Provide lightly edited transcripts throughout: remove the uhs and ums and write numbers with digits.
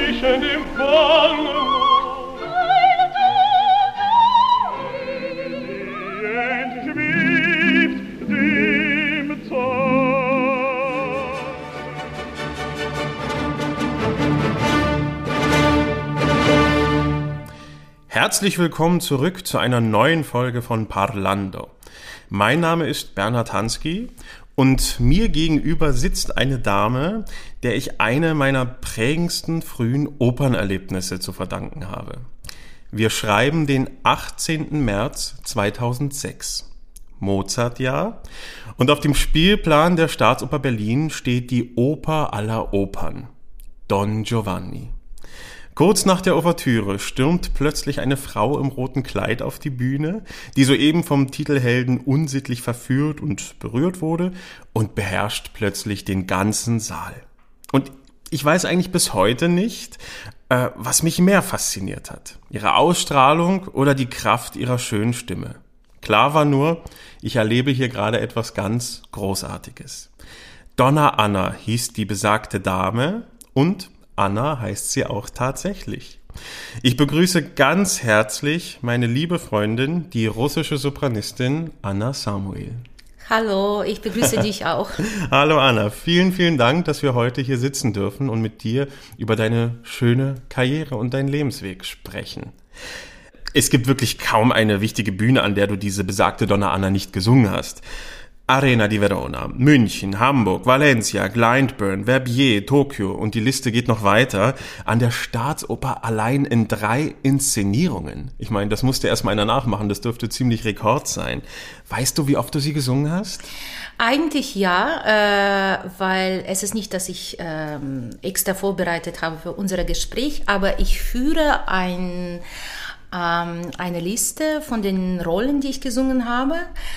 zwischen dem Wangen entschwebt dem Tag. Herzlich willkommen zurück zu einer neuen Folge von Parlando. Mein Name ist Bernhard Hansky und mir gegenüber sitzt eine Dame, der ich eine meiner prägendsten frühen Opernerlebnisse zu verdanken habe. Wir schreiben den 18. März 2006. Mozartjahr, und auf dem Spielplan der Staatsoper Berlin steht die Oper aller Opern, Don Giovanni. Kurz nach der Ouvertüre stürmt plötzlich eine Frau im roten Kleid auf die Bühne, die soeben vom Titelhelden unsittlich verführt und berührt wurde, und beherrscht plötzlich den ganzen Saal. Und ich weiß eigentlich bis heute nicht, was mich mehr fasziniert hat, ihre Ausstrahlung oder die Kraft ihrer schönen Stimme. Klar war nur, ich erlebe hier gerade etwas ganz Großartiges. Donna Anna hieß die besagte Dame und Anna heißt sie auch tatsächlich. Ich begrüße ganz herzlich meine liebe Freundin, die russische Sopranistin Anna Samuel. Hallo, ich begrüße dich auch. Hallo Anna, vielen, vielen Dank, dass wir heute hier sitzen dürfen und mit dir über deine schöne Karriere und deinen Lebensweg sprechen. Es gibt wirklich kaum eine wichtige Bühne, an der du diese besagte Donna Anna nicht gesungen hast. Arena di Verona, München, Hamburg, Valencia, Glyndebourne, Verbier, Tokio und die Liste geht noch weiter. An der Staatsoper allein in 3 Inszenierungen. Ich meine, das musste erstmal einer nachmachen, das dürfte ziemlich Rekord sein. Weißt du, wie oft du sie gesungen hast? Eigentlich ja, weil es ist nicht, dass ich extra vorbereitet habe für unser Gespräch, aber ich führe eine Liste von den Rollen, die ich gesungen habe.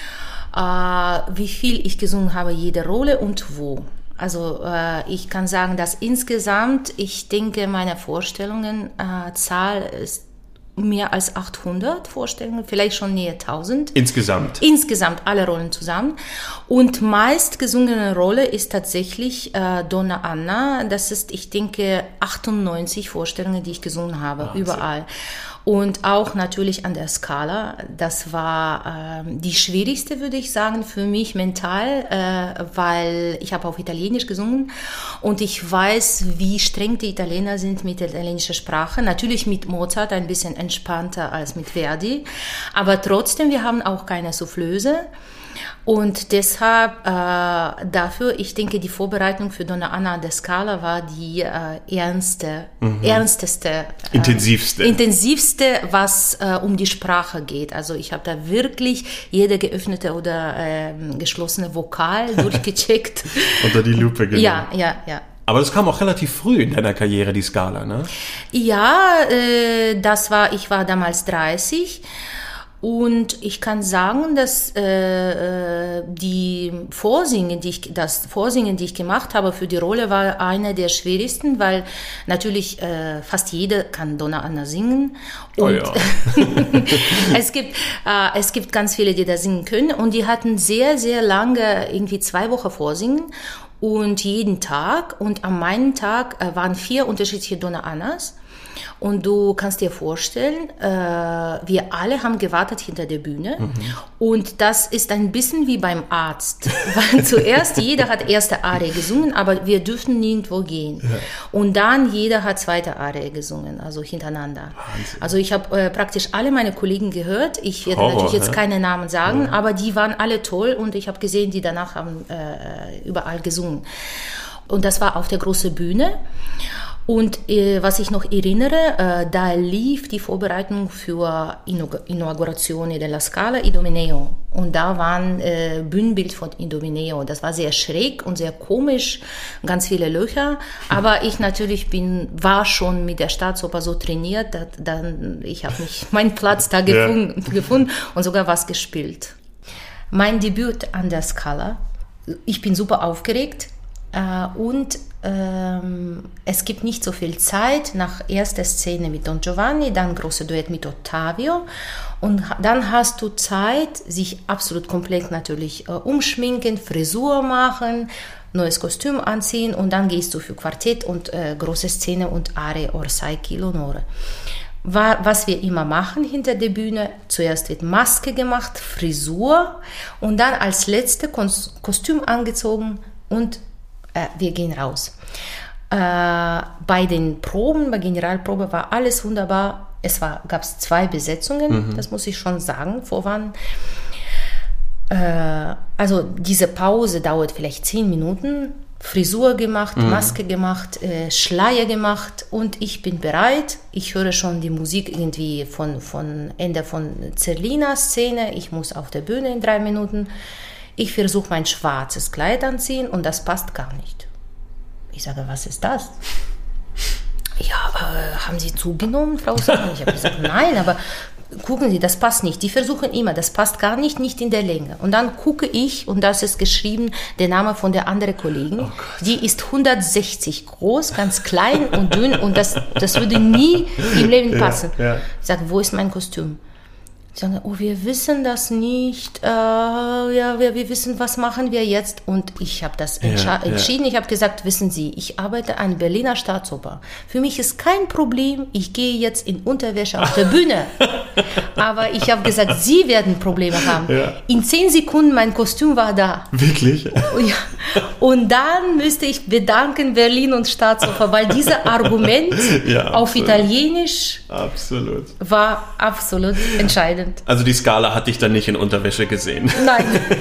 Wie viel ich gesungen habe, jede Rolle und wo. Also ich kann sagen, dass insgesamt, ich denke, meine Vorstellungen-Zahl ist mehr als 800 Vorstellungen, vielleicht schon näher 1000. Insgesamt? Insgesamt, alle Rollen zusammen. Und meist gesungene Rolle ist tatsächlich Donna Anna. Das ist, ich denke, 98 Vorstellungen, die ich gesungen habe, Wahnsinn. Überall. Und auch natürlich an der Scala. Das war die schwierigste, würde ich sagen, für mich mental, weil ich habe auf Italienisch gesungen und ich weiß, wie streng die Italiener sind mit der italienischen Sprache. Natürlich mit Mozart ein bisschen entspannter als mit Verdi, aber trotzdem, wir haben auch keine Soufflöse. Und deshalb dafür, ich denke, die Vorbereitung für Donna Anna an der Scala war die ernsteste, intensivste, was um die Sprache geht. Also ich habe da wirklich jede geöffnete oder geschlossene Vokal durchgecheckt. Unter die Lupe genommen. Ja. Aber das kam auch relativ früh in deiner Karriere, die Scala, ne? Ja, ich war damals 30. Und ich kann sagen, dass das Vorsingen, die ich gemacht habe für die Rolle, war eine der schwierigsten, weil natürlich fast jeder kann Donna Anna singen. Und ja. es gibt ganz viele, die da singen können. Und die hatten sehr, sehr lange, irgendwie 2 Wochen Vorsingen. Und jeden Tag. Und an meinem Tag waren 4 unterschiedliche Donna Annas. Und du kannst dir vorstellen, wir alle haben gewartet hinter der Bühne. Mhm. Und das ist ein bisschen wie beim Arzt. Weil zuerst, jeder hat erste Arie gesungen, aber wir dürfen nirgendwo gehen. Ja. Und dann jeder hat zweite Arie gesungen, also hintereinander. Wahnsinn. Also ich habe praktisch alle meine Kollegen gehört. Ich werde natürlich jetzt keine Namen sagen, aber die waren alle toll und ich habe gesehen, die danach haben überall gesungen. Und das war auf der großen Bühne. Und was ich noch erinnere, da lief die Vorbereitung für Inaugurazione della Scala Idomeneo. Und da war ein Bühnenbild von Idomeneo. Das war sehr schräg und sehr komisch, ganz viele Löcher. Aber ich natürlich war schon mit der Staatsoper so trainiert, ich habe meinen Platz da gefunden und sogar was gespielt. Mein Debüt an der Scala, ich bin super aufgeregt. Und es gibt nicht so viel Zeit nach erster Szene mit Don Giovanni, dann große Duett mit Ottavio und dann hast du Zeit, sich absolut komplett natürlich umschminken, Frisur machen, neues Kostüm anziehen und dann gehst du für Quartett und große Szene und Arie Orsai chi l'onore. Was wir immer machen hinter der Bühne, zuerst wird Maske gemacht, Frisur und dann als letzte Kostüm angezogen und wir gehen raus. Bei den Proben, bei Generalprobe war alles wunderbar. Gab es 2 Besetzungen, das muss ich schon sagen, vorwann. Also diese Pause dauert vielleicht 10 Minuten. Frisur gemacht, Maske gemacht, Schleier gemacht und ich bin bereit. Ich höre schon die Musik irgendwie von Ende von Zerlina-Szene. Ich muss auf der Bühne in 3 Minuten. Ich versuche mein schwarzes Kleid anziehen und das passt gar nicht. Ich sage, was ist das? Ja, haben Sie zugenommen, Frau Sahn? Ich habe gesagt, nein, aber gucken Sie, das passt nicht. Die versuchen immer, das passt gar nicht in der Länge. Und dann gucke ich, und das ist geschrieben, der Name von der anderen Kollegin, die ist 160 groß, ganz klein und dünn und das würde nie im Leben passen. Ja. Ich sage, wo ist mein Kostüm? Ich sage, oh, wir wissen das nicht. Wir wissen, was machen wir jetzt? Und ich habe das entschieden. Ich habe gesagt, wissen Sie, ich arbeite an Berliner Staatsoper. Für mich ist kein Problem, ich gehe jetzt in Unterwäsche auf der Bühne. Aber ich habe gesagt, Sie werden Probleme haben. Ja. In 10 Sekunden, mein Kostüm war da. Wirklich? Ja. Und dann müsste ich bedanken Berlin und Staatsoper, weil dieses Argument auf Italienisch war absolut entscheidend. Also die Scala hat dich dann nicht in Unterwäsche gesehen. Nein.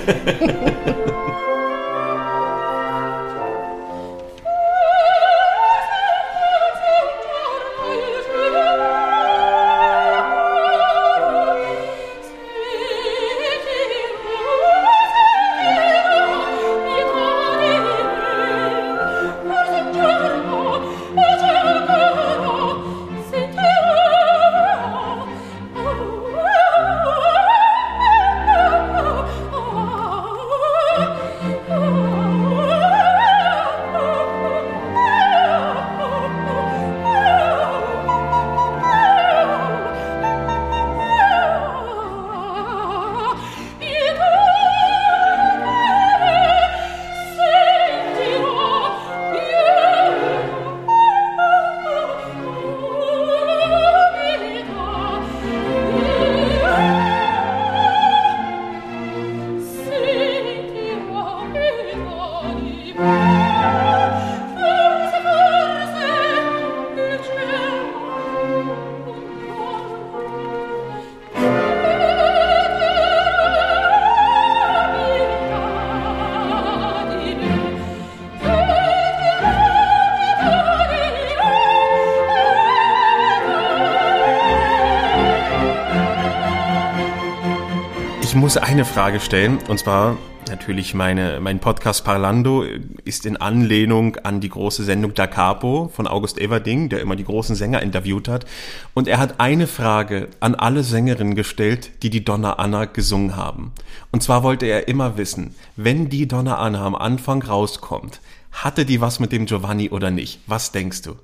Ich muss eine Frage stellen, und zwar natürlich mein Podcast Parlando ist in Anlehnung an die große Sendung Da Capo von August Everding, der immer die großen Sänger interviewt hat. Und er hat eine Frage an alle Sängerinnen gestellt, die Donna Anna gesungen haben. Und zwar wollte er immer wissen, wenn die Donna Anna am Anfang rauskommt, hatte die was mit dem Giovanni oder nicht? Was denkst du?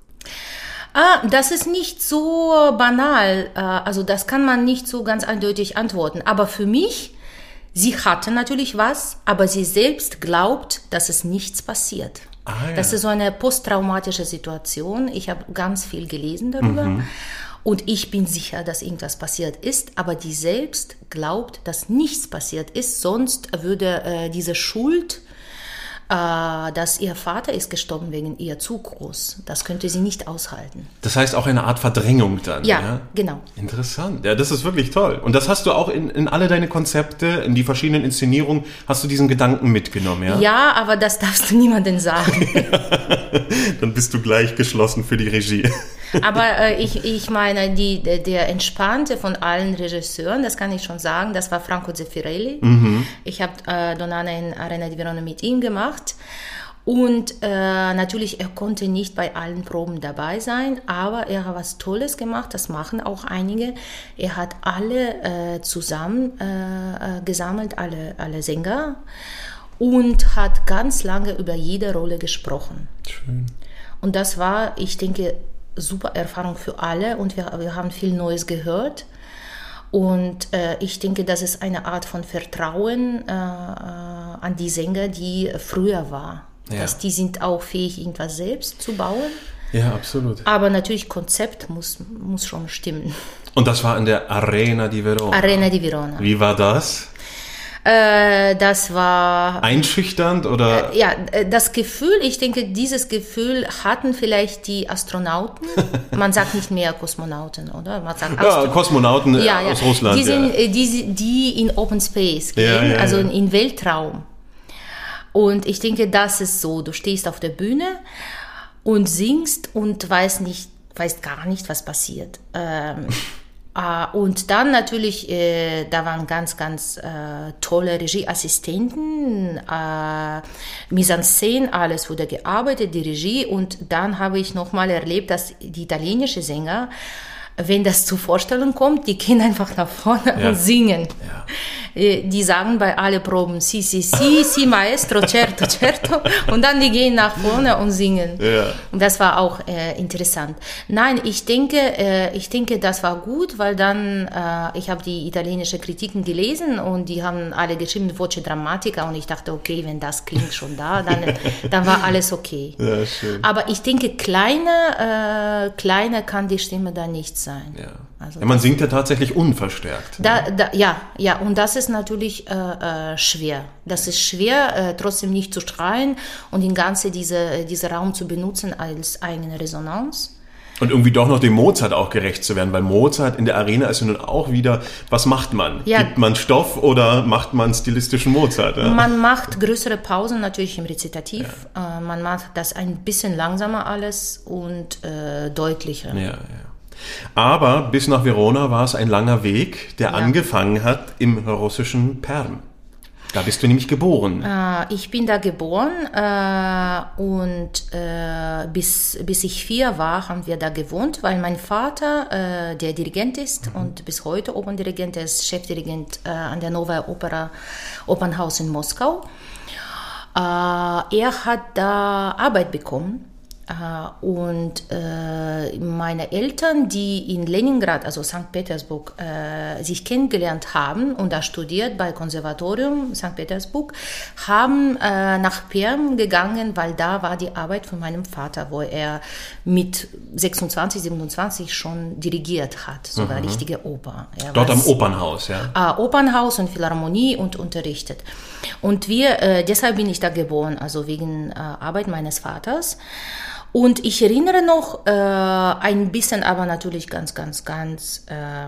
Das ist nicht so banal, also das kann man nicht so ganz eindeutig antworten. Aber für mich, sie hatte natürlich was, aber sie selbst glaubt, dass es nichts passiert. Ja. Das ist so eine posttraumatische Situation. Ich habe ganz viel gelesen darüber und ich bin sicher, dass irgendwas passiert ist, aber die selbst glaubt, dass nichts passiert ist, sonst würde diese Schuld, dass ihr Vater ist gestorben wegen ihr zu groß. Das könnte sie nicht aushalten. Das heißt auch eine Art Verdrängung dann. Ja, genau. Interessant. Ja, das ist wirklich toll. Und das hast du auch in alle deine Konzepte, in die verschiedenen Inszenierungen, hast du diesen Gedanken mitgenommen, ja? Ja, aber das darfst du niemandem sagen. Dann bist du gleich geschlossen für die Regie. Aber ich meine, der entspannte von allen Regisseuren, das kann ich schon sagen, das war Franco Zeffirelli. Ich habe Donna Anna in Arena di Verona mit ihm gemacht. Und natürlich, er konnte nicht bei allen Proben dabei sein, aber er hat was Tolles gemacht, das machen auch einige. Er hat alle zusammen gesammelt, alle Sänger. und hat ganz lange über jede Rolle gesprochen. Schön. Und das war, ich denke, super Erfahrung für alle und wir haben viel Neues gehört. Und ich denke, das ist eine Art von Vertrauen an die Sänger, die früher war. Ja. Dass die sind auch fähig, irgendwas selbst zu bauen. Ja, absolut. Aber natürlich, Konzept muss schon stimmen. Und das war in der Arena di Verona. Arena di Verona. Wie war das? Das war... Einschüchternd oder? Ja, das Gefühl, ich denke, dieses Gefühl hatten vielleicht die Astronauten. Man sagt nicht mehr Kosmonauten, oder? Man sagt Kosmonauten aus Russland. Die sind die in Open Space gehen, also in Weltraum. Und ich denke, das ist so. Du stehst auf der Bühne und singst und weißt gar nicht, was passiert. Und dann natürlich, da waren ganz, ganz tolle Regieassistenten, Mise en Scène, alles wurde gearbeitet, die Regie. Und dann habe ich nochmal erlebt, dass die italienischen Sänger, wenn das zur Vorstellung kommt, die gehen einfach nach vorne und singen. Ja. Die sagen bei allen Proben, si, maestro, certo, certo. Und dann die gehen nach vorne und singen. Ja. Und das war auch interessant. Nein, ich denke, das war gut, weil dann, ich habe die italienischen Kritiken gelesen und die haben alle geschrieben, Voce Drammatica. Und ich dachte, okay, wenn das klingt schon da, dann war alles okay. Ja, schön. Aber ich denke, kleiner kann die Stimme da nicht sein. Ja. Also man singt ja tatsächlich unverstärkt. Ja, und das ist natürlich schwer. Das ist schwer, trotzdem nicht zu schreien und den ganzen diesen Raum zu benutzen als eigene Resonanz. Und irgendwie doch noch dem Mozart auch gerecht zu werden, weil Mozart in der Arena ist ja nun auch wieder, was macht man? Ja. Gibt man Stoff oder macht man stilistischen Mozart? Ja? Man macht größere Pausen natürlich im Rezitativ. Ja. Man macht das ein bisschen langsamer alles und deutlicher. Ja. Aber bis nach Verona war es ein langer Weg, der angefangen hat im russischen Perm. Da bist du nämlich geboren. Ich bin da geboren und bis ich 4 war, haben wir da gewohnt, weil mein Vater, der Dirigent ist und bis heute Operndirigent, der ist Chefdirigent an der Novaya Opernhaus in Moskau. Er hat da Arbeit bekommen. Und meine Eltern, die in Leningrad, also St. Petersburg, sich kennengelernt haben und da studiert bei Konservatorium St. Petersburg, haben nach Perm gegangen, weil da war die Arbeit von meinem Vater, wo er mit 26, 27 schon dirigiert hat, sogar richtige Oper. Dort am Opernhaus, ja? Opernhaus und Philharmonie und unterrichtet. Und deshalb bin ich da geboren, also wegen Arbeit meines Vaters. Und ich erinnere noch ein bisschen, aber natürlich ganz, ganz, ganz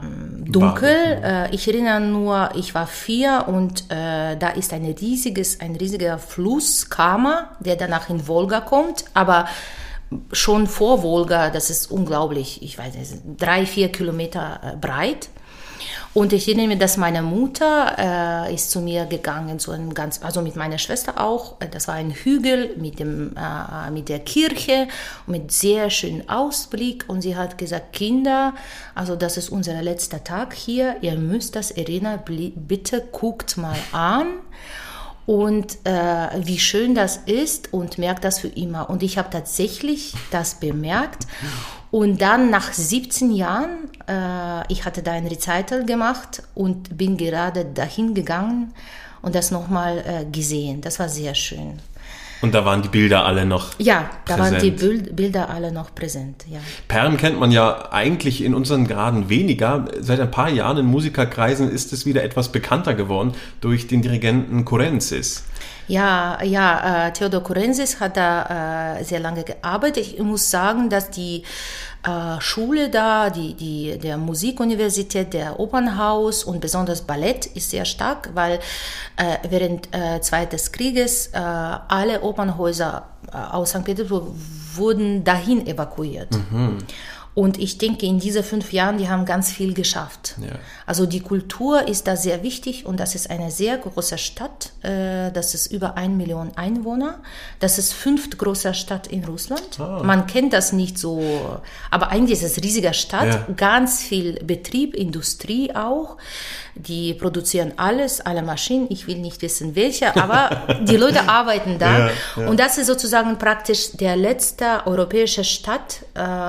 dunkel. Ich erinnere nur, ich war 4 und da ist ein riesiger Fluss, Kama, der danach in Wolga kommt, aber schon vor Wolga, das ist unglaublich, ich weiß nicht, 3-4 Kilometer breit. Und ich erinnere mich, dass meine Mutter ist zu mir gegangen, also mit meiner Schwester auch. Das war ein Hügel mit der Kirche, mit sehr schönem Ausblick. Und sie hat gesagt, Kinder, also das ist unser letzter Tag hier. Ihr müsst das erinnern, bitte guckt mal an. Und wie schön das ist und merkt das für immer. Und ich habe tatsächlich das bemerkt. Und dann nach 17 Jahren, ich hatte da ein Recital gemacht und bin gerade dahin gegangen und das nochmal gesehen. Das war sehr schön. Und da waren die Bilder alle noch präsent? Ja, da waren die Bilder alle noch präsent, ja. Perm kennt man ja eigentlich in unseren Graden weniger. Seit ein paar Jahren in Musikerkreisen ist es wieder etwas bekannter geworden durch den Dirigenten Kurenzis. Ja, Theodor Kurenzis hat da sehr lange gearbeitet. Ich muss sagen, dass die Schule da, der Musikuniversität, der Opernhaus und besonders Ballett ist sehr stark, weil während Zweiten Krieges alle Opernhäuser aus St. Petersburg wurden dahin evakuiert. Und ich denke, in diesen 5 Jahren, die haben ganz viel geschafft. Ja. Also die Kultur ist da sehr wichtig und das ist eine sehr große Stadt. Das ist über 1 Million Einwohner. Das ist 5. größte Stadt in Russland. Oh. Man kennt das nicht so, aber eigentlich ist es eine riesige Stadt. Ja. Ganz viel Betrieb, Industrie auch. Die produzieren alles, alle Maschinen. Ich will nicht wissen, welche, aber die Leute arbeiten da. Ja. Und das ist sozusagen praktisch der letzte europäische Stadt,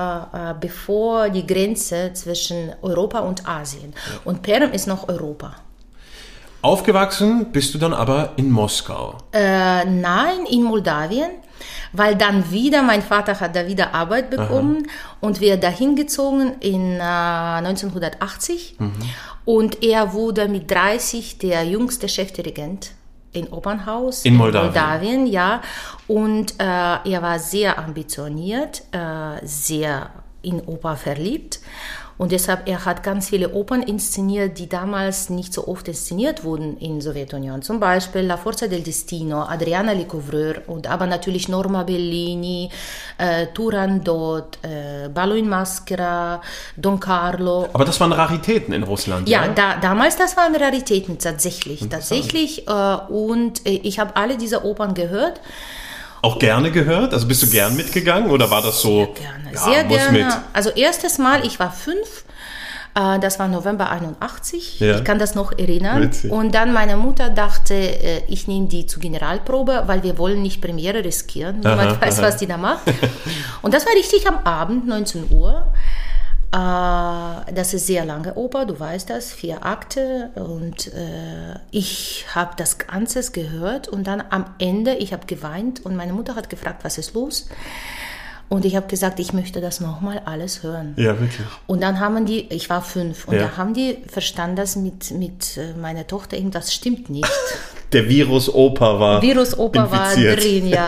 bevor die Grenze zwischen Europa und Asien. Ja. Und Perm ist noch Europa. Aufgewachsen bist du dann aber in Moskau? Nein, in Moldawien. Weil dann wieder, mein Vater hat da wieder Arbeit bekommen und wir dahin gezogen in 1980 und er wurde mit 30 der jüngste Chefdirigent in Opernhaus in Moldawien, ja, und er war sehr ambitioniert, sehr in Oper verliebt. Und deshalb, er hat ganz viele Opern inszeniert, die damals nicht so oft inszeniert wurden in der Sowjetunion. Zum Beispiel La Forza del Destino, Adriana Lecouvreur und aber natürlich Norma Bellini, Turandot, Ballo in Maschera, Don Carlo. Aber das waren Raritäten in Russland, ja? Ja, damals, das waren Raritäten tatsächlich. Und ich habe alle diese Opern gehört. Auch gerne gehört? Also bist du gern mitgegangen oder war das so? Sehr gerne. Mit? Also erstes Mal, ich war 5, das war November 81, ich kann das noch erinnern. Witzig. Und dann meine Mutter dachte, ich nehme die zur Generalprobe, weil wir wollen nicht Premiere riskieren. Niemand weiß, was die da macht. Und das war richtig am Abend, 19 Uhr. Das ist sehr lange Oper, du weißt das, 4 Akte und ich habe das Ganze gehört und dann am Ende, ich habe geweint und meine Mutter hat gefragt, was ist los? Und ich habe gesagt, ich möchte das nochmal alles hören. Ja, wirklich. Und dann haben die, ich war 5 und da haben die verstanden, dass mit meiner Tochter irgendwas stimmt nicht. Der Virus-Oper war drin, ja.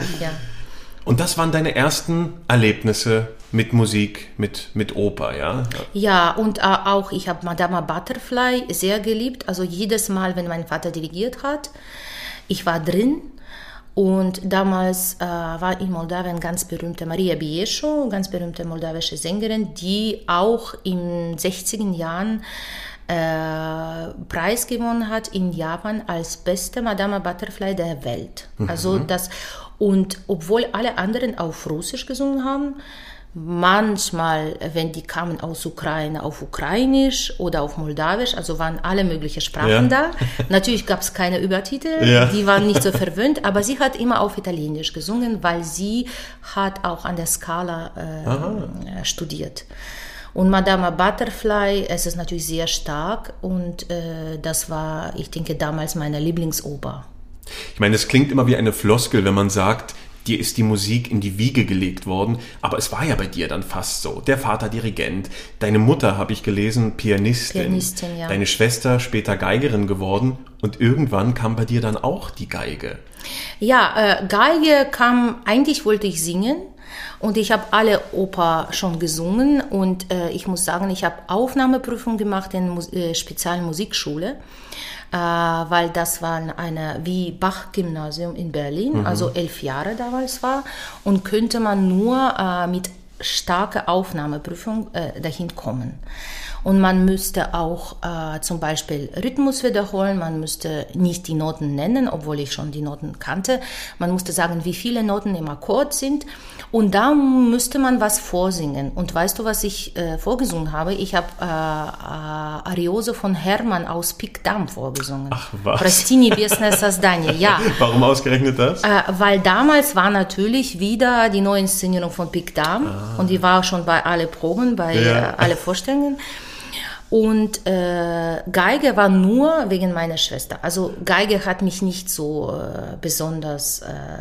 Und das waren deine ersten Erlebnisse mit Musik, mit Oper, ja? Ja, und auch ich habe Madama Butterfly sehr geliebt. Also jedes Mal, wenn mein Vater dirigiert hat, ich war drin. Und damals war in Moldawien ganz berühmte Maria Biescho, ganz berühmte moldawische Sängerin, die auch in 60er Jahren Preis gewonnen hat in Japan als beste Madama Butterfly der Welt. Also das, und obwohl alle anderen auf Russisch gesungen haben, manchmal, wenn die kamen aus Ukraine, auf Ukrainisch oder auf Moldawisch, also waren alle möglichen Sprachen da. Natürlich gab es keine Übertitel, die waren nicht so verwöhnt, aber sie hat immer auf Italienisch gesungen, weil sie hat auch an der Scala studiert. Und Madama Butterfly, es ist natürlich sehr stark und das war, ich denke, damals meine Lieblingsoper. Ich meine, es klingt immer wie eine Floskel, wenn man sagt, dir ist die Musik in die Wiege gelegt worden, aber es war ja bei dir dann fast so. Der Vater Dirigent, deine Mutter, habe ich gelesen, Pianistin, ja. Deine Schwester später Geigerin geworden und irgendwann kam bei dir dann auch die Geige. Ja, Geige kam, eigentlich wollte ich singen. Und ich habe alle Oper schon gesungen und ich muss sagen, ich habe Aufnahmeprüfung gemacht in speziellen Musikschule, weil das war eine wie Bach-Gymnasium in Berlin, also 11 Jahre damals war und könnte man nur mit starker Aufnahmeprüfung dahin kommen. Und man müsste auch zum Beispiel Rhythmus wiederholen, man müsste nicht die Noten nennen, obwohl ich schon die Noten kannte. Man musste sagen, wie viele Noten im Akkord sind und da müsste man was vorsingen. Und weißt du, was ich vorgesungen habe? Ich habe Ariose von Hermann aus Pikdam vorgesungen. Ach was? Прости небесное создание, ja. Warum ausgerechnet das? Weil damals war natürlich wieder die neue Inszenierung von Pikdam und die war schon bei alle Proben, bei alle Vorstellungen. Und Geige war nur wegen meiner Schwester. Also Geige hat mich nicht so besonders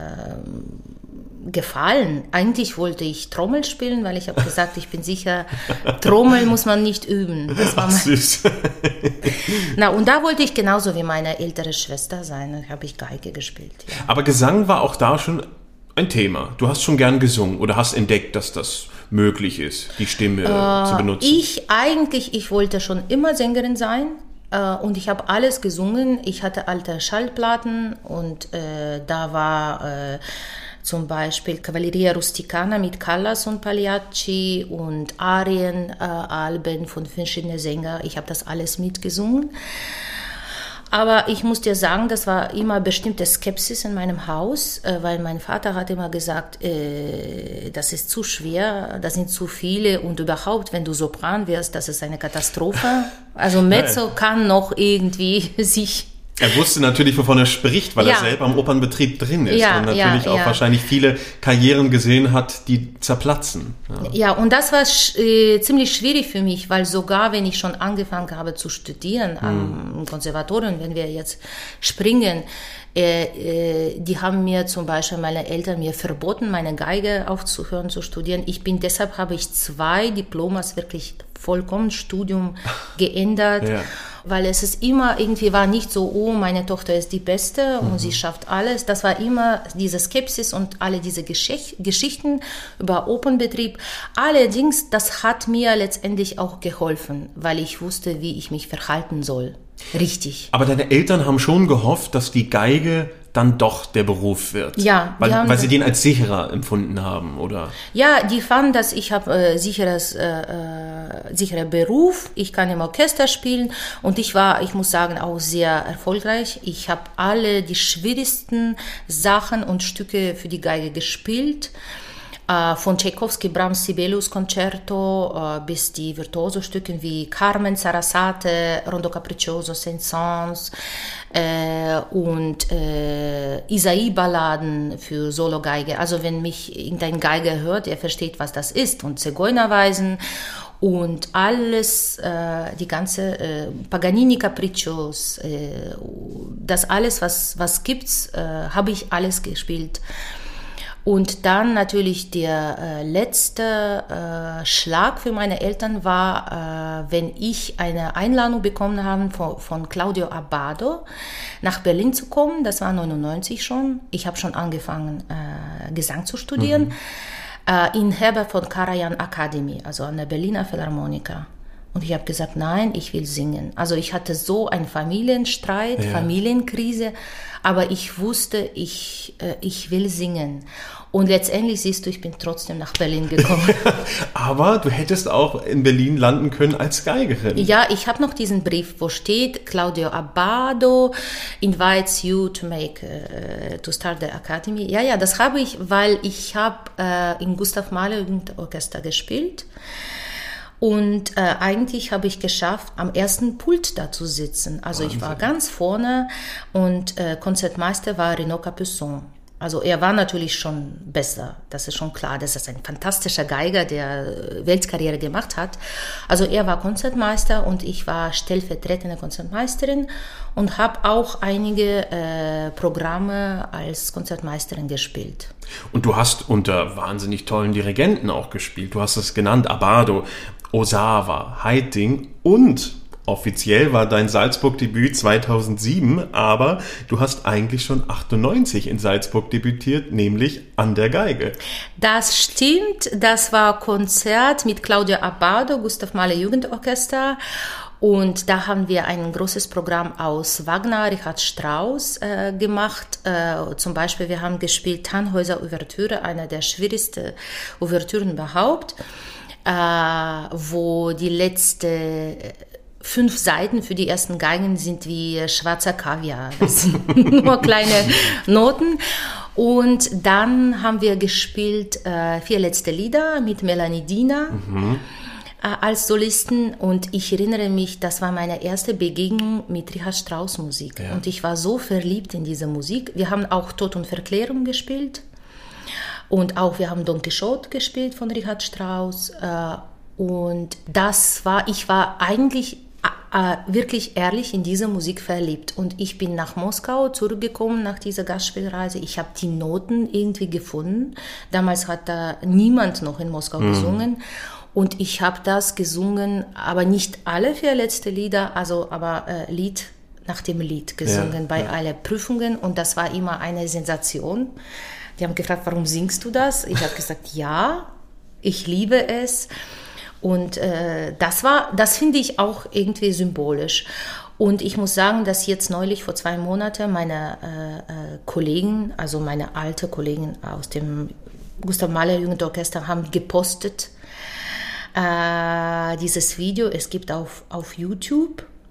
gefallen. Eigentlich wollte ich Trommel spielen, weil ich habe gesagt, ich bin sicher, Trommel muss man nicht üben. Das war süß. Na, und da wollte ich genauso wie meine ältere Schwester sein. Da habe ich Geige gespielt. Ja. Aber Gesang war auch da schon ein Thema. Du hast schon gern gesungen oder hast entdeckt, dass das möglich ist, die Stimme zu benutzen? Ich wollte schon immer Sängerin sein und ich habe alles gesungen. Ich hatte alte Schallplatten und da war zum Beispiel Cavalleria Rusticana mit Callas und Pagliacci und Arien, Alben von verschiedenen Sängern. Ich habe das alles mitgesungen. Aber ich muss dir sagen, das war immer bestimmte Skepsis in meinem Haus, weil mein Vater hat immer gesagt, das ist zu schwer, das sind zu viele und überhaupt, wenn du Sopran wirst, das ist eine Katastrophe. Also Mezzo kann noch irgendwie sich... Er wusste natürlich, wovon er spricht, weil er selber im Opernbetrieb drin ist und natürlich auch wahrscheinlich viele Karrieren gesehen hat, die zerplatzen. Ja, und das war ziemlich schwierig für mich, weil sogar wenn ich schon angefangen habe zu studieren am Konservatorium, wenn wir jetzt springen, die haben mir zum Beispiel, meine Eltern mir verboten, meine Geige aufzuhören zu studieren. Deshalb habe ich 2 Diplomas wirklich vollkommen Studium geändert. Weil es ist immer irgendwie war nicht so, oh, meine Tochter ist die Beste und sie schafft alles. Das war immer diese Skepsis und alle diese Geschichten über Opernbetrieb. Allerdings, das hat mir letztendlich auch geholfen, weil ich wusste, wie ich mich verhalten soll. Richtig. Aber deine Eltern haben schon gehofft, dass die Geige dann doch der Beruf wird. Ja. Weil sie den als sicherer empfunden haben, oder? Ja, die fanden, dass ich habe sicherer Beruf, ich kann im Orchester spielen und ich muss sagen, auch sehr erfolgreich. Ich habe alle die schwierigsten Sachen und Stücke für die Geige gespielt. Von Tchaikovsky, Brahms, Sibelius Concerto bis die Virtuoso-Stücken wie Carmen, Sarasate, Rondo Capriccioso, Saint-Saëns und Isaïe-Balladen für Solo-Geige. Also wenn mich irgendein Geiger hört, er versteht, was das ist. Und Zigeunerweisen und alles, die ganze Paganini-Capriccios, das alles, was gibt's, habe ich alles gespielt. Und dann natürlich der letzte Schlag für meine Eltern war, wenn ich eine Einladung bekommen habe von Claudio Abbado nach Berlin zu kommen. Das war 99 schon. Ich habe schon angefangen, Gesang zu studieren. In Herbert von Karajan Academy, also an der Berliner Philharmoniker. Und ich habe gesagt, nein, ich will singen. Also ich hatte so einen Familienstreit, Familienkrise, aber ich wusste, ich will singen. Und letztendlich siehst du, ich bin trotzdem nach Berlin gekommen. Aber du hättest auch in Berlin landen können als Geigerin. Ja, ich habe noch diesen Brief, wo steht, Claudio Abbado invites you to start the academy. Ja, das habe ich, weil ich habe in Gustav Mahler Jugendorchester gespielt. Und eigentlich habe ich geschafft, am ersten Pult da zu sitzen. Also Wahnsinn. Ich war ganz vorne und Konzertmeister war Renaud Capuçon. Also er war natürlich schon besser, das ist schon klar. Das ist ein fantastischer Geiger, der Weltkarriere gemacht hat. Also er war Konzertmeister und ich war stellvertretende Konzertmeisterin und habe auch einige Programme als Konzertmeisterin gespielt. Und du hast unter wahnsinnig tollen Dirigenten auch gespielt. Du hast es genannt, Abbado, Osawa, Haydn und offiziell war dein Salzburg-Debüt 2007, aber du hast eigentlich schon 98 in Salzburg debütiert, nämlich an der Geige. Das stimmt, das war Konzert mit Claudio Abbado, Gustav Mahler Jugendorchester. Und da haben wir ein großes Programm aus Wagner, Richard Strauss gemacht. Zum Beispiel, wir haben gespielt Tannhäuser-Ouvertüre, eine der schwierigsten Ouvertüren überhaupt, wo die letzte 5 Seiten für die ersten Geigen sind wie schwarzer Kaviar. Das sind nur kleine Noten. Und dann haben wir gespielt 4 letzte Lieder mit Melanie Diener als Solisten. Und ich erinnere mich, das war meine erste Begegnung mit Richard Strauss Musik. Ja. Und ich war so verliebt in diese Musik. Wir haben auch Tod und Verklärung gespielt. Und auch wir haben Don Quixote gespielt von Richard Strauss. Und ich war eigentlich wirklich ehrlich in diese Musik verliebt. Und ich bin nach Moskau zurückgekommen nach dieser Gastspielreise. Ich habe die Noten irgendwie gefunden. Damals hat da niemand noch in Moskau gesungen. Und ich habe das gesungen, aber nicht alle 4 letzte Lieder, aber Lied nach dem Lied gesungen bei allen Prüfungen. Und das war immer eine Sensation. Die haben gefragt, warum singst du das? Ich habe gesagt, ja, ich liebe es. Und das finde ich auch irgendwie symbolisch. Und ich muss sagen, dass jetzt neulich vor 2 Monaten meine Kollegen, also meine alte Kollegen aus dem Gustav Mahler Jugendorchester, haben gepostet dieses Video. Es gibt auf YouTube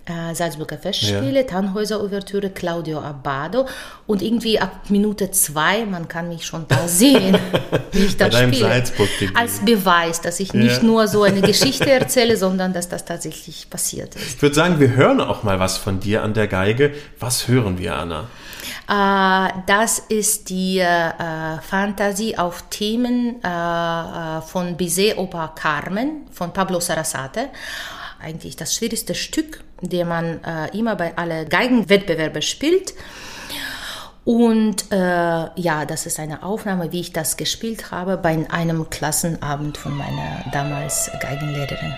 Salzburger Festspiele, Tannhäuser-Ouvertüre, Claudio Abbado und irgendwie ab Minute 2, man kann mich schon da sehen, wie ich das spiele. Als Beweis, dass ich nicht nur so eine Geschichte erzähle, sondern dass das tatsächlich passiert ist. Ich würde sagen, wir hören auch mal was von dir an der Geige. Was hören wir, Anna? Das ist die Fantasie auf Themen von Bizet-Oper Carmen von Pablo Sarasate. Eigentlich das schwierigste Stück, das man immer bei allen Geigenwettbewerben spielt. Und das ist eine Aufnahme, wie ich das gespielt habe bei einem Klassenabend von meiner damals Geigenlehrerin.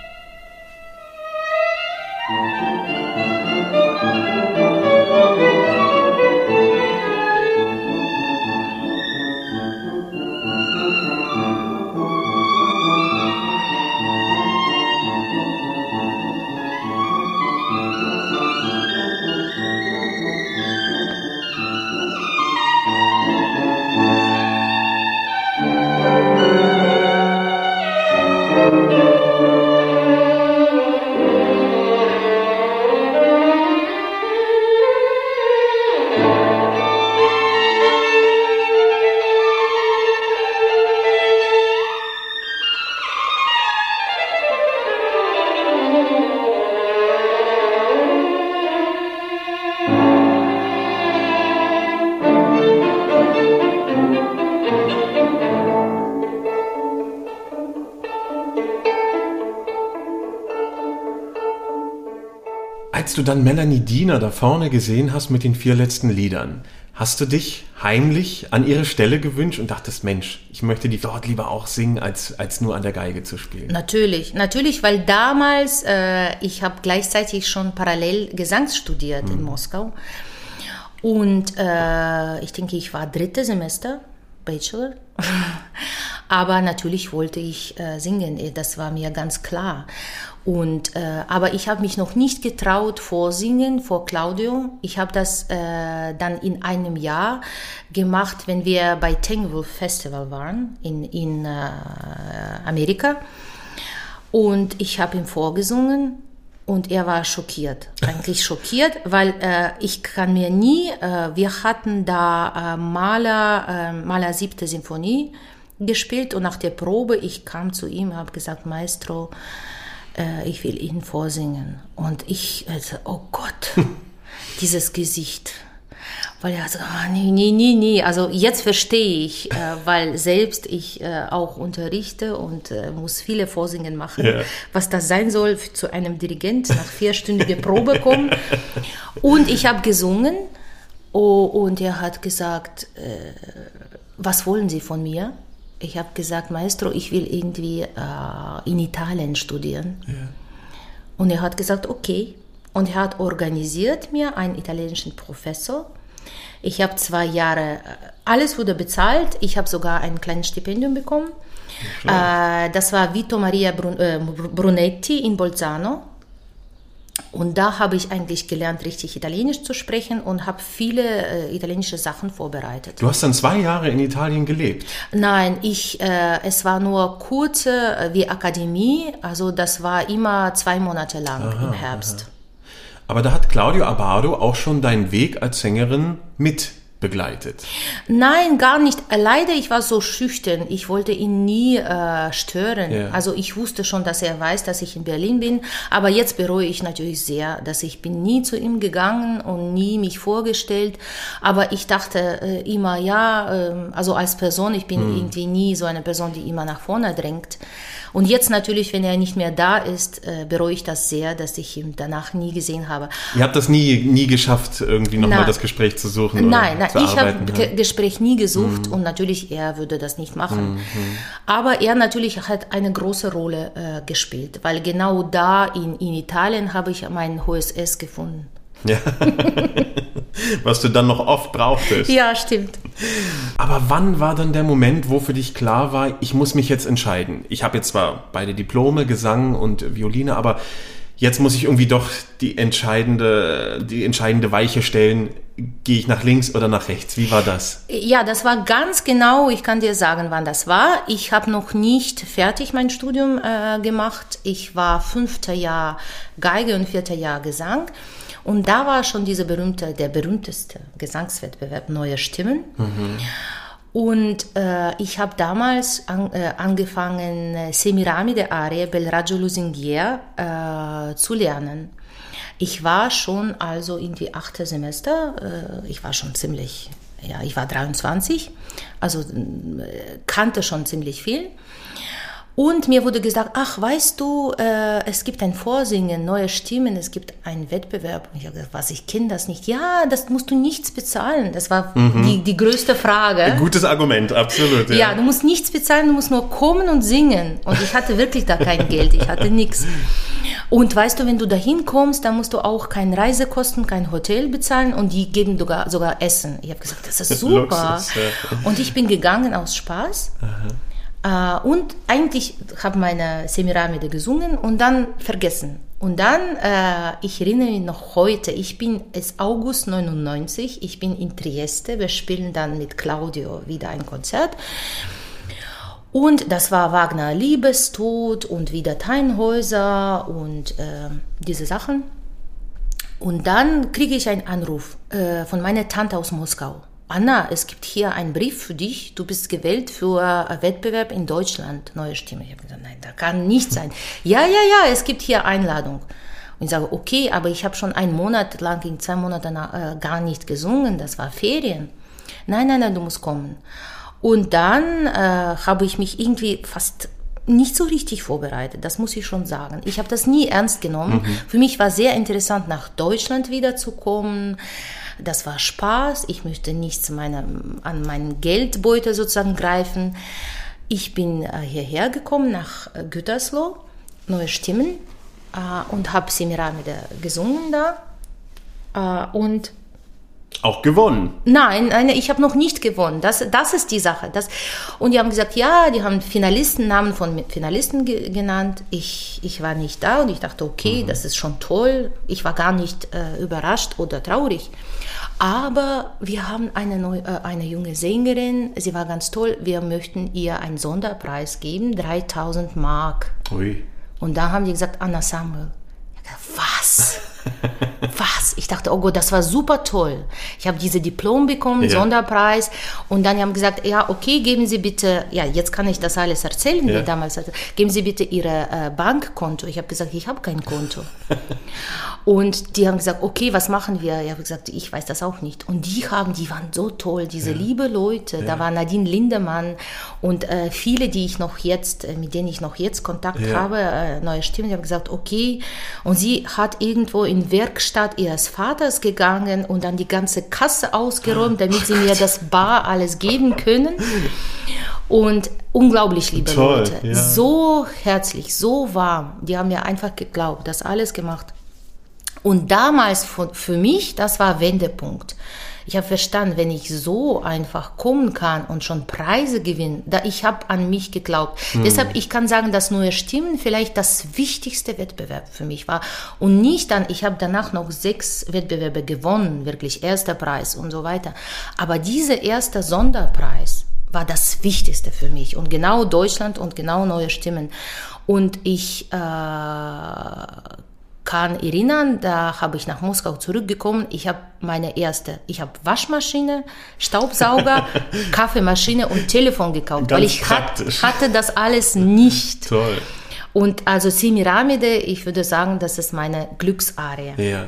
Als du dann Melanie Diener da vorne gesehen hast mit den 4 letzten Liedern, hast du dich heimlich an ihre Stelle gewünscht und dachtest, Mensch, ich möchte die dort lieber auch singen, als nur an der Geige zu spielen? Natürlich, weil damals, ich habe gleichzeitig schon parallel Gesang studiert in Moskau. Und ich denke, ich war 3. Semester, Bachelor. Aber natürlich wollte ich singen, das war mir ganz klar. Aber ich habe mich noch nicht getraut vorsingen vor Claudio. Ich habe das dann in einem Jahr gemacht, wenn wir bei Tanglewood Festival waren in Amerika. Und ich habe ihm vorgesungen und er war schockiert, eigentlich schockiert, weil ich kann mir nie, wir hatten da Mahler 7. Sinfonie gespielt und nach der Probe, ich kam zu ihm und habe gesagt, Maestro, ich will Ihnen vorsingen. Und ich, oh Gott, dieses Gesicht. Weil er so, nee. Also jetzt verstehe ich, weil selbst ich auch unterrichte und muss viele Vorsingen machen, was das sein soll, zu einem Dirigent nach 4-stündiger Probe kommen. Und ich habe gesungen und er hat gesagt, was wollen Sie von mir? Ich habe gesagt, Maestro, ich will irgendwie in Italien studieren. Ja. Und er hat gesagt, okay. Und er hat organisiert mir einen italienischen Professor. Ich habe 2 Jahre, alles wurde bezahlt. Ich habe sogar ein kleines Stipendium bekommen. Das war Vito Maria Brunetti in Bolzano. Und da habe ich eigentlich gelernt, richtig Italienisch zu sprechen und habe viele italienische Sachen vorbereitet. Du hast dann 2 Jahre in Italien gelebt? Nein, es war nur kurze wie Akademie, also das war immer 2 Monate lang im Herbst. Aha. Aber da hat Claudio Abbado auch schon deinen Weg als Sängerin mit begleitet? Nein, gar nicht. Leider, ich war so schüchtern. Ich wollte ihn nie stören. Yeah. Also ich wusste schon, dass er weiß, dass ich in Berlin bin. Aber jetzt bereue ich natürlich sehr, dass ich bin nie zu ihm gegangen und nie mich vorgestellt. Aber ich dachte immer, also als Person, ich bin irgendwie nie so eine Person, die immer nach vorne drängt. Und jetzt natürlich, wenn er nicht mehr da ist, bereue ich das sehr, dass ich ihn danach nie gesehen habe. Ihr habt das nie geschafft, irgendwie nochmal das Gespräch zu suchen? Nein, ich habe Gespräch nie gesucht und natürlich, er würde das nicht machen. Aber er natürlich hat eine große Rolle gespielt, weil genau da in Italien habe ich mein hohes S gefunden. Ja, was du dann noch oft brauchtest. Ja, stimmt. Aber wann war dann der Moment, wo für dich klar war, ich muss mich jetzt entscheiden? Ich habe jetzt zwar beide Diplome, Gesang und Violine, aber jetzt muss ich irgendwie doch die entscheidende Weiche stellen. gehe ich nach links oder nach rechts? Wie war das? Ja, das war ganz genau, ich kann dir sagen, wann das war. Ich habe noch nicht fertig mein Studium gemacht. Ich war 5. Jahr Geige und 4. Jahr Gesang. Und da war schon der berühmteste Gesangswettbewerb Neue Stimmen. Und ich habe damals angefangen, Semiramide Arie Bel Raggio Lusinghier zu lernen. Ich war schon also in die 8. Semester, ich war schon ziemlich, ich war 23, also kannte schon ziemlich viel. Und mir wurde gesagt, ach, weißt du, es gibt ein Vorsingen, neue Stimmen, es gibt einen Wettbewerb. Und ich habe gesagt, ich kenne das nicht. Ja, das musst du nichts bezahlen. Das war die größte Frage. Ein gutes Argument, absolut. Ja, du musst nichts bezahlen, du musst nur kommen und singen. Und ich hatte wirklich da kein Geld, ich hatte nichts. Und weißt du, wenn du dahin kommst, dann musst du auch keine Reisekosten, kein Hotel bezahlen und die geben sogar Essen. Ich habe gesagt, das ist super. Luxus, ja. Und ich bin gegangen aus Spaß. Und eigentlich habe meine Semiramide gesungen und dann vergessen. Und dann, ich erinnere mich noch heute, es ist August 99, ich bin in Trieste, wir spielen dann mit Claudio wieder ein Konzert. Und das war Wagner Liebestod und wieder Tannhäuser und diese Sachen. Und dann kriege ich einen Anruf von meiner Tante aus Moskau. Anna, es gibt hier einen Brief für dich. Du bist gewählt für einen Wettbewerb in Deutschland. Neue Stimme. Ich habe gesagt, nein, das kann nicht sein. Ja, es gibt hier Einladung. Und ich sage, okay, aber ich habe schon einen Monat lang, in 2 Monaten gar nicht gesungen. Das war Ferien. Nein, du musst kommen. Und dann habe ich mich irgendwie fast nicht so richtig vorbereitet, das muss ich schon sagen. Ich habe das nie ernst genommen. Für mich war sehr interessant, nach Deutschland wiederzukommen. Das war Spaß. Ich möchte nichts an meinen Geldbeutel sozusagen greifen. Ich bin hierher gekommen, nach Gütersloh, Neue Stimmen, und habe Semiramide gesungen da. Und auch gewonnen? Nein, ich habe noch nicht gewonnen. Das ist die Sache. Und die haben gesagt, ja, die haben Namen von Finalisten genannt. Ich war nicht da und ich dachte, okay, das ist schon toll. Ich war gar nicht überrascht oder traurig. Aber wir haben eine junge Sängerin, sie war ganz toll. Wir möchten ihr einen Sonderpreis geben, 3.000 Mark. Ui. Und da haben die gesagt, Anna Samuel. Ich dachte, was? Was? Ich dachte, oh Gott, das war super toll. Ich habe diese Diplom bekommen, Sonderpreis. Und dann haben gesagt, ja, okay, geben Sie bitte, jetzt kann ich das alles erzählen, wie damals. Geben Sie bitte Ihre Bankkonto. Ich habe gesagt, ich habe kein Konto. Und die haben gesagt, okay, was machen wir? Ich habe gesagt, ich weiß das auch nicht. Und die waren so toll, diese liebe Leute. Da war Nadine Lindemann und viele, mit denen ich noch jetzt Kontakt habe, Neue Stimmen, die haben gesagt, okay. Und sie hat irgendwo in Werkstatt ihres Vaters gegangen und dann die ganze Kasse ausgeräumt, damit sie mir das bar alles geben können. Und unglaublich liebe Leute. Ja. So herzlich, so warm. Die haben mir einfach geglaubt, das alles gemacht. Und damals für mich, das war Wendepunkt. Ich habe verstanden, wenn ich so einfach kommen kann und schon Preise gewinnen, ich habe an mich geglaubt. Deshalb, ich kann sagen, dass Neue Stimmen vielleicht das wichtigste Wettbewerb für mich war. Und nicht dann, ich habe danach noch 6 Wettbewerbe gewonnen, wirklich erster Preis und so weiter. Aber dieser erste Sonderpreis war das Wichtigste für mich. Und genau Deutschland und genau Neue Stimmen. Und ich kann erinnern, da habe ich nach Moskau zurückgekommen. Ich habe Waschmaschine, Staubsauger, Kaffeemaschine und Telefon gekauft, weil ich hatte das alles nicht. Toll. Und also Semiramide, ich würde sagen, das ist meine Glücksarie. Ja.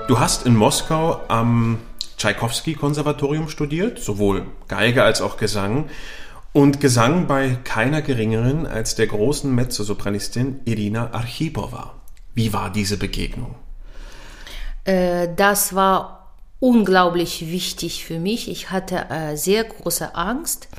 Du hast in Moskau am Tschaikowski-Konservatorium studiert, sowohl Geige als auch Gesang. Und Gesang bei keiner geringeren als der großen Mezzosopranistin Irina Archipova. Wie war diese Begegnung? Das war unglaublich wichtig für mich. Ich hatte sehr große Angst.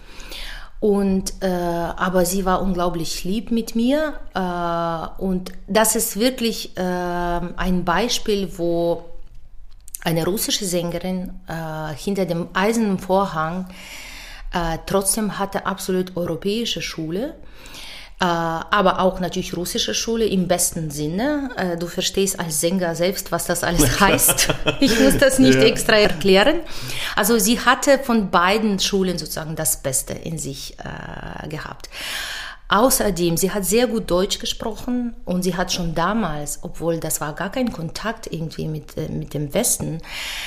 Aber sie war unglaublich lieb mit mir. Und das ist wirklich ein Beispiel, wo eine russische Sängerin hinter dem eisernen Vorhang trotzdem hatte absolut europäische Schule, aber auch natürlich russische Schule im besten Sinne. Du verstehst als Sänger selbst, was das alles heißt. Ich muss das nicht extra erklären. Also sie hatte von beiden Schulen sozusagen das Beste in sich gehabt. Außerdem, sie hat sehr gut Deutsch gesprochen und sie hat schon damals, obwohl das war gar kein Kontakt irgendwie mit dem Westen,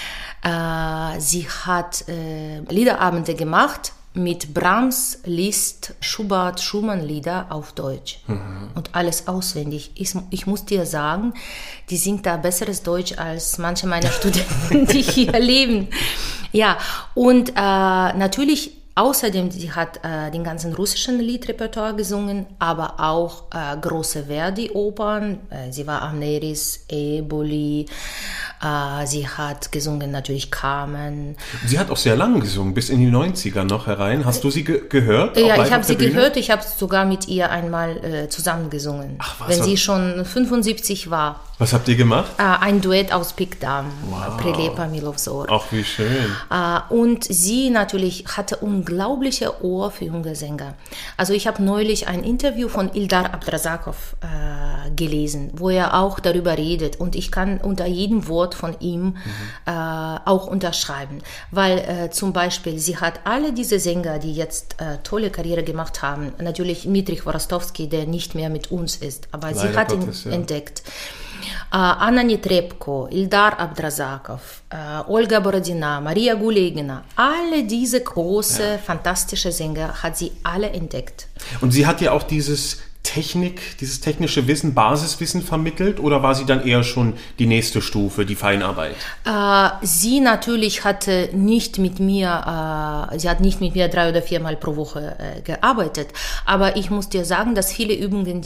sie hat Liederabende gemacht mit Brahms, Liszt, Schubert, Schumann-Lieder auf Deutsch. Und alles auswendig. Ich muss dir sagen, die singt da besseres Deutsch als manche meiner Studenten, die hier leben. Ja, und natürlich außerdem, sie hat den ganzen russischen Liedrepertoire gesungen, aber auch große Verdi-Opern. Sie war Amneris, Eboli. Sie hat gesungen natürlich Carmen. Sie hat auch sehr lange gesungen, bis in die 90er noch herein. Hast du sie gehört? Ja, ich habe sie gehört. Ich habe sogar mit ihr einmal zusammen gesungen. Ach, was? Wenn sie schon 75 war. Was habt ihr gemacht? Ein Duett aus Pikdam, Prelepa Milovzor. Ach, wie schön. Und sie natürlich hatte unglaubliche Ohr für junge Sänger. Also ich habe neulich ein Interview von Ildar Abdrazakov gelesen, wo er auch darüber redet. Und ich kann unter jedem Wort von ihm auch unterschreiben. Weil zum Beispiel, sie hat alle diese Sänger, die jetzt tolle Karriere gemacht haben, natürlich Dmitri Chvorostovsky, der nicht mehr mit uns ist, aber Leider sie hat Gottes, ihn entdeckt. Anna Netrebko, Ildar Abdrazakov, Olga Borodina, Maria Gulegina, alle diese große, fantastische Sänger hat sie alle entdeckt. Und sie hat ja auch dieses technische Wissen, Basiswissen vermittelt, oder war sie dann eher schon die nächste Stufe, die Feinarbeit? Sie natürlich hatte nicht mit mir, sie hat nicht mit mir 3 oder 4 Mal pro Woche gearbeitet, aber ich muss dir sagen, dass viele Übungen,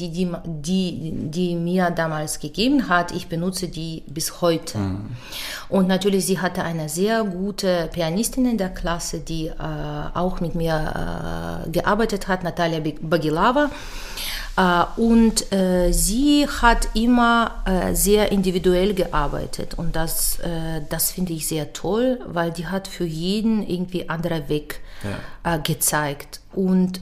die mir damals gegeben hat, ich benutze die bis heute. Und natürlich, sie hatte eine sehr gute Pianistin in der Klasse, die auch mit mir gearbeitet hat, Natalia Bagilava. Und sie hat immer sehr individuell gearbeitet und das finde ich sehr toll, weil die hat für jeden irgendwie anderen Weg gezeigt. Und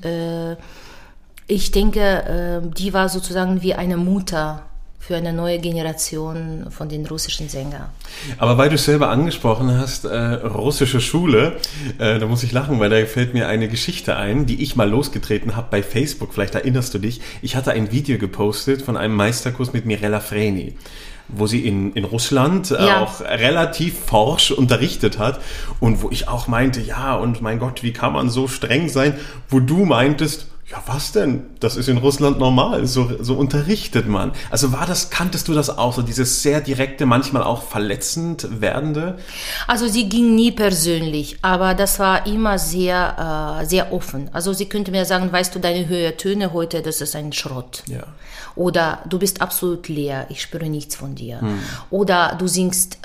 ich denke, die war sozusagen wie eine Mutter für eine neue Generation von den russischen Sängern. Aber weil du es selber angesprochen hast, russische Schule, da muss ich lachen, weil da fällt mir eine Geschichte ein, die ich mal losgetreten habe bei Facebook, vielleicht erinnerst du dich. Ich hatte ein Video gepostet von einem Meisterkurs mit Mirella Freni, wo sie in Russland auch relativ forsch unterrichtet hat und wo ich auch meinte, ja, und mein Gott, wie kann man so streng sein, wo du meintest, ja, was denn? Das ist in Russland normal, so unterrichtet man. Also kanntest du das auch, so dieses sehr direkte, manchmal auch verletzend werdende? Also sie ging nie persönlich, aber das war immer sehr, sehr offen. Also sie könnte mir sagen, weißt du, deine höheren Töne heute, das ist ein Schrott. Ja. Oder du bist absolut leer, ich spüre nichts von dir. Oder du singst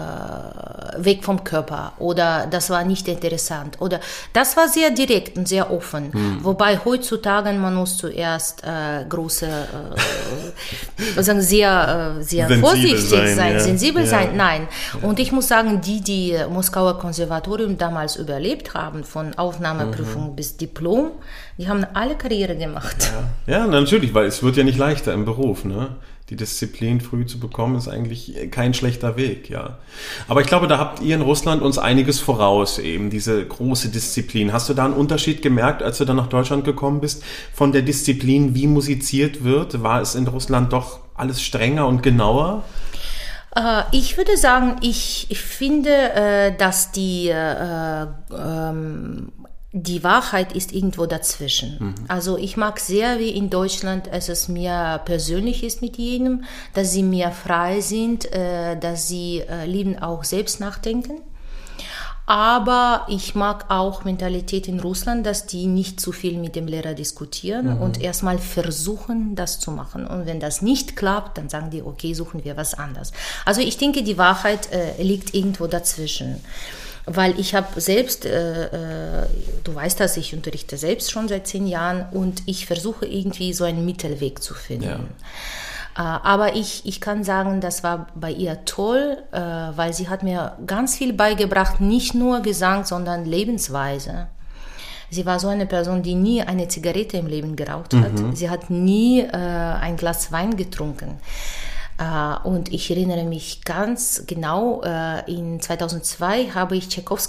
weg vom Körper. Oder das war nicht interessant. Oder das war sehr direkt und sehr offen. Wobei heutzutage man muss zuerst sehr vorsichtig sein, sensibel sein. Nein. Ja. Und ich muss sagen, die Moskauer Konservatorium damals überlebt haben, von Aufnahmeprüfung bis Diplom, die haben alle Karriere gemacht. Ja, natürlich, weil es wird ja nicht leichter im Beruf, ne? Die Disziplin früh zu bekommen, ist eigentlich kein schlechter Weg, ja. Aber ich glaube, da habt ihr in Russland uns einiges voraus, eben diese große Disziplin. Hast du da einen Unterschied gemerkt, als du dann nach Deutschland gekommen bist, von der Disziplin, wie musiziert wird? War es in Russland doch alles strenger und genauer? Ich würde sagen, ich finde, dass Die Wahrheit ist irgendwo dazwischen. Also ich mag sehr, wie in Deutschland es mir persönlich ist mit jedem, dass sie mehr frei sind, dass sie lieben auch selbst nachdenken. Aber ich mag auch Mentalität in Russland, dass die nicht zu viel mit dem Lehrer diskutieren und erstmal versuchen, das zu machen. Und wenn das nicht klappt, dann sagen die, okay, suchen wir was anderes. Also ich denke, die Wahrheit liegt irgendwo dazwischen. Weil ich habe selbst, du weißt das, ich unterrichte selbst schon seit 10 Jahren und ich versuche irgendwie so einen Mittelweg zu finden. Ja. Aber ich kann sagen, das war bei ihr toll, weil sie hat mir ganz viel beigebracht, nicht nur Gesang, sondern Lebensweise. Sie war so eine Person, die nie eine Zigarette im Leben geraucht hat. Sie hat nie ein Glas Wein getrunken. Und ich erinnere mich ganz genau, in 2002 habe ich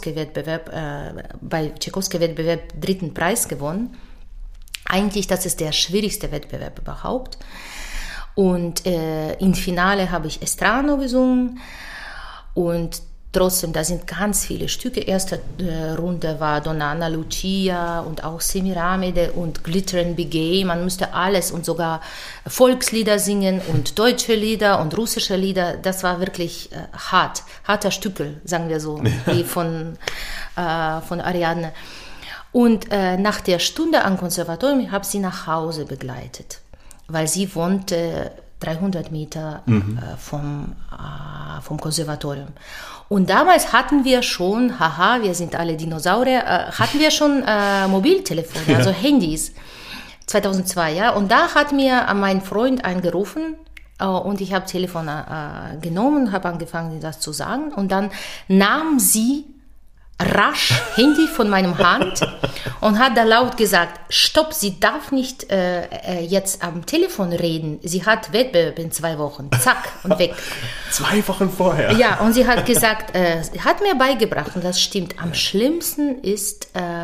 bei Tchaikovsky-Wettbewerb 3. Preis gewonnen. Eigentlich, das ist der schwierigste Wettbewerb überhaupt. Und im Finale habe ich Estrano gesungen und trotzdem, da sind ganz viele Stücke. Erste Runde war Donna Anna Lucia und auch Semiramide und Glitter and Begay. Man musste alles und sogar Volkslieder singen und deutsche Lieder und russische Lieder. Das war wirklich harter Stückel, sagen wir so, wie von Ariadne. Und nach der Stunde am Konservatorium habe ich sie nach Hause begleitet, weil sie wohnte 300 Meter vom Konservatorium. Und damals hatten wir schon, wir sind alle Dinosaurier, hatten wir schon Mobiltelefone, also Handys, 2002, ja. Und da hat mir mein Freund angerufen und ich habe Telefon genommen, habe angefangen, das zu sagen. Und dann nahm sie rasch Handy von meinem Hand und hat da laut gesagt, stopp, sie darf nicht jetzt am Telefon reden. Sie hat Wettbewerb in 2 Wochen. Zack, und weg. 2 Wochen vorher. Ja, und sie hat gesagt, sie hat mir beigebracht, und das stimmt, am schlimmsten ist,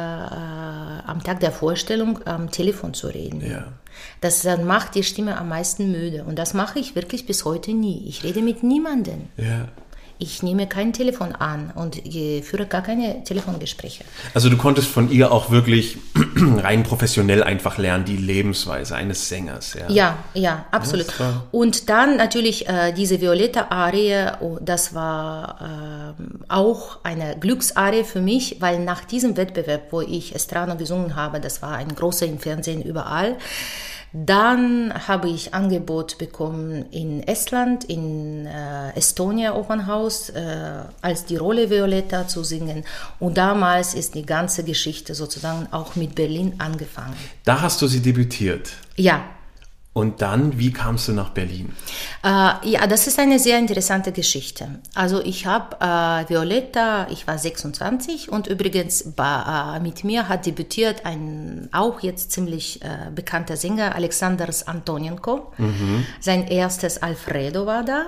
am Tag der Vorstellung am Telefon zu reden. Ja. Das dann macht die Stimme am meisten müde. Und das mache ich wirklich bis heute nie. Ich rede mit niemandem. Ja. Ich nehme kein Telefon an und führe gar keine Telefongespräche. Also du konntest von ihr auch wirklich rein professionell einfach lernen, die Lebensweise eines Sängers. Ja, absolut. Und dann natürlich diese Violetta-Arie, das war auch eine Glücksarie für mich, weil nach diesem Wettbewerb, wo ich Estrano gesungen habe, das war ein großer im Fernsehen überall, dann habe ich Angebot bekommen in Estland, in Estonia Opernhaus, als die Rolle Violetta zu singen. Und damals ist die ganze Geschichte sozusagen auch mit Berlin angefangen. Da hast du sie debütiert? Ja. Und dann, wie kamst du nach Berlin? Ja, das ist eine sehr interessante Geschichte. Also ich habe Violetta, ich war 26 und übrigens mit mir hat debütiert ein auch jetzt ziemlich bekannter Sänger, Alexandros Antonenko. Sein erstes Alfredo war da.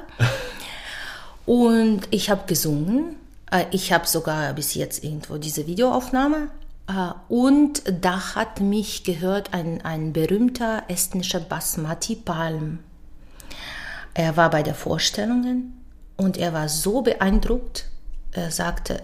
Und ich habe gesungen. Ich habe sogar bis jetzt irgendwo diese Videoaufnahme. Und da hat mich gehört ein berühmter estnischer Basmati Palm. Er war bei der Vorstellung und er war so beeindruckt. Er sagte,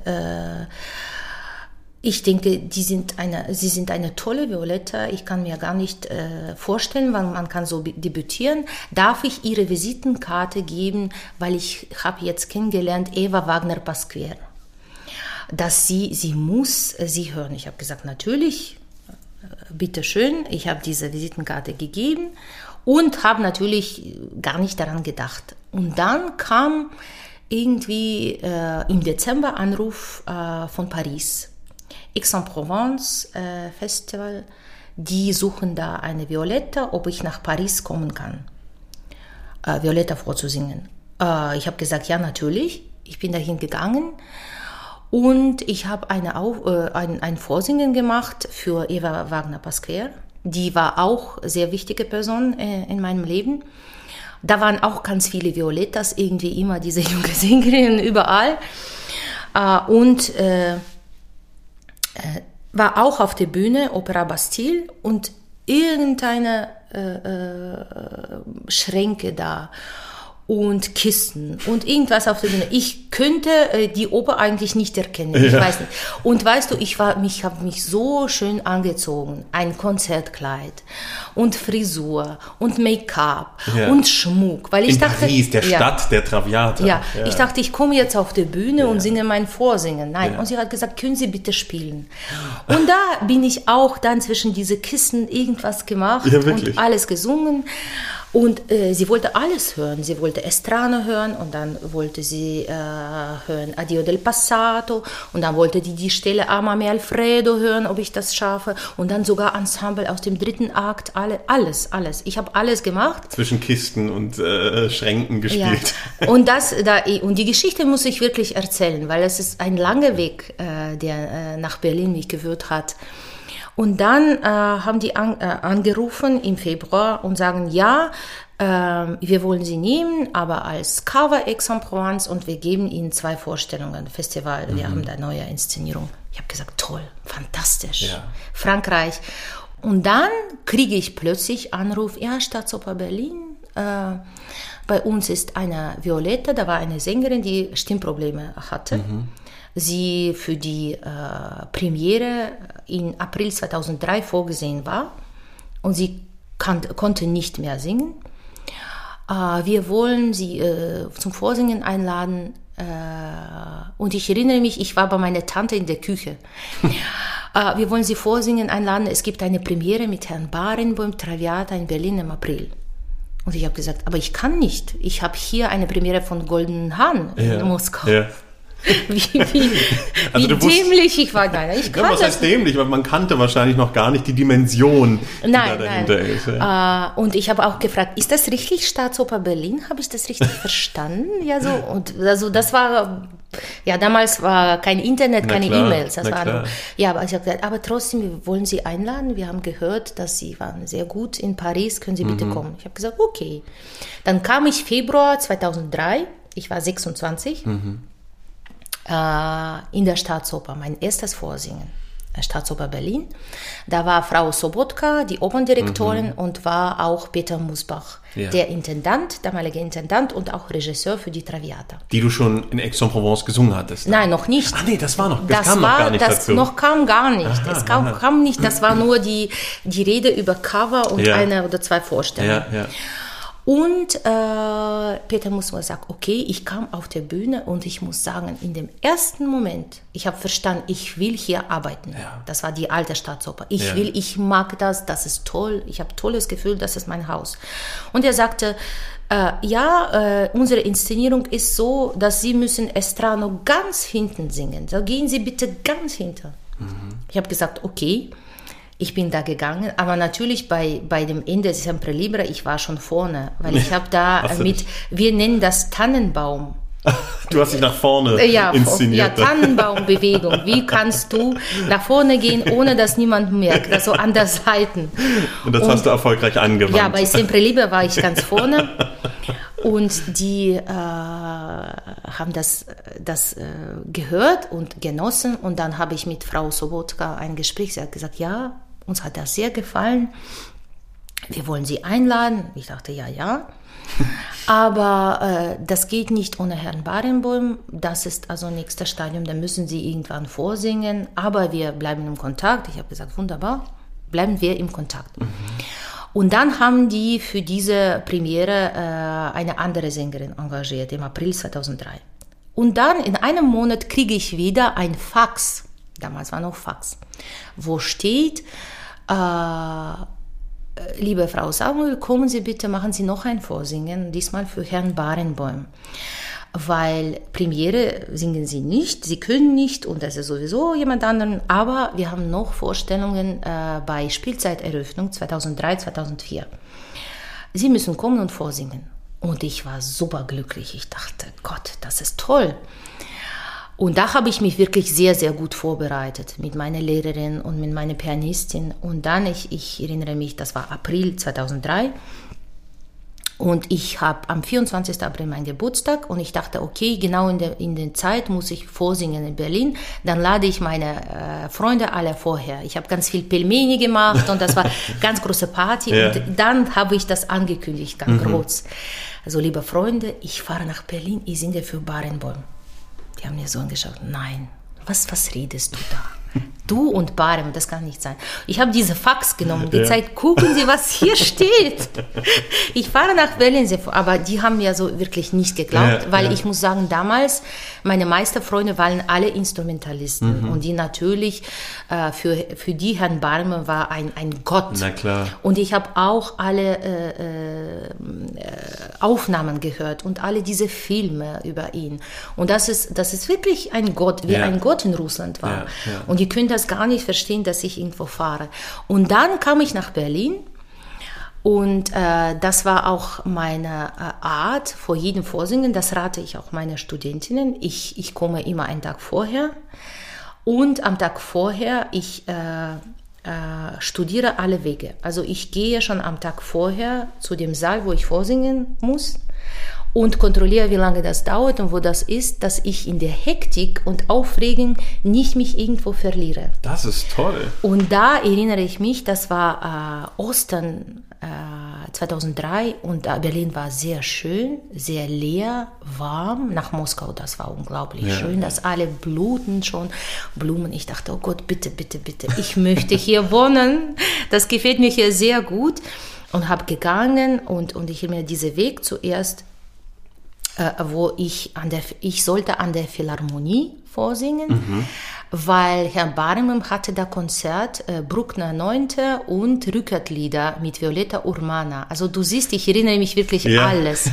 ich denke, Sie sind eine tolle Violetta. Ich kann mir gar nicht vorstellen, wann man kann so debütieren. Darf ich Ihre Visitenkarte geben, weil ich habe jetzt kennengelernt Eva Wagner-Pasquier. Dass sie muss sie hören. Ich habe gesagt, natürlich, bitteschön. Ich habe diese Visitenkarte gegeben und habe natürlich gar nicht daran gedacht. Und dann kam irgendwie im Dezember Anruf von Paris. Aix-en-Provence Festival, die suchen da eine Violetta, ob ich nach Paris kommen kann, Violetta vorzusingen. Ich habe gesagt, ja, natürlich. Ich bin dahin gegangen. Und ich habe ein Vorsingen gemacht für Eva Wagner-Pasquier. Die war auch eine sehr wichtige Person in meinem Leben. Da waren auch ganz viele Violettas, irgendwie immer diese junge Sängerinnen überall. Und war auch auf der Bühne, Opera Bastille, und irgendeine Schränke da und Kisten und irgendwas auf der Bühne. Ich könnte die Oper eigentlich nicht erkennen. Ich weiß nicht. Und weißt du, ich habe mich so schön angezogen. Ein Konzertkleid und Frisur und Make-up und Schmuck. Weil ich dachte, Paris, der Stadt der Traviata. Ja, ich dachte, ich komme jetzt auf die Bühne und singe mein Vorsingen. Nein, und sie hat gesagt, können Sie bitte spielen. Und da bin ich auch dann zwischen diese Kissen irgendwas gemacht und alles gesungen. Und sie wollte alles hören. Sie wollte Estrano hören und dann wollte sie hören Addio del Passato und dann wollte die Stelle Amami Alfredo hören, ob ich das schaffe. Und dann sogar Ensemble aus dem 3. Akt, alles. Ich habe alles gemacht. Zwischen Kisten und Schränken gespielt. Ja. Und die Geschichte muss ich wirklich erzählen, weil es ist ein langer Weg, der nach Berlin mich geführt hat. Und dann haben die angerufen im Februar und sagen, ja, wir wollen sie nehmen, aber als Cover Aix-en-Provence und wir geben ihnen 2 Vorstellungen, Festival, wir haben da neue Inszenierung. Ich habe gesagt, toll, fantastisch, Frankreich. Und dann kriege ich plötzlich Anruf, ja, Staatsoper Berlin, bei uns ist eine Violetta, da war eine Sängerin, die Stimmprobleme hatte. Sie für die Premiere in April 2003 vorgesehen war und sie konnte nicht mehr singen. Wir wollen sie zum Vorsingen einladen und ich erinnere mich, ich war bei meiner Tante in der Küche. Wir wollen sie vorsingen einladen, es gibt eine Premiere mit Herrn Barenboim, Traviata in Berlin im April. Und ich habe gesagt, aber ich kann nicht, ich habe hier eine Premiere von Goldenen Hahn in Moskau. Ja. Wie dämlich ich war. Nein, ich kann was heißt dämlich? Weil man kannte wahrscheinlich noch gar nicht die Dimension, die da dahinter ist. Ja. Und ich habe auch gefragt, ist das richtig Staatsoper Berlin? Habe ich das richtig verstanden? Ja, so. Und also das war, ja, damals war kein Internet, keine E-Mails. Das war nur, ja, aber ich habe gesagt, aber trotzdem, wir wollen Sie einladen. Wir haben gehört, dass Sie waren sehr gut in Paris. Können Sie bitte kommen? Ich habe gesagt, okay. Dann kam ich Februar 2003. Ich war 26. In der Staatsoper, mein erstes Vorsingen, Staatsoper Berlin. Da war Frau Sobotka, die Operndirektorin, und war auch Peter Musbach, der damalige Intendant und auch Regisseur für die Traviata. Die du schon in Aix-en-Provence gesungen hattest? Nein, noch nicht. Nee, das kam noch gar nicht dazu. Noch kam gar nicht. Es kam nicht, das war nur die Rede über Cover und 1 oder 2 Vorstellungen. Ja. Und Peter Musbach sagt, okay, ich kam auf der Bühne und ich muss sagen, in dem ersten Moment, ich habe verstanden, ich will hier arbeiten. Ja. Das war die alte Staatsoper. Ich mag das ist toll, ich habe tolles Gefühl, das ist mein Haus. Und er sagte, unsere Inszenierung ist so, dass Sie müssen Estrano ganz hinten singen. So gehen Sie bitte ganz hinter. Ich habe gesagt, okay. Ich bin da gegangen, aber natürlich bei dem Ende Sempre Libre, ich war schon vorne, weil ich habe da wir nennen das Tannenbaum. Du hast dich nach vorne inszeniert. Ja, Tannenbaumbewegung. Wie kannst du nach vorne gehen, ohne dass niemand merkt? Also an der Seite. Und das hast du erfolgreich angewandt. Ja, bei Sempre Libre war ich ganz vorne. Und die haben das gehört und genossen. Und dann habe ich mit Frau Sobotka ein Gespräch. Sie hat gesagt, ja, uns hat das sehr gefallen. Wir wollen Sie einladen. Ich dachte, ja. Aber das geht nicht ohne Herrn Barenboim. Das ist also nächstes Stadium. Da müssen Sie irgendwann vorsingen. Aber wir bleiben im Kontakt. Ich habe gesagt, wunderbar, bleiben wir im Kontakt. Und dann haben die für diese Premiere eine andere Sängerin engagiert, im April 2003. Und dann in einem Monat kriege ich wieder ein Fax, damals war noch Fax, wo steht, liebe Frau Samuel, kommen Sie bitte, machen Sie noch ein Vorsingen, diesmal für Herrn Barenboim. Weil Premiere singen Sie nicht, Sie können nicht und das ist sowieso jemand anderen, aber wir haben noch Vorstellungen bei Spielzeiteröffnung 2003, 2004. Sie müssen kommen und vorsingen. Und ich war super glücklich. Ich dachte, Gott, das ist toll. Und da habe ich mich wirklich sehr, sehr gut vorbereitet mit meiner Lehrerin und mit meiner Pianistin. Und dann, ich erinnere mich, das war April 2003. Und ich habe am 24. April meinen Geburtstag und ich dachte, okay, genau in der Zeit muss ich vorsingen in Berlin. Dann lade ich meine Freunde alle vorher. Ich habe ganz viel Pelmeni gemacht und das war eine ganz große Party. Ja. Und dann habe ich das angekündigt, ganz groß. Also, liebe Freunde, ich fahre nach Berlin, ich singe für Barenboim. Die haben mir so angeschaut, nein, was redest du da? Du und Barem, das kann nicht sein. Ich habe diese Fax genommen, gezeigt, gucken Sie, was hier steht. Ich fahre nach Berlin, aber die haben mir so wirklich nicht geglaubt, weil ich muss sagen, damals, meine Meisterfreunde waren alle Instrumentalisten und die natürlich, für die Herrn Barem war ein Gott. Na klar. Und ich habe auch alle Aufnahmen gehört und alle diese Filme über ihn. Und das ist wirklich ein Gott, wie ein Gott in Russland war. Ja. Und die können das gar nicht verstehen, dass ich irgendwo fahre. Und dann kam ich nach Berlin und das war auch meine Art vor jedem Vorsingen. Das rate ich auch meinen Studentinnen. Ich komme immer einen Tag vorher und am Tag vorher, ich studiere alle Wege. Also ich gehe schon am Tag vorher zu dem Saal, wo ich vorsingen muss und kontrolliere, wie lange das dauert und wo das ist, dass ich in der Hektik und Aufregung nicht mich irgendwo verliere. Das ist toll. Und da erinnere ich mich, das war Ostern 2003 und Berlin war sehr schön, sehr leer, warm. Nach Moskau, das war unglaublich schön, dass alle bluten schon, Blumen. Ich dachte, oh Gott, bitte, bitte, bitte, ich möchte hier wohnen. Das gefällt mir hier sehr gut. Und habe gegangen und ich habe mir diesen Weg zuerst, wo ich sollte an der Philharmonie vorsingen, weil Herr Barem hatte da Konzert, Bruckner 9. und Rückertlieder mit Violetta Urmana. Also du siehst, ich erinnere mich wirklich alles.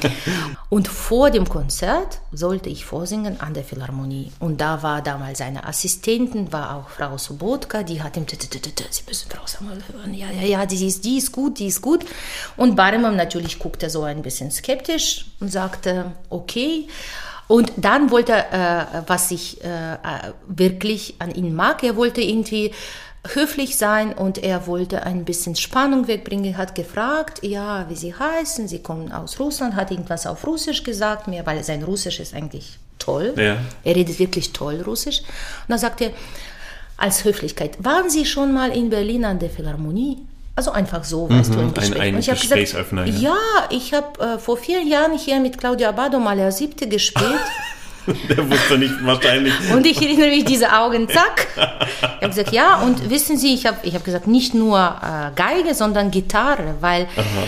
Und vor dem Konzert sollte ich vorsingen an der Philharmonie. Und da war damals eine Assistentin, war auch Frau Sobotka, die hat ihm, Sie müssen draußen mal hören, ja, die ist gut. Und Barem natürlich guckte so ein bisschen skeptisch und sagte, okay. Und dann wollte er, was ich wirklich an ihm mag, er wollte irgendwie höflich sein und er wollte ein bisschen Spannung wegbringen, hat gefragt, ja, wie sie heißen, sie kommen aus Russland, hat irgendwas auf Russisch gesagt mir, weil sein Russisch ist eigentlich toll, er redet wirklich toll Russisch. Und dann sagte er, als Höflichkeit, waren Sie schon mal in Berlin an der Philharmonie? Also einfach so, weißt du, im Gespräch. Ein Gesprächsöffner. Ja, ich habe vor 4 Jahren hier mit Claudia Abbado Mahler 7. gespielt. Der wusste nicht wahrscheinlich. Und ich erinnere mich, diese Augen, zack. Ich habe gesagt, ja, und wissen Sie, ich hab gesagt, nicht nur Geige, sondern Gitarre, weil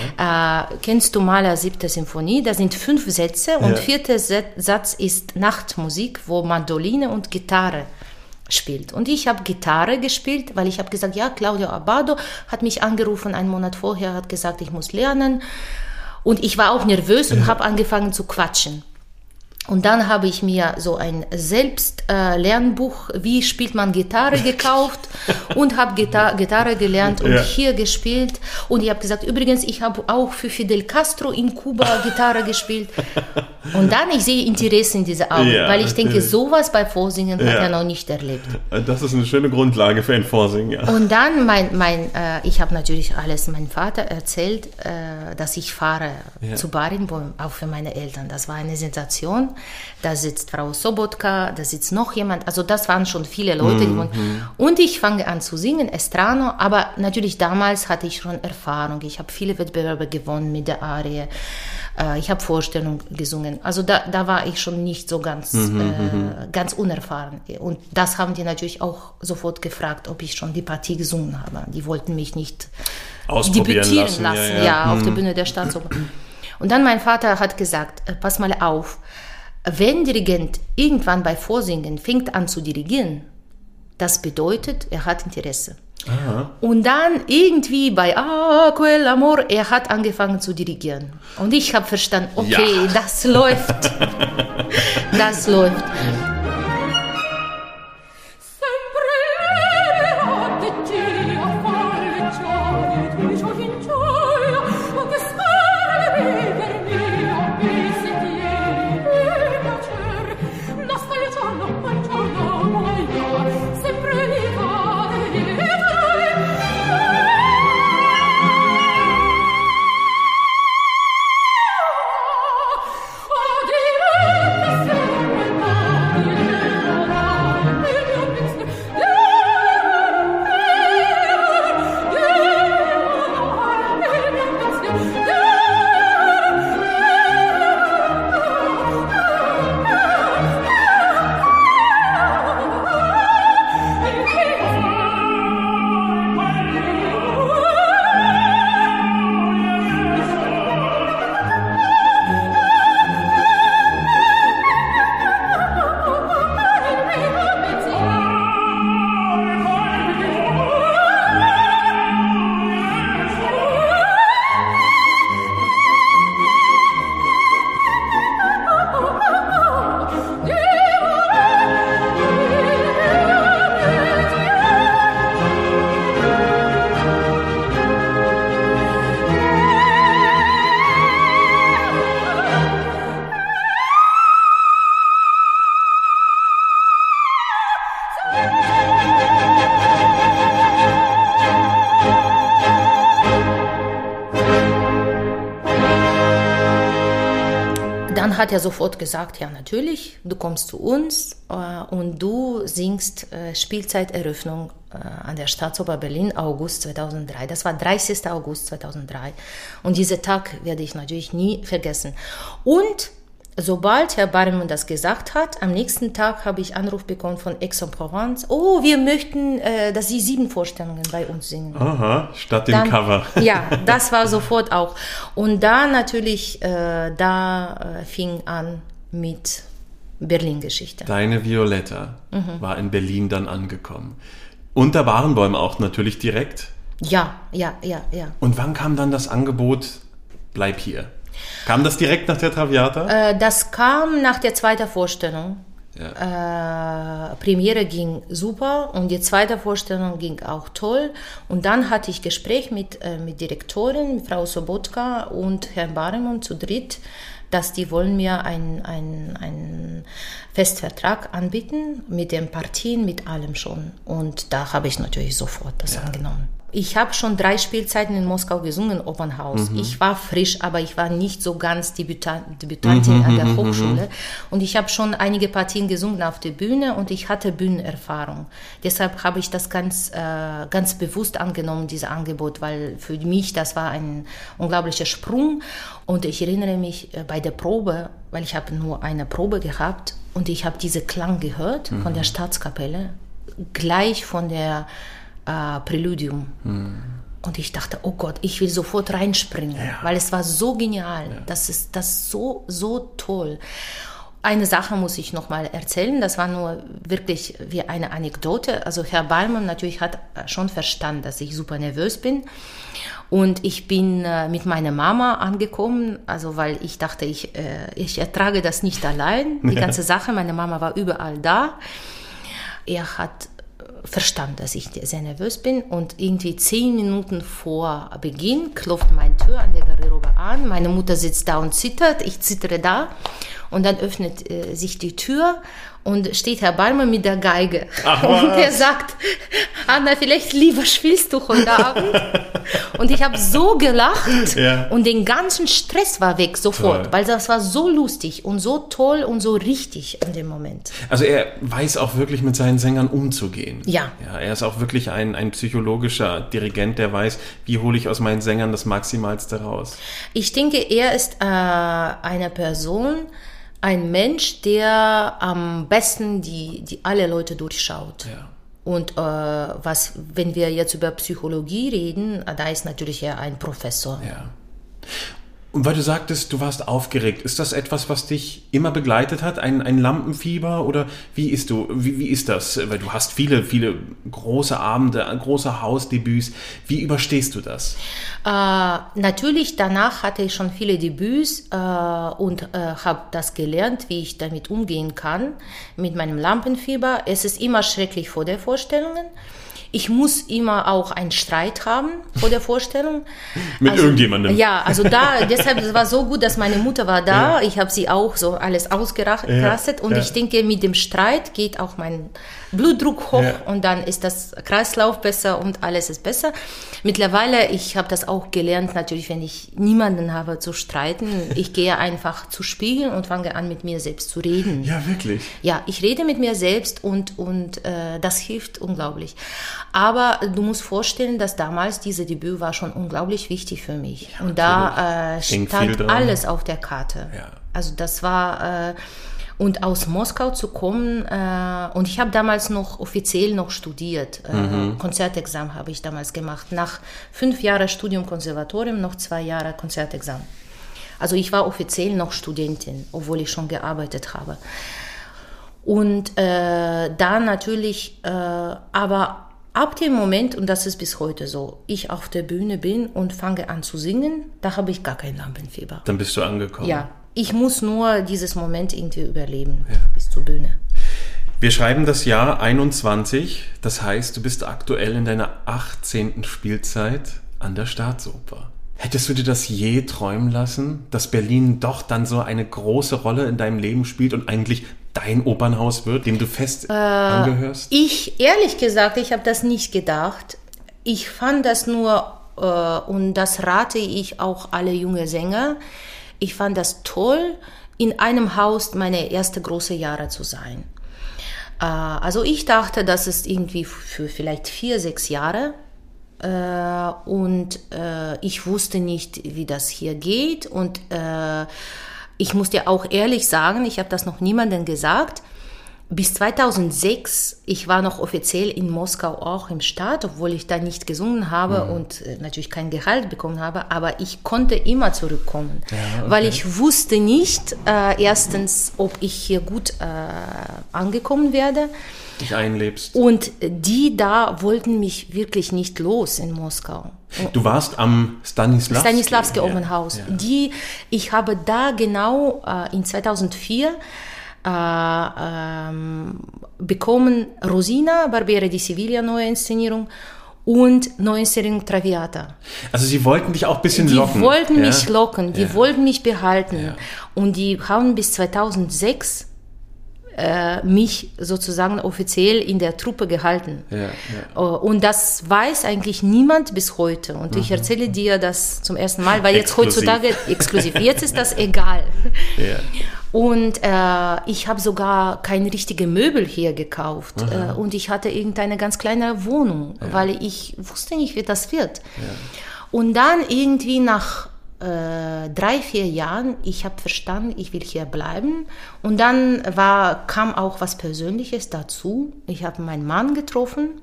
kennst du Mahler 7. Symphonie, da sind 5 Sätze und 4. Satz ist Nachtmusik, wo Mandoline und Gitarre spielt. Und ich habe Gitarre gespielt, weil ich habe gesagt, ja, Claudia Abbado hat mich angerufen, einen Monat vorher, hat gesagt, ich muss lernen. Und ich war auch nervös und habe angefangen zu quatschen. Und dann habe ich mir so ein Selbstlernbuch, wie spielt man Gitarre, gekauft und habe Gitarre gelernt und hier gespielt. Und ich habe gesagt, übrigens, ich habe auch für Fidel Castro in Kuba Gitarre gespielt. Und dann, ich sehe Interesse in diese Augen, weil ich denke, sowas bei Vorsingen hat er noch nicht erlebt. Das ist eine schöne Grundlage für ein Vorsingen, ja. Und dann, ich habe natürlich alles meinem Vater erzählt, dass ich fahre zu Barenboim, auch für meine Eltern. Das war eine Sensation. Da sitzt Frau Sobotka, da sitzt noch jemand. Also das waren schon viele Leute. Und ich fange an zu singen, Estrano. Aber natürlich damals hatte ich schon Erfahrung. Ich habe viele Wettbewerbe gewonnen mit der Arie. Ich habe Vorstellungen gesungen. Also da war ich schon nicht so ganz unerfahren. Und das haben die natürlich auch sofort gefragt, ob ich schon die Partie gesungen habe. Die wollten mich nicht ausprobieren lassen. Auf der Bühne der Staatsoper. Und dann mein Vater hat gesagt, pass mal auf, wenn Dirigent irgendwann bei Vorsingen fängt an zu dirigieren, das bedeutet, er hat Interesse. Aha. Und dann irgendwie bei quel amor, er hat angefangen zu dirigieren. Und ich habe verstanden, okay, das läuft. Das läuft. Dann hat er sofort gesagt, ja natürlich, du kommst zu uns und du singst Spielzeiteröffnung an der Staatsoper Berlin, August 2003. Das war 30. August 2003. Und diesen Tag werde ich natürlich nie vergessen. Und sobald Herr Barmen das gesagt hat, am nächsten Tag habe ich Anruf bekommen von Aix-en-Provence. Oh, wir möchten, dass Sie 7 Vorstellungen bei uns singen. Aha, statt dem Cover. Ja, das war sofort auch. Und da natürlich, fing an mit Berlin-Geschichte. Deine Violetta war in Berlin dann angekommen. Unter Barenbäumen auch natürlich direkt. Ja. Und wann kam dann das Angebot, bleib hier? Kam das direkt nach der Traviata? Das kam nach der zweiten Vorstellung. Ja. Premiere ging super und die zweite Vorstellung ging auch toll. Und dann hatte ich Gespräch mit Direktorin, mit Frau Sobotka und Herrn Baremon zu dritt, dass die wollen mir einen Festvertrag anbieten mit den Partien, mit allem schon. Und da habe ich natürlich sofort das angenommen. Ich habe schon 3 Spielzeiten in Moskau gesungen, Opernhaus. Ich war frisch, aber ich war nicht so ganz Debütantin an der Hochschule. Und ich habe schon einige Partien gesungen auf der Bühne und ich hatte Bühnenerfahrung. Deshalb habe ich das ganz bewusst angenommen, dieses Angebot, weil für mich das war ein unglaublicher Sprung. Und ich erinnere mich bei der Probe, weil ich habe nur eine Probe gehabt und ich habe diesen Klang gehört von der Staatskapelle, gleich von der Präludium. Und ich dachte, oh Gott, ich will sofort reinspringen, weil es war so genial. Das ist so toll. Eine Sache muss ich noch mal erzählen, das war nur wirklich wie eine Anekdote. Also Herr Barmen natürlich hat schon verstanden, dass ich super nervös bin. Und ich bin mit meiner Mama angekommen, also weil ich dachte, ich ertrage das nicht allein, die ganze Sache. Meine Mama war überall da. Er hat verstanden, dass ich sehr nervös bin und irgendwie 10 Minuten vor Beginn klopft meine Tür an der Garderobe an. Meine Mutter sitzt da und zittert, ich zittere da und dann öffnet sich die Tür und steht Herr Barmen mit der Geige. Ach, und er sagt, Anna, vielleicht lieber spielst du heute Abend. Und ich habe so gelacht und den ganzen Stress war weg sofort, weil das war so lustig und so toll und so richtig in dem Moment. Also er weiß auch wirklich mit seinen Sängern umzugehen. Ja. Er ist auch wirklich ein psychologischer Dirigent, der weiß, wie hole ich aus meinen Sängern das Maximalste raus. Ich denke, er ist eine Person, ein Mensch, der am besten die alle Leute durchschaut. Ja. Und wenn wir jetzt über Psychologie reden, da ist natürlich er ein Professor. Ja. Und weil du sagtest, du warst aufgeregt, ist das etwas, was dich immer begleitet hat? Ein Lampenfieber? Oder wie ist das? Weil du hast viele große Abende, große Hausdebüts. Wie überstehst du das? Natürlich, danach hatte ich schon viele Debüts und habe das gelernt, wie ich damit umgehen kann, mit meinem Lampenfieber. Es ist immer schrecklich vor der Vorstellung. Ich muss immer auch einen Streit haben vor der Vorstellung. Mit irgendjemandem. Ja, also deshalb es war so gut, dass meine Mutter war da. Ja. Ich habe sie auch so alles ausgerastet und ich denke, mit dem Streit geht auch mein Blutdruck hoch und dann ist das Kreislauf besser und alles ist besser. Mittlerweile, ich habe das auch gelernt, natürlich, wenn ich niemanden habe zu streiten, ich gehe einfach zu spiegeln und fange an, mit mir selbst zu reden. Ja, wirklich? Ja, ich rede mit mir selbst und das hilft unglaublich. Aber du musst vorstellen, dass damals diese Debüt war schon unglaublich wichtig für mich. Ja, und da stand alles auf der Karte. Ja. Also das war... Und aus Moskau zu kommen, und ich habe damals offiziell noch studiert. Konzertexamen habe ich damals gemacht. Nach 5 Jahren Studium Konservatorium, noch 2 Jahre Konzertexamen. Also ich war offiziell noch Studentin, obwohl ich schon gearbeitet habe. Und da natürlich, aber ab dem Moment, und das ist bis heute so, ich auf der Bühne bin und fange an zu singen, da habe ich gar kein Lampenfieber. Dann bist du angekommen. Ja. Ich muss nur dieses Moment irgendwie überleben, bis zur Bühne. Wir schreiben das Jahr 21, das heißt, du bist aktuell in deiner 18. Spielzeit an der Staatsoper. Hättest du dir das je träumen lassen, dass Berlin doch dann so eine große Rolle in deinem Leben spielt und eigentlich dein Opernhaus wird, dem du fest angehörst? Ehrlich gesagt, ich habe das nicht gedacht. Ich fand das nur, und das rate ich auch alle junge Sänger, ich fand das toll, in einem Haus meine erste große Jahre zu sein. Also ich dachte, das ist irgendwie für vielleicht 4, 6 Jahre. Und ich wusste nicht, wie das hier geht. Und ich muss dir auch ehrlich sagen, ich habe das noch niemandem gesagt, bis 2006, ich war noch offiziell in Moskau auch im Staat, obwohl ich da nicht gesungen habe und natürlich kein Gehalt bekommen habe, aber ich konnte immer zurückkommen, weil ich wusste nicht, erstens, ob ich hier gut angekommen werde. Dich einlebst. Und die da wollten mich wirklich nicht los in Moskau. Du warst am Stanislavski Open House. Ja. Ich habe da genau in 2004 bekommen Rosina, Barbiere di Sevilla, neue Inszenierung und neue Inszenierung Traviata. Also sie wollten dich auch ein bisschen locken. Die wollten mich locken, die wollten mich behalten. Ja. Und die haben bis 2006 mich sozusagen offiziell in der Truppe gehalten. Und das weiß eigentlich niemand bis heute. Und ich erzähle dir das zum ersten Mal, weil jetzt heutzutage exklusiv, jetzt ist das egal. Ja. Und ich habe sogar keine richtige Möbel hier gekauft. Und ich hatte irgendeine ganz kleine Wohnung, weil ich wusste nicht, wie das wird. Ja. Und dann irgendwie nach 3, 4 Jahren, ich habe verstanden, ich will hier bleiben. Und dann kam auch was Persönliches dazu. Ich habe meinen Mann getroffen.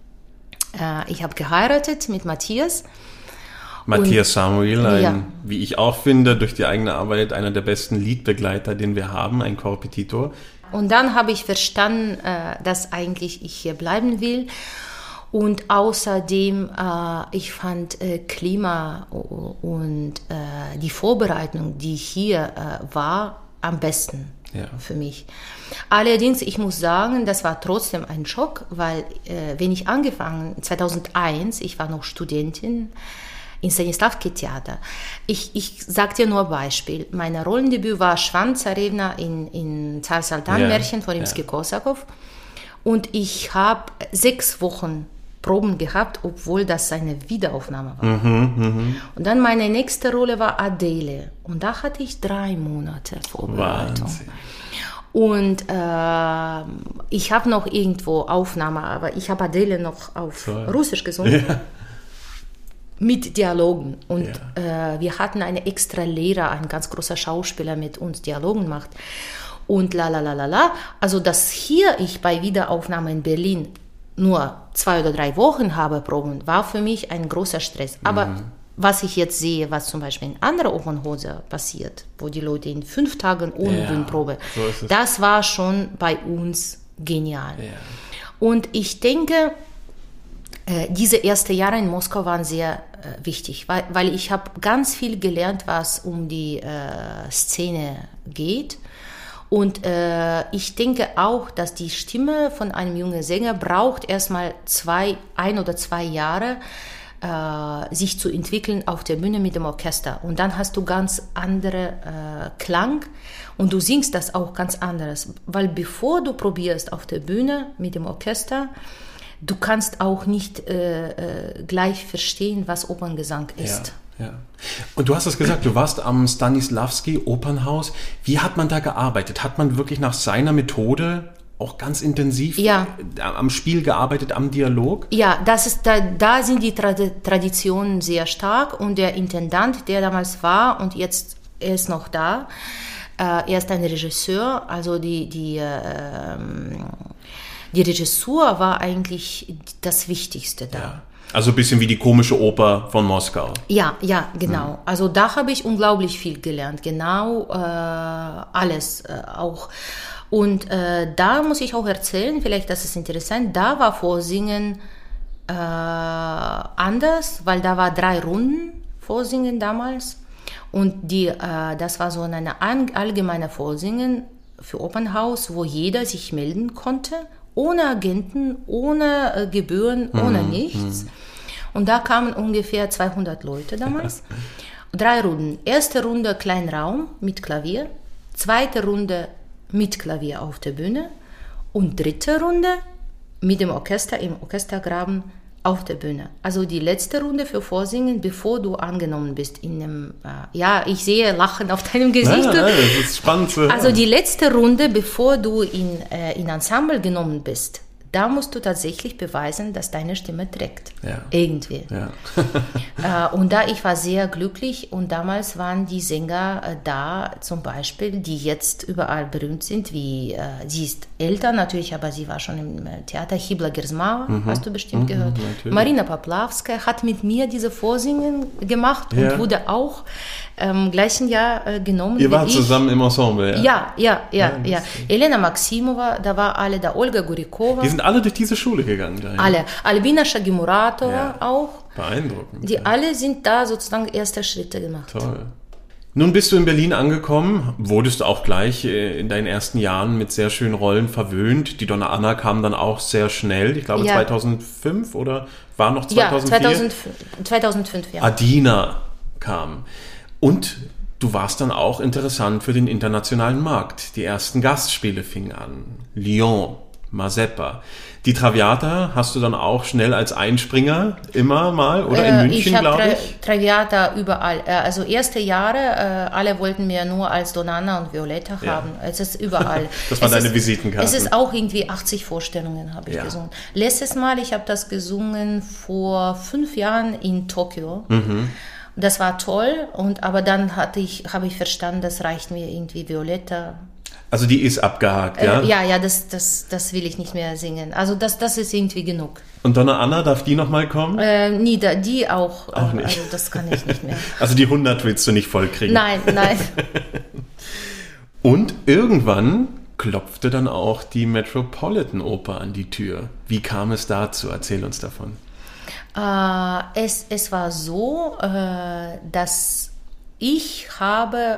Ich habe geheiratet mit Matthias. Matthias Samuel, wie ich auch finde, durch die eigene Arbeit einer der besten Liedbegleiter, den wir haben, ein Korrepetitor. Und dann habe ich verstanden, dass eigentlich ich hier bleiben will. Und außerdem, ich fand Klima und die Vorbereitung, die hier war, am besten für mich. Allerdings, ich muss sagen, das war trotzdem ein Schock, weil wenn ich angefangen, 2001, ich war noch Studentin, in Stanislavski Theater. Ich sage dir nur ein Beispiel. Mein Rollendebüt war Schwan-Zarewna in Zar Saltan-Märchen von Rimsky-Korsakow. Und ich habe 6 Wochen Proben gehabt, obwohl das eine Wiederaufnahme war. Und dann meine nächste Rolle war Adele. Und da hatte ich 3 Monate Vorbereitung. Wahnsinn. Und ich habe noch irgendwo Aufnahme, aber ich habe Adele noch auf Russisch gesungen. Ja. Mit Dialogen. Und wir hatten einen extra Lehrer, ein ganz großer Schauspieler mit uns Dialogen macht. Und Also, dass hier ich bei Wiederaufnahme in Berlin nur 2 oder 3 Wochen habe Proben, war für mich ein großer Stress. Aber was ich jetzt sehe, was zum Beispiel in anderen Opernhäusern passiert, wo die Leute in 5 Tagen ohne Bühnenprobe, das war schon bei uns genial. Ja. Und ich denke, diese ersten Jahre in Moskau waren sehr wichtig, weil ich habe ganz viel gelernt, was um die Szene geht. Und ich denke auch, dass die Stimme von einem jungen Sänger braucht erstmal 1 oder 2 Jahre, sich zu entwickeln auf der Bühne mit dem Orchester. Und dann hast du ganz andere Klang und du singst das auch ganz anderes. Weil bevor du probierst auf der Bühne mit dem Orchester, du kannst auch nicht gleich verstehen, was Operngesang ist. Ja. Und du hast es gesagt, du warst am Stanislavski Opernhaus. Wie hat man da gearbeitet? Hat man wirklich nach seiner Methode auch ganz intensiv am Spiel gearbeitet, am Dialog? Ja, das ist da sind die Traditionen sehr stark. Und der Intendant, der damals war und jetzt er ist noch da, er ist ein Regisseur, also die Regissur war eigentlich das Wichtigste da. Ja. Also ein bisschen wie die komische Oper von Moskau. Ja, genau. Also da habe ich unglaublich viel gelernt. Genau alles auch. Und da muss ich auch erzählen, vielleicht das ist interessant, da war Vorsingen anders, weil da war 3 Runden Vorsingen damals. Und das war so eine allgemeine Vorsingen für Opernhaus, wo jeder sich melden konnte, ohne Agenten, ohne Gebühren, ohne nichts. Und da kamen ungefähr 200 Leute damals. 3 Runden. Erste Runde Kleinraum mit Klavier, zweite Runde mit Klavier auf der Bühne und dritte Runde mit dem Orchester im Orchestergraben auf der Bühne. Also die letzte Runde für Vorsingen, bevor du angenommen bist in einem, ich sehe Lachen auf deinem Gesicht. Nein, das ist spannend zu hören. Also die letzte Runde, bevor du in Ensemble genommen bist, da musst du tatsächlich beweisen, dass deine Stimme trägt. Ja. Irgendwie. Ja. Und da ich war sehr glücklich und damals waren die Sänger da zum Beispiel, die jetzt überall berühmt sind, wie, sie ist älter natürlich, aber sie war schon im Theater, Hibla Gersmava, hast du bestimmt gehört. Natürlich. Marina Poplawska hat mit mir diese Vorsingen gemacht und wurde auch im gleichen Jahr genommen. Ihr wart wie zusammen im Ensemble, ja? Ja. Elena Maximova, da war alle da, Olga Gurikova. Die sind alle durch diese Schule gegangen. Da, Alle. Albina Shagimuratova auch. Beeindruckend. Die alle sind da sozusagen erste Schritte gemacht. Toll. Nun bist du in Berlin angekommen, wurdest du auch gleich in deinen ersten Jahren mit sehr schönen Rollen verwöhnt. Die Donna Anna kam dann auch sehr schnell, ich glaube 2005 oder war noch 2004? Ja, 2005, ja. Adina kam. Und du warst dann auch interessant für den internationalen Markt. Die ersten Gastspiele fingen an. Lyon, Mazeppa. Die Traviata hast du dann auch schnell als Einspringer immer mal oder in München, glaube ich? Traviata überall. Also erste Jahre, alle wollten mir nur als Donanna und Violetta haben. Es ist überall. Das waren deine Visitenkarte. Es ist auch irgendwie 80 Vorstellungen habe ich gesungen. Letztes Mal, ich habe das gesungen vor 5 Jahren in Tokio. Das war toll, aber dann habe ich verstanden, das reicht mir irgendwie Violetta. Also die ist abgehakt, ja? Ja, das will ich nicht mehr singen. Also das ist irgendwie genug. Und Donna Anna, darf die nochmal kommen? Nee, die auch. Auch nicht. Also das kann ich nicht mehr. Also die 100 willst du nicht vollkriegen? Nein. Und irgendwann klopfte dann auch die Metropolitan Oper an die Tür. Wie kam es dazu? Erzähl uns davon. Es war so, dass ich habe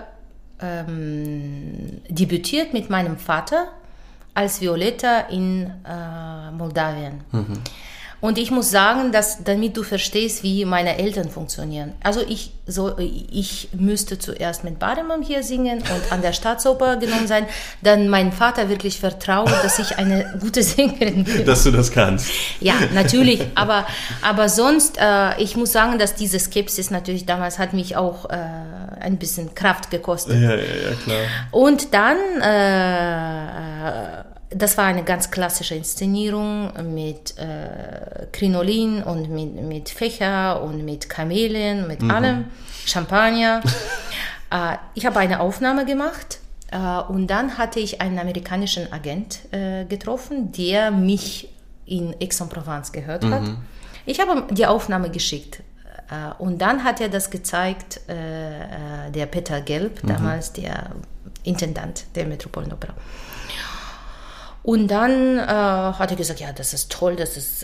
debütiert mit meinem Vater als Violetta in Moldawien. Und ich muss sagen, dass, damit du verstehst, wie meine Eltern funktionieren. Also ich müsste zuerst mit Bademann hier singen und an der Staatsoper genommen sein, dann mein Vater wirklich vertraut, dass ich eine gute Sängerin bin. Dass du das kannst. Ja, natürlich. Aber sonst, ich muss sagen, dass diese Skepsis natürlich damals hat mich auch ein bisschen Kraft gekostet. Ja, klar. Und dann das war eine ganz klassische Inszenierung mit Krinolin und mit Fächer und mit Kamelen, mit allem, Champagner. Ich habe eine Aufnahme gemacht und dann hatte ich einen amerikanischen Agent getroffen, der mich in Aix-en-Provence gehört hat. Ich habe die Aufnahme geschickt und dann hat er das gezeigt, der Peter Gelb, damals der Intendant der Metropolitan Opera. Und dann hat er gesagt, ja, das ist toll, das ist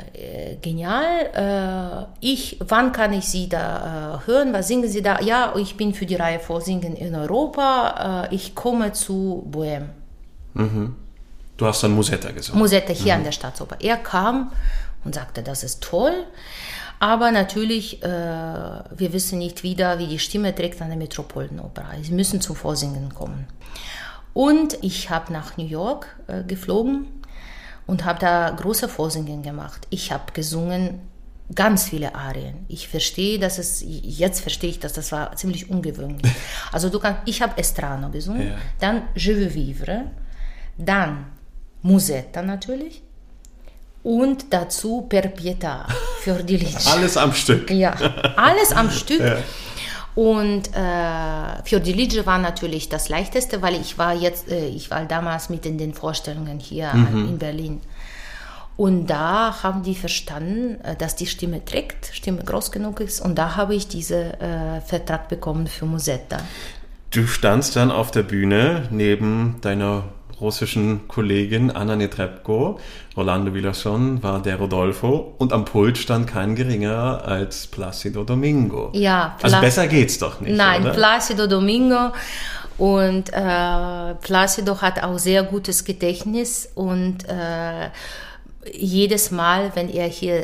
genial. Wann kann ich Sie da hören? Was singen Sie da? Ja, ich bin für die Reihe Vorsingen in Europa. Ich komme zu Bohème. Du hast dann Musetta gesungen. Musetta hier an der Staatsoper. Er kam und sagte, das ist toll. Aber natürlich, wir wissen nicht wieder, wie die Stimme trägt an der Metropolitan Opera. Sie müssen zum Vorsingen kommen. Und ich habe nach New York geflogen und habe da große Vorsingen gemacht. Ich habe gesungen ganz viele Arien. Jetzt verstehe ich, dass das war ziemlich ungewöhnlich. Also ich habe Estrano gesungen, dann Je veux vivre, dann Musetta natürlich und dazu Per pietà für die Lied. Alles am Stück. Ja, alles am Stück. Ja. Und für die Liege war natürlich das Leichteste, weil ich war damals mit in den Vorstellungen hier in Berlin. Und da haben die verstanden, dass die Stimme groß genug ist. Und da habe ich diesen Vertrag bekommen für Musetta. Du standst dann auf der Bühne neben deiner russischen Kollegin Anna Netrebko. Rolando Villazón war der Rodolfo und am Pult stand kein geringerer als Plácido Domingo. Ja, also besser geht's doch nicht, nein, oder? Plácido Domingo. Und Plácido hat auch sehr gutes Gedächtnis und jedes Mal, wenn er hier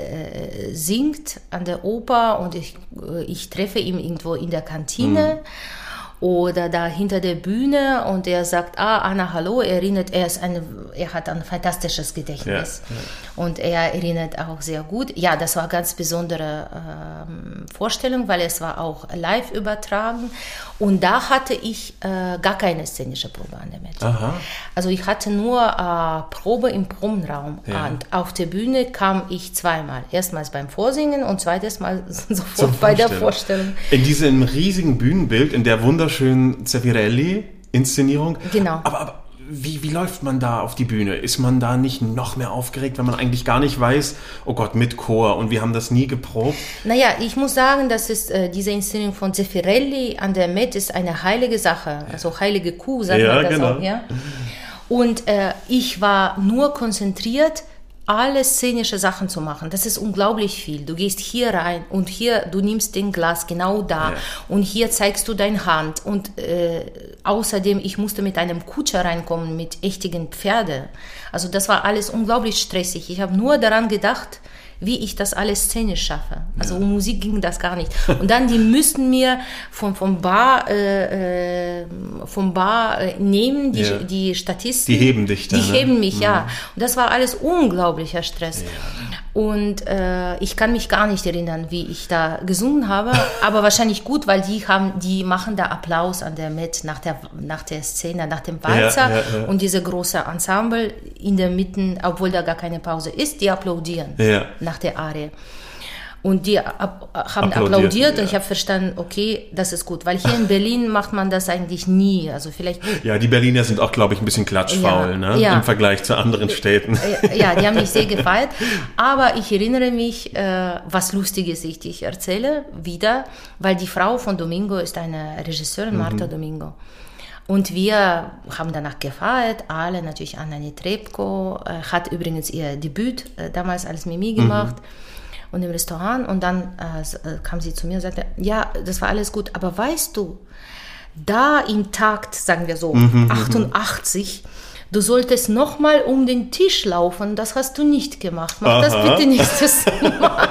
singt an der Oper und ich treffe ihn irgendwo in der Kantine oder da hinter der Bühne und er sagt, Anna, hallo, er hat ein fantastisches Gedächtnis und er erinnert auch sehr gut. Ja, das war eine ganz besondere Vorstellung, weil es war auch live übertragen und da hatte ich gar keine szenische Probe an der Met. Aha. Also ich hatte nur Probe im Probenraum und auf der Bühne kam ich zweimal. Erstmals beim Vorsingen und zweites Mal sofort bei der Vorstellung. In diesem riesigen Bühnenbild, in der wunderschönen Zeffirelli-Inszenierung. Genau. Aber wie läuft man da auf die Bühne? Ist man da nicht noch mehr aufgeregt, wenn man eigentlich gar nicht weiß, oh Gott, mit Chor und wir haben das nie geprobt? Naja, ich muss sagen, dass diese Inszenierung von Zeffirelli an der Met ist eine heilige Sache, also heilige Kuh, sagt man das genau. auch, ja. Und ich war nur konzentriert, alle szenische Sachen zu machen. Das ist unglaublich viel. Du gehst hier rein und hier, du nimmst den Glas genau da und hier zeigst du deine Hand und außerdem, ich musste mit einem Kutscher reinkommen, mit echten Pferde. Also das war alles unglaublich stressig. Ich habe nur daran gedacht, wie ich das alles szenisch schaffe. Also um Musik ging das gar nicht. Und dann, die müssten mir vom Bar nehmen, die Statisten. Die heben dich dann. Die heben mich, ja. Und das war alles unglaublicher Stress. Ja. Und ich kann mich gar nicht erinnern, wie ich da gesungen habe, aber wahrscheinlich gut, weil die machen da Applaus an der Met nach der Szene, nach dem Walzer und diese große Ensemble in der Mitte, obwohl da gar keine Pause ist, die applaudieren nach der Arie. Und die haben applaudiert und ich habe verstanden, okay, das ist gut, weil hier in Berlin macht man das eigentlich nie. Also vielleicht. Ja, die Berliner sind auch, glaube ich, ein bisschen klatschfaul, im Vergleich zu anderen Städten. Ja, die haben mich sehr gefeiert. Aber ich erinnere mich, was Lustiges ich erzähle wieder, weil die Frau von Domingo ist eine Regisseurin, Marta Domingo. Und wir haben danach gefeiert, alle, natürlich Anna Netrebko, hat übrigens ihr Debüt damals als Mimi gemacht. Und im Restaurant und dann kam sie zu mir und sagte, ja, das war alles gut, aber weißt du, da im Takt, sagen wir so, 88, du solltest nochmal um den Tisch laufen, das hast du nicht gemacht, mach das bitte nächstes Mal.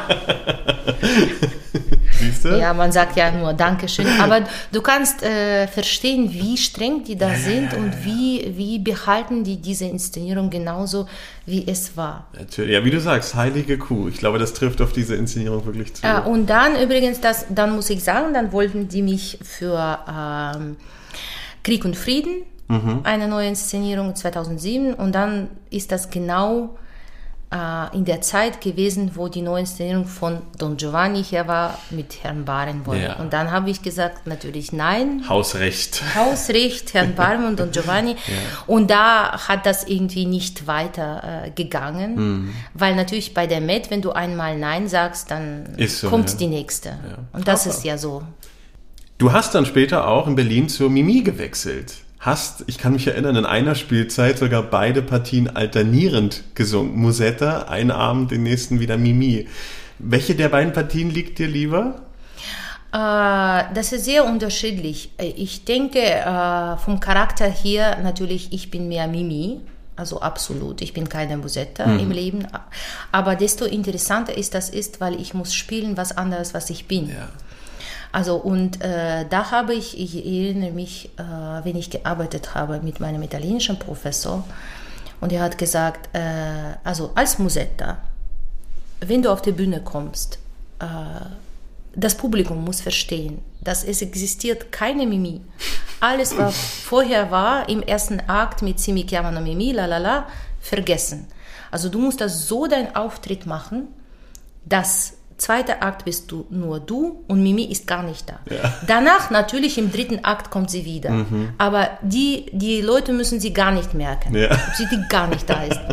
Siehst du? Ja, man sagt ja nur Dankeschön, aber du kannst verstehen, wie streng die da sind und wie behalten die diese Inszenierung genauso, wie es war. Natürlich. Ja, wie du sagst, heilige Kuh. Ich glaube, das trifft auf diese Inszenierung wirklich zu. Und dann übrigens, dann muss ich sagen, dann wollten die mich für Krieg und Frieden, eine neue Inszenierung 2007 und dann ist das genau in der Zeit gewesen, wo die neue Inszenierung von Don Giovanni hier war mit Herrn Barenboim. Ja. Und dann habe ich gesagt, natürlich nein. Hausrecht, Herrn Barenboim und Don Giovanni. Ja. Und da hat das irgendwie nicht weiter gegangen, weil natürlich bei der Met, wenn du einmal nein sagst, dann kommt die nächste. Ja. Und das ist ja so. Du hast dann später auch in Berlin zur Mimi gewechselt. Ich kann mich erinnern, in einer Spielzeit sogar beide Partien alternierend gesungen. Musetta, einen Abend, den nächsten wieder Mimi. Welche der beiden Partien liegt dir lieber? Das ist sehr unterschiedlich. Ich denke, vom Charakter her natürlich, ich bin mehr Mimi. Also absolut, ich bin keine Musetta im Leben. Aber desto interessanter ist, weil ich muss spielen was anderes, was ich bin. Ja. Also und da habe ich erinnere mich, wenn ich gearbeitet habe mit meinem italienischen Professor und er hat gesagt, also als Musetta, wenn du auf die Bühne kommst, das Publikum muss verstehen, dass es existiert keine Mimi. Alles, was vorher war, im ersten Akt mit Si mi chiamano Mimi, lalala, vergessen. Also du musst das so deinen Auftritt machen, dass zweiter Akt bist nur du und Mimi ist gar nicht da. Ja. Danach natürlich im dritten Akt kommt sie wieder. Aber die Leute müssen sie gar nicht merken, ob sie gar nicht da ist.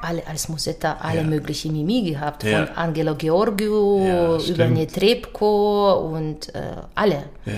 alle als Musetta alle Ja. möglichen Mimi gehabt, Ja. von Angela Georgiou Ja, über stimmt. Netrebko und alle. Ja.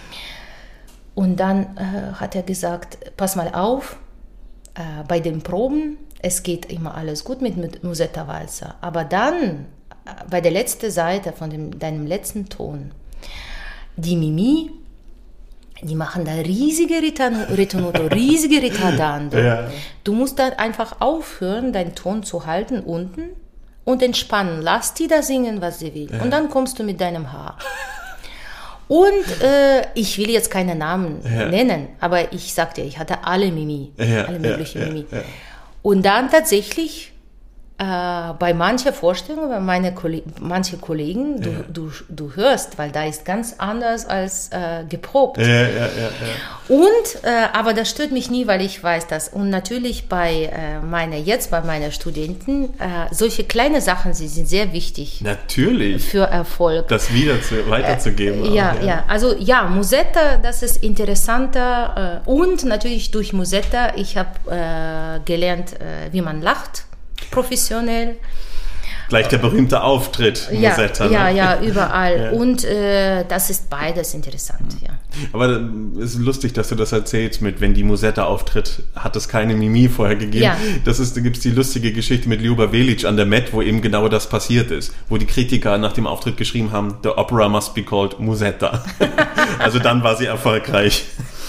Und dann hat er gesagt, pass mal auf, bei den Proben, es geht immer alles gut mit Musetta Walzer, aber dann, bei der letzten Seite von deinem letzten Ton, die Mimi, die machen da riesige Ritonato, riesige Ritardando. Ja. Du musst dann einfach aufhören, deinen Ton zu halten unten und entspannen. Lass die da singen, was sie will. Und dann kommst du mit deinem Haar. Und ich will jetzt keine Namen nennen, aber ich sagte, ich hatte alle Mimi, alle möglichen Mimi. Ja. Und dann tatsächlich bei mancher Vorstellung, bei manche Kollegen, du hörst, weil da ist ganz anders als geprobt. Ja. Und, aber das stört mich nie, weil ich weiß das. Und natürlich bei meiner Studenten, solche kleine Sachen, sie sind sehr wichtig Natürlich. für Erfolg. Das weiterzugeben. auch, Ja. Also ja, Musetta, das ist interessanter. Und natürlich durch Musetta, ich habe gelernt, wie man lacht, professionell. Gleich der berühmte Auftritt, Musetta. Ja, überall. Und das ist beides interessant, ja. Aber es ist lustig, dass du das erzählst mit, wenn die Musetta auftritt, hat es keine Mimi vorher gegeben. Ja. Da gibt es die lustige Geschichte mit Ljuba Velic an der Met, wo eben genau das passiert ist. Wo die Kritiker nach dem Auftritt geschrieben haben, the opera must be called Musetta. Also dann war sie erfolgreich.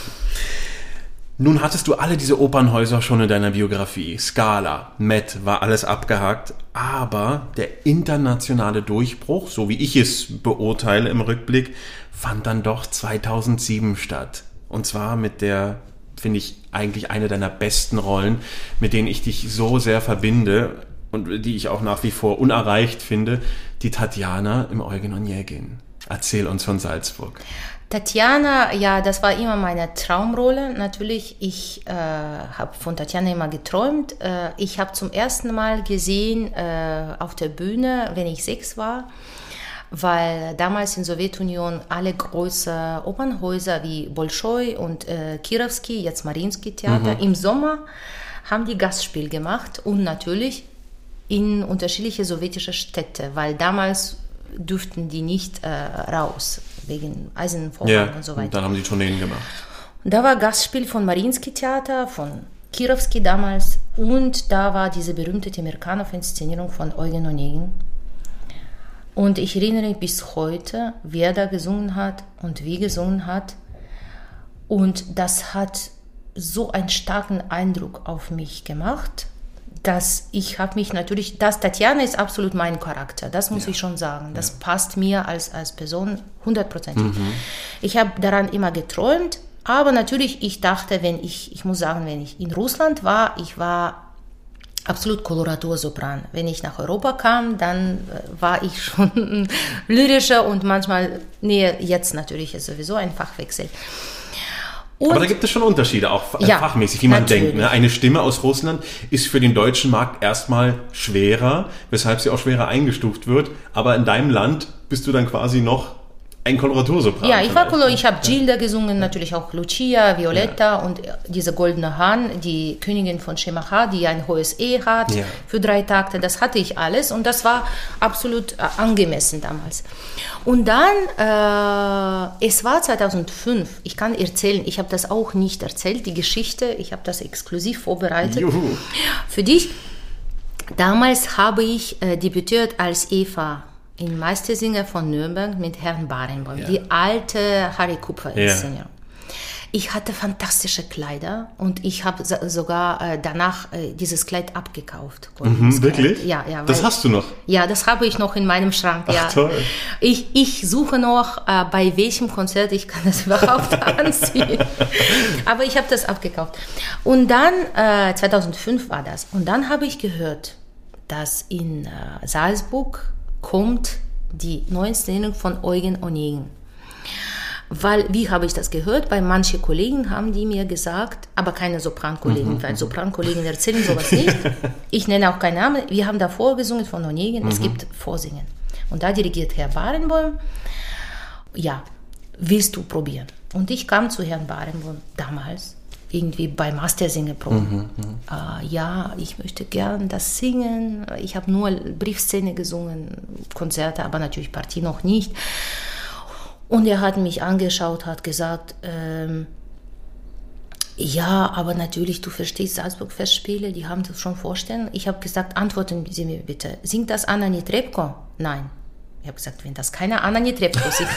Nun hattest du alle diese Opernhäuser schon in deiner Biografie. Scala, Met, war alles abgehakt. Aber der internationale Durchbruch, so wie ich es beurteile im Rückblick, fand dann doch 2007 statt. Und zwar mit der, finde ich, eigentlich eine deiner besten Rollen, mit denen ich dich so sehr verbinde und die ich auch nach wie vor unerreicht finde, die Tatjana im Eugen Onegin. Erzähl uns von Salzburg. Tatjana, ja, das war immer meine Traumrolle. Natürlich, ich habe von Tatjana immer geträumt. Ich habe zum ersten Mal gesehen auf der Bühne, wenn ich 6 war, weil damals in der Sowjetunion alle großen Opernhäuser wie Bolschoi und Kirovsky, jetzt Mariinsky Theater, im Sommer haben die Gastspiel gemacht und natürlich in unterschiedliche sowjetische Städte, weil damals durften die nicht raus, wegen Eisenvorhang und so weiter. Und dann haben die Tourneen gemacht. Und da war Gastspiel von Mariinsky Theater, von Kirovsky damals, und da war diese berühmte Temirkanov-Inszenierung von Eugen Onegin. Und ich erinnere mich bis heute, wer da gesungen hat und wie gesungen hat. Und das hat so einen starken Eindruck auf mich gemacht, dass ich habe mich natürlich, Tatjana ist absolut mein Charakter, das muss ich schon sagen. Das passt mir als Person 100%. Ich habe daran immer geträumt, aber natürlich, ich dachte, ich muss sagen, wenn ich in Russland war, ich war absolut Koloratursopran. Wenn ich nach Europa kam, dann war ich schon lyrischer und manchmal, jetzt natürlich ist sowieso ein Fachwechsel. Und aber da gibt es schon Unterschiede, auch fachmäßig, wie man natürlich denkt. Ne? Eine Stimme aus Russland ist für den deutschen Markt erstmal schwerer, weshalb sie auch schwerer eingestuft wird. Aber in deinem Land bist du dann quasi noch ein Koloratursopran. Ja, ich habe Gilda gesungen, natürlich auch Lucia, Violetta und diese Goldene Hahn, die Königin von Shemaha, die ein hohes E hat für 3 Takte. Das hatte ich alles und das war absolut angemessen damals. Und dann, es war 2005, ich kann erzählen, ich habe das auch nicht erzählt, die Geschichte, ich habe das exklusiv vorbereitet. Juhu. Für dich. Damals habe ich debütiert als Eva in Meistersinger von Nürnberg mit Herrn Barenboim, die alte Harry Kupfer-Inszenierung. Ich hatte fantastische Kleider und ich habe sogar danach dieses Kleid abgekauft. Wirklich? Ja. Das hast du noch? Ja, das habe ich noch in meinem Schrank. Ach, toll. Ich suche noch, bei welchem Konzert ich kann das überhaupt anziehen. Aber ich habe das abgekauft. Und dann, 2005 war das. Und dann habe ich gehört, dass in Salzburg kommt die neue Inszenierung von Eugen Onegin. Weil, wie habe ich das gehört? Bei manchen Kollegen haben die mir gesagt, aber keine Soprankollegen, weil Soprankollegen erzählen sowas nicht. Ich nenne auch keinen Namen. Wir haben da vorgesungen von Onegin, es gibt Vorsingen. Und da dirigiert Herr Barenboim, willst du probieren? Und ich kam zu Herrn Barenboim damals. irgendwie bei Mastersingen-Proben. Ja, ich möchte gern das singen. Ich habe nur Briefszene gesungen, Konzerte, aber natürlich Partie noch nicht. Und er hat mich angeschaut, hat gesagt, ja, aber natürlich, du verstehst Salzburg-Festspiele, die haben das schon vorstellen. Ich habe gesagt, antworten Sie mir bitte, singt das Anna Netrebko? Nein. Ich habe gesagt, wenn das keine Anna Netrebko singt,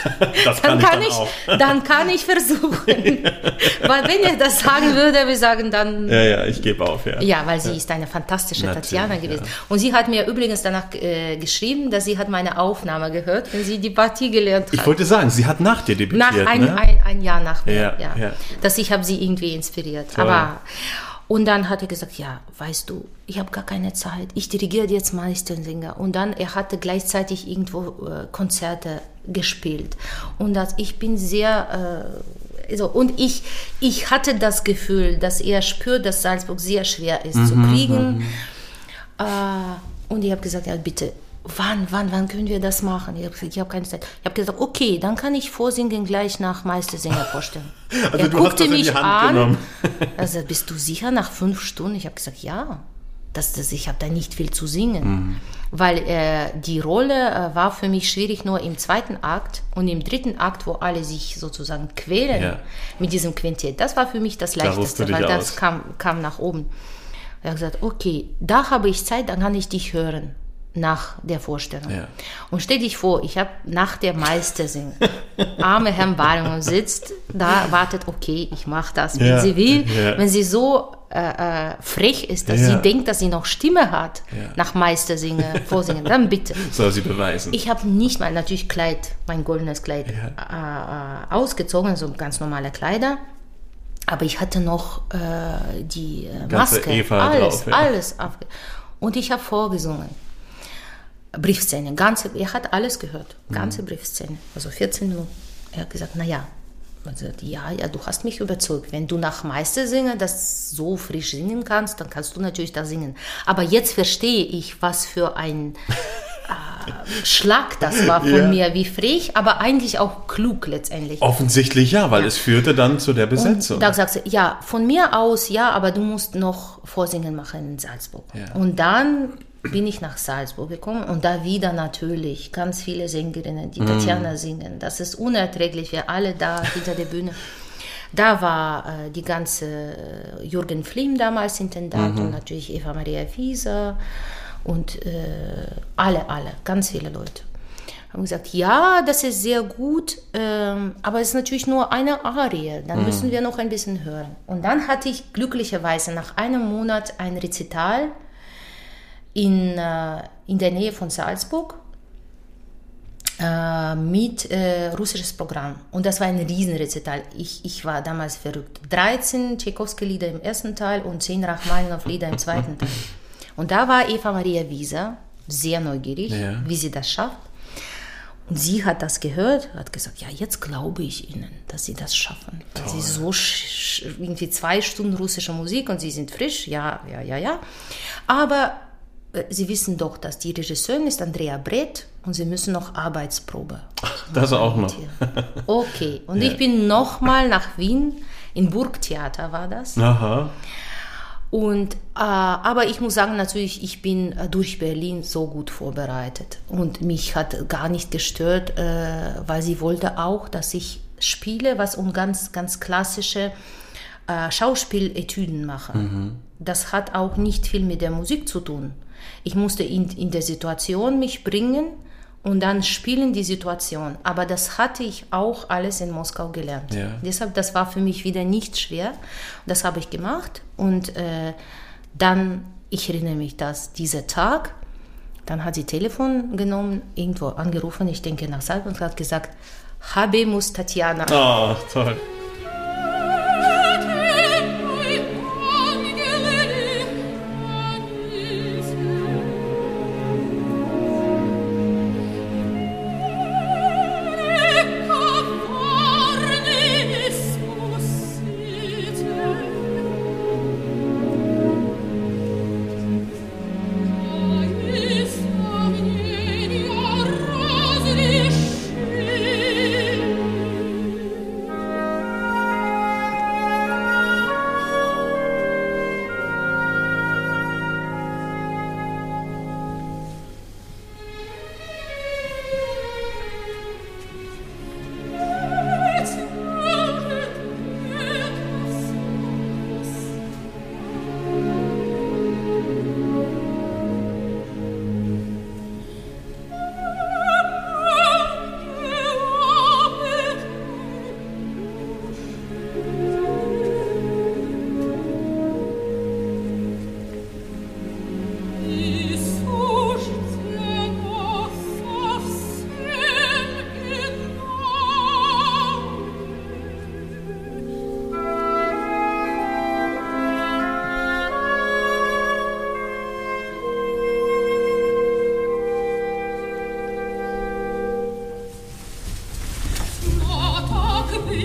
dann kann ich versuchen. Weil wenn er das sagen würde, wir sagen dann... Ja, ich gebe auf, ja. Ja, weil sie ist eine fantastische Tatjana gewesen. Ja. Und sie hat mir übrigens danach geschrieben, dass sie hat meine Aufnahme gehört, wenn sie die Partie gelernt hat. Ich wollte sagen, sie hat nach dir debütiert, ein Jahr nach mir, ja. Dass ich habe sie irgendwie inspiriert. Toll. Und dann hat er gesagt, ja, weißt du, ich habe gar keine Zeit. Ich dirigiere jetzt Meistersinger. Und dann, er hatte gleichzeitig irgendwo Konzerte gespielt. Und ich bin sehr, und ich hatte das Gefühl, dass er spürt, dass Salzburg sehr schwer ist zu kriegen. Und ich habe gesagt, ja, bitte, wann können wir das machen? Ich habe gesagt, ich habe keine Zeit. Ich habe gesagt, okay, dann kann ich vorsingen gleich nach Meistersinger vorstellen. Also er du hast das in die Hand genommen. Also bist du sicher nach 5 Stunden? Ich habe gesagt, ja. Ich habe da nicht viel zu singen. Weil die Rolle war für mich schwierig nur im 2. Akt und im 3. Akt, wo alle sich sozusagen quälen mit diesem Quintett. Das war für mich das Leichteste, weil das kam nach oben. Er hat gesagt, okay, da habe ich Zeit, dann kann ich dich hören. Nach der Vorstellung. Ja. Und stell dich vor, ich habe nach der Meistersing, arme Herrn Baring sitzt, da wartet, okay, ich mache das, wenn sie will. Ja. Wenn sie so frech ist, dass sie denkt, dass sie noch Stimme hat, nach Meistersingen, Vorsingen, dann bitte. Soll sie beweisen. Ich habe nicht mal natürlich mein goldenes Kleid ausgezogen, so ganz normale Kleider. Aber ich hatte noch die Maske, Eva alles. Und ich habe vorgesungen. Briefszene, er hat alles gehört, ganze Briefszene, also 14 Minuten. Er hat gesagt, ja, du hast mich überzeugt. Wenn du nach Meistersinger das so frisch singen kannst, dann kannst du natürlich da singen. Aber jetzt verstehe ich, was für ein Schlag das war von mir, wie frech, aber eigentlich auch klug letztendlich. Offensichtlich ja, weil es führte dann zu der Besetzung. Und da sagst du, ja, von mir aus, ja, aber du musst noch Vorsingen machen in Salzburg. Ja. Und dann bin ich nach Salzburg gekommen und da wieder natürlich ganz viele Sängerinnen, die Tatjana singen. Das ist unerträglich, wir alle da hinter der Bühne. Da war die ganze Jürgen Flimm damals Intendant und natürlich Eva Maria Wieser und alle, ganz viele Leute. Haben gesagt, ja, das ist sehr gut, aber es ist natürlich nur eine Arie, dann müssen wir noch ein bisschen hören. Und dann hatte ich glücklicherweise nach einem Monat ein Rezital in der Nähe von Salzburg mit russisches Programm. Und das war ein Riesenrezital. Ich war damals verrückt. 13 Tchaikovsky-Lieder im ersten Teil und 10 Rachmaninow-Lieder im zweiten Teil. Und da war Eva Maria Wieser sehr neugierig, wie sie das schafft. Und sie hat das gehört, hat gesagt, ja, jetzt glaube ich Ihnen, dass Sie das schaffen. Weil Sie so irgendwie 2 Stunden russische Musik und Sie sind frisch, ja. Aber Sie wissen doch, dass die Regisseurin ist Andrea Brett und Sie müssen noch Arbeitsprobe. Das auch noch. Okay, und ich bin nochmal nach Wien, in Burgtheater war das. Aha. Und, aber ich muss sagen, natürlich, ich bin durch Berlin so gut vorbereitet. Und mich hat gar nicht gestört, weil sie wollte auch, dass ich spiele, was um ganz, ganz klassische Schauspieletüden mache. Das hat auch nicht viel mit der Musik zu tun. Ich musste in der Situation mich bringen und dann spielen die Situation. Aber das hatte ich auch alles in Moskau gelernt. Ja. Deshalb, das war für mich wieder nicht schwer. Das habe ich gemacht. Und dann, ich erinnere mich, dass dieser Tag, dann hat sie Telefon genommen, irgendwo angerufen, ich denke nach Salzburg, und hat gesagt, Habemus Tatjana. Oh, toll.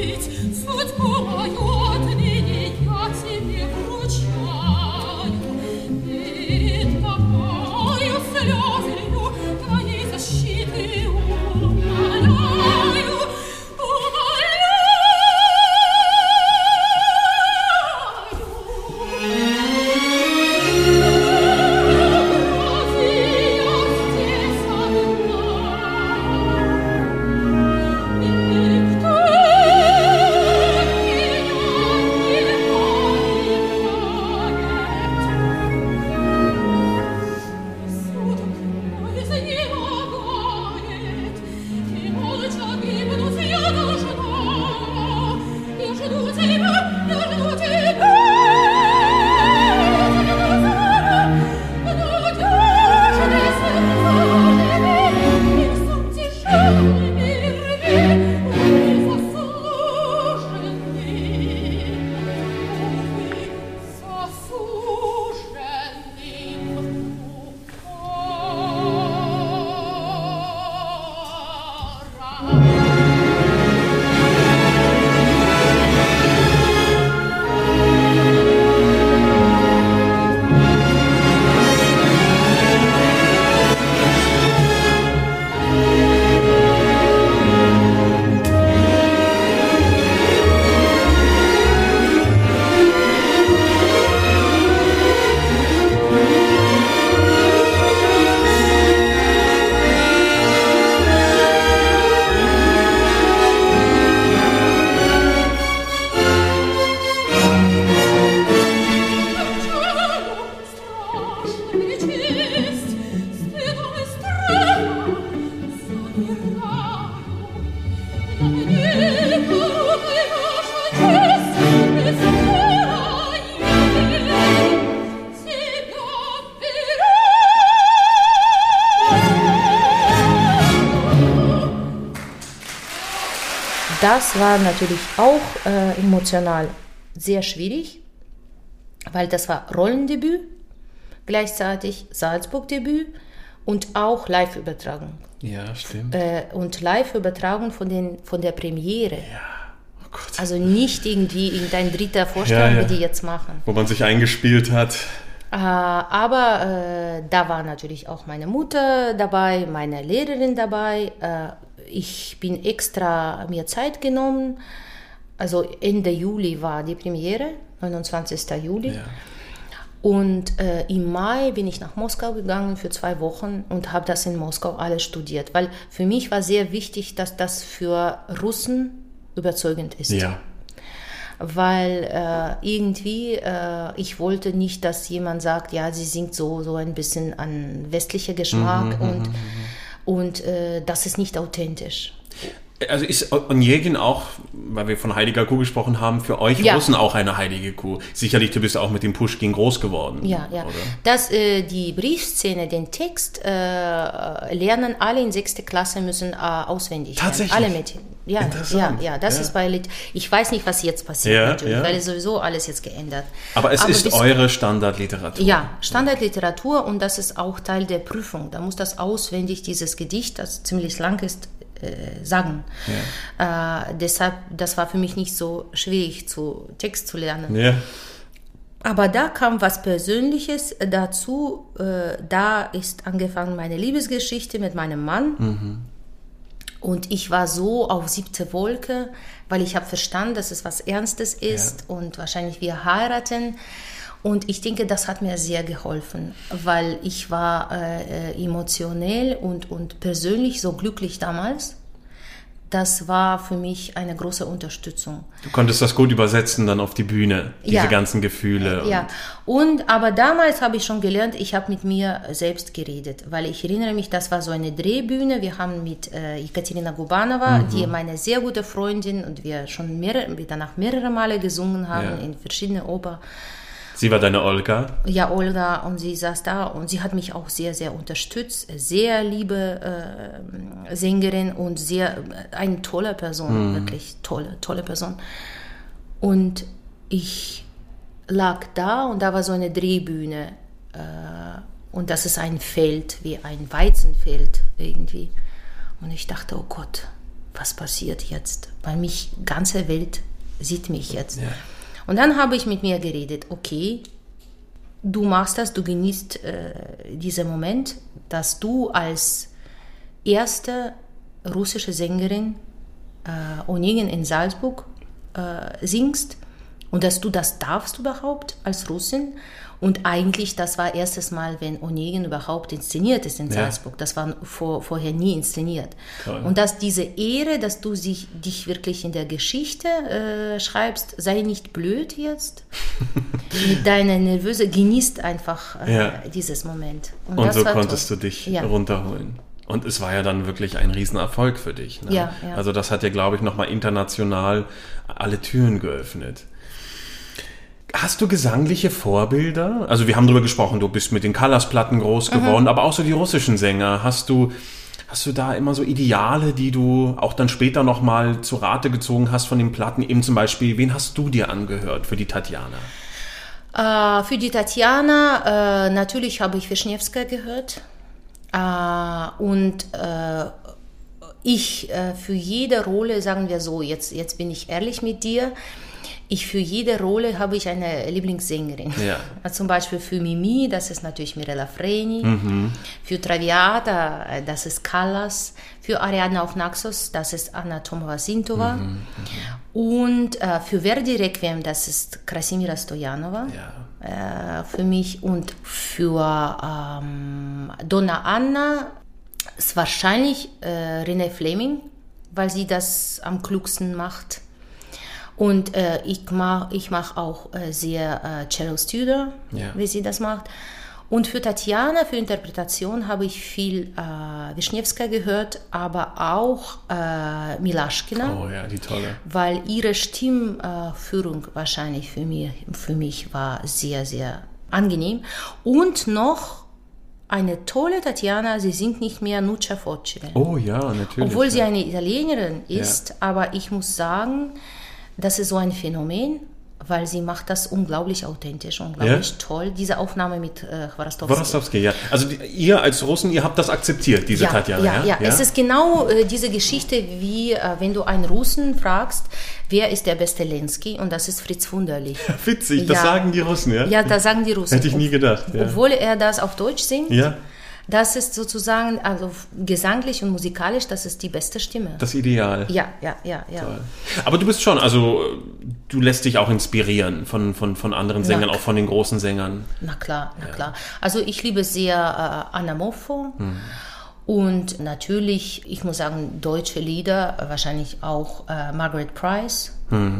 Das war natürlich auch emotional sehr schwierig, weil das war Rollendebüt, gleichzeitig Salzburg-Debüt und auch Live-Übertragung. Ja, stimmt. Und Live-Übertragung von der Premiere. Ja. Oh Gott. Also nicht irgendwie irgendein dritter Vorstand, wie die jetzt machen. Wo man sich eingespielt hat. Aber da war natürlich auch meine Mutter dabei, meine Lehrerin dabei. Ich bin extra mir Zeit genommen. Also Ende Juli war die Premiere, 29. Juli. Ja. Und im Mai bin ich nach Moskau gegangen für 2 Wochen und habe das in Moskau alles studiert. Weil für mich war sehr wichtig, dass das für Russen überzeugend ist. Ja. Weil irgendwie, ich wollte nicht, dass jemand sagt, ja, sie singt so ein bisschen an westlicher Geschmack und das ist nicht authentisch. Also ist Onegin auch, weil wir von heiliger Kuh gesprochen haben, für euch Russen auch eine heilige Kuh? Sicherlich, du bist auch mit dem Puschkin groß geworden. Ja. Oder? Die Briefszene, den Text lernen alle in 6. Klasse, müssen auswendig lernen. Tatsächlich? Alle Mädchen. Ja, das ist bei ich weiß nicht, was jetzt passiert natürlich, weil es sowieso alles jetzt geändert. Aber es ist eure Standardliteratur. Ja, Standardliteratur und das ist auch Teil der Prüfung. Da muss das auswendig, dieses Gedicht, das ziemlich lang ist, sagen. Ja. Deshalb, das war für mich nicht so schwierig, Text zu lernen. Ja. Aber da kam was Persönliches dazu. Da ist angefangen meine Liebesgeschichte mit meinem Mann. Mhm. Und ich war so auf 7. Wolke, weil ich habe verstanden, dass es was Ernstes ist und wahrscheinlich wir heiraten. Und ich denke, das hat mir sehr geholfen, weil ich war emotionell und persönlich so glücklich damals. Das war für mich eine große Unterstützung. Du konntest das gut übersetzen dann auf die Bühne, diese ganzen Gefühle. Ja, aber damals habe ich schon gelernt, ich habe mit mir selbst geredet, weil ich erinnere mich, das war so eine Drehbühne. Wir haben mit Ekaterina Gubanova, die meine sehr gute Freundin und wir schon danach mehrere Male gesungen haben in verschiedenen Opern. Sie war deine Olga? Ja, Olga, und sie saß da und sie hat mich auch sehr, sehr unterstützt. Sehr liebe Sängerin und eine tolle Person, wirklich tolle Person. Und ich lag da und da war so eine Drehbühne und das ist ein Feld, wie ein Weizenfeld irgendwie. Und ich dachte, oh Gott, was passiert jetzt? Weil mich, ganze Welt sieht mich jetzt. Ja. Und dann habe ich mit mir geredet, okay, du machst das, du genießt diesen Moment, dass du als erste russische Sängerin Onegin in Salzburg singst und dass du das darfst überhaupt als Russin. Und eigentlich, das war erstes Mal, wenn Onegin überhaupt inszeniert ist in Salzburg. Das war vorher nie inszeniert. Toll. Und dass diese Ehre, dass du dich wirklich in der Geschichte schreibst, sei nicht blöd jetzt. Mit deiner Nervöse, genießt einfach dieses Moment. Und so konntest du dich runterholen. Und es war ja dann wirklich ein Riesenerfolg für dich. Ne? Ja. Also das hat dir, glaube ich, nochmal international alle Türen geöffnet. Hast du gesangliche Vorbilder? Also wir haben darüber gesprochen, du bist mit den Callas-Platten groß geworden, aber auch so die russischen Sänger. Hast du da immer so Ideale, die du auch dann später nochmal zu Rate gezogen hast von den Platten? Eben zum Beispiel, wen hast du dir angehört für die Tatjana? Für die Tatjana, natürlich habe ich Wischniewska gehört. Ich für jede Rolle, sagen wir so, jetzt bin ich ehrlich mit dir, für jede Rolle habe ich eine Lieblingssängerin. Ja. Zum Beispiel für Mimi, das ist natürlich Mirella Freni. Für Traviata, das ist Callas. Für Ariadna auf Naxos, das ist Anna Tomova-Sintova. Und für Verdi Requiem, das ist Krasimira Stojanova. Ja. Für mich. Und für Donna Anna ist wahrscheinlich Renée Fleming, weil sie das am klugsten macht. Und ich mach auch sehr Cheryl Studer, wie sie das macht. Und für Tatjana, für Interpretation, habe ich viel Wischniewska gehört, aber auch Milaschkina. Oh ja, die tolle. Weil ihre Stimmführung wahrscheinlich für mich war sehr, sehr angenehm. Und noch eine tolle Tatjana, sie singt nicht mehr Nuccia Vocile. Oh ja, natürlich. Obwohl sie eine Italienerin ist, aber ich muss sagen, das ist so ein Phänomen, weil sie macht das unglaublich authentisch, unglaublich toll. Diese Aufnahme mit Chворостowski, ja. Also ihr als Russen, ihr habt das akzeptiert, diese Tatjana, ja. Es ist genau diese Geschichte, wie wenn du einen Russen fragst, wer ist der beste Lenski? Und das ist Fritz Wunderlich. Witzig, das sagen die Russen, ja? Ja, das sagen die Russen. Hätte ich nie gedacht. Ja. Obwohl er das auf Deutsch singt. Ja. Das ist sozusagen, also gesanglich und musikalisch, das ist die beste Stimme. Das Ideal. Ja. Toll. Aber du bist schon, also du lässt dich auch inspirieren von anderen Sängern, auch von den großen Sängern. Na klar. Also ich liebe sehr Anna Moffo und natürlich, ich muss sagen, deutsche Lieder, wahrscheinlich auch Margaret Price.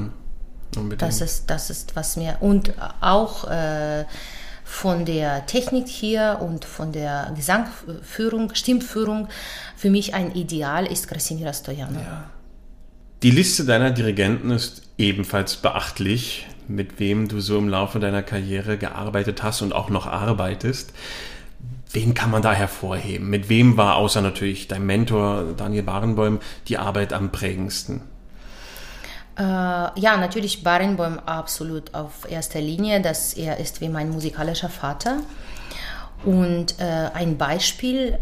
Das ist was mir, und auch von der Technik hier und von der Gesangführung, Stimmführung, für mich ein Ideal ist Krasimira Stojanova. Ja. Die Liste deiner Dirigenten ist ebenfalls beachtlich, mit wem du so im Laufe deiner Karriere gearbeitet hast und auch noch arbeitest. Wen kann man da hervorheben? Mit wem war, außer natürlich dein Mentor Daniel Barenboim, die Arbeit am prägendsten? Ja, natürlich Barenboim absolut auf erster Linie. Er ist wie mein musikalischer Vater. Und ein Beispiel,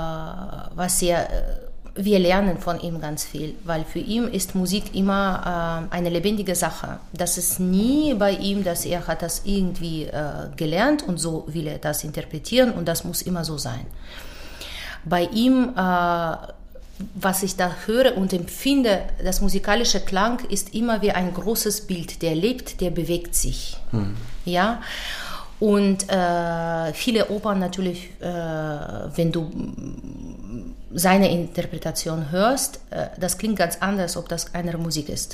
wir lernen von ihm ganz viel, weil für ihn ist Musik immer eine lebendige Sache. Das ist nie bei ihm, dass er hat das irgendwie gelernt und so will er das interpretieren und das muss immer so sein. Bei ihm was ich da höre und empfinde, das musikalische Klang ist immer wie ein großes Bild, der lebt, der bewegt sich. Ja? Und viele Opern natürlich, wenn du seine Interpretation hörst, das klingt ganz anders, ob das eine Musik ist.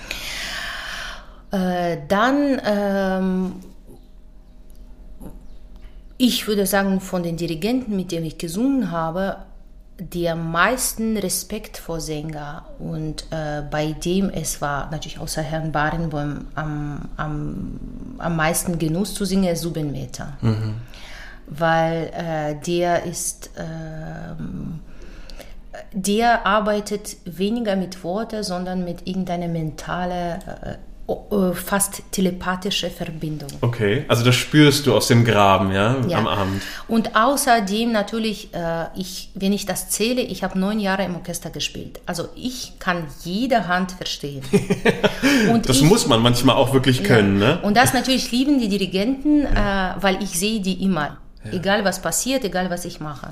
Ich würde sagen, von den Dirigenten, mit denen ich gesungen habe, der meisten Respekt vor Sänger und bei dem es war natürlich außer Herrn Barenboim am meisten Genuss zu singen, ist Zubin Mehta. Weil der arbeitet weniger mit Worten, sondern mit irgendeiner mentalen fast telepathische Verbindung. Okay, also das spürst du aus dem Graben, ja, am Abend. Und außerdem natürlich, wenn ich das zähle, ich habe 9 Jahre im Orchester gespielt. Also ich kann jede Hand verstehen. Und das muss man manchmal auch wirklich können, ne? Und das natürlich lieben die Dirigenten, weil ich sehe die immer. Ja. Egal was passiert, egal was ich mache.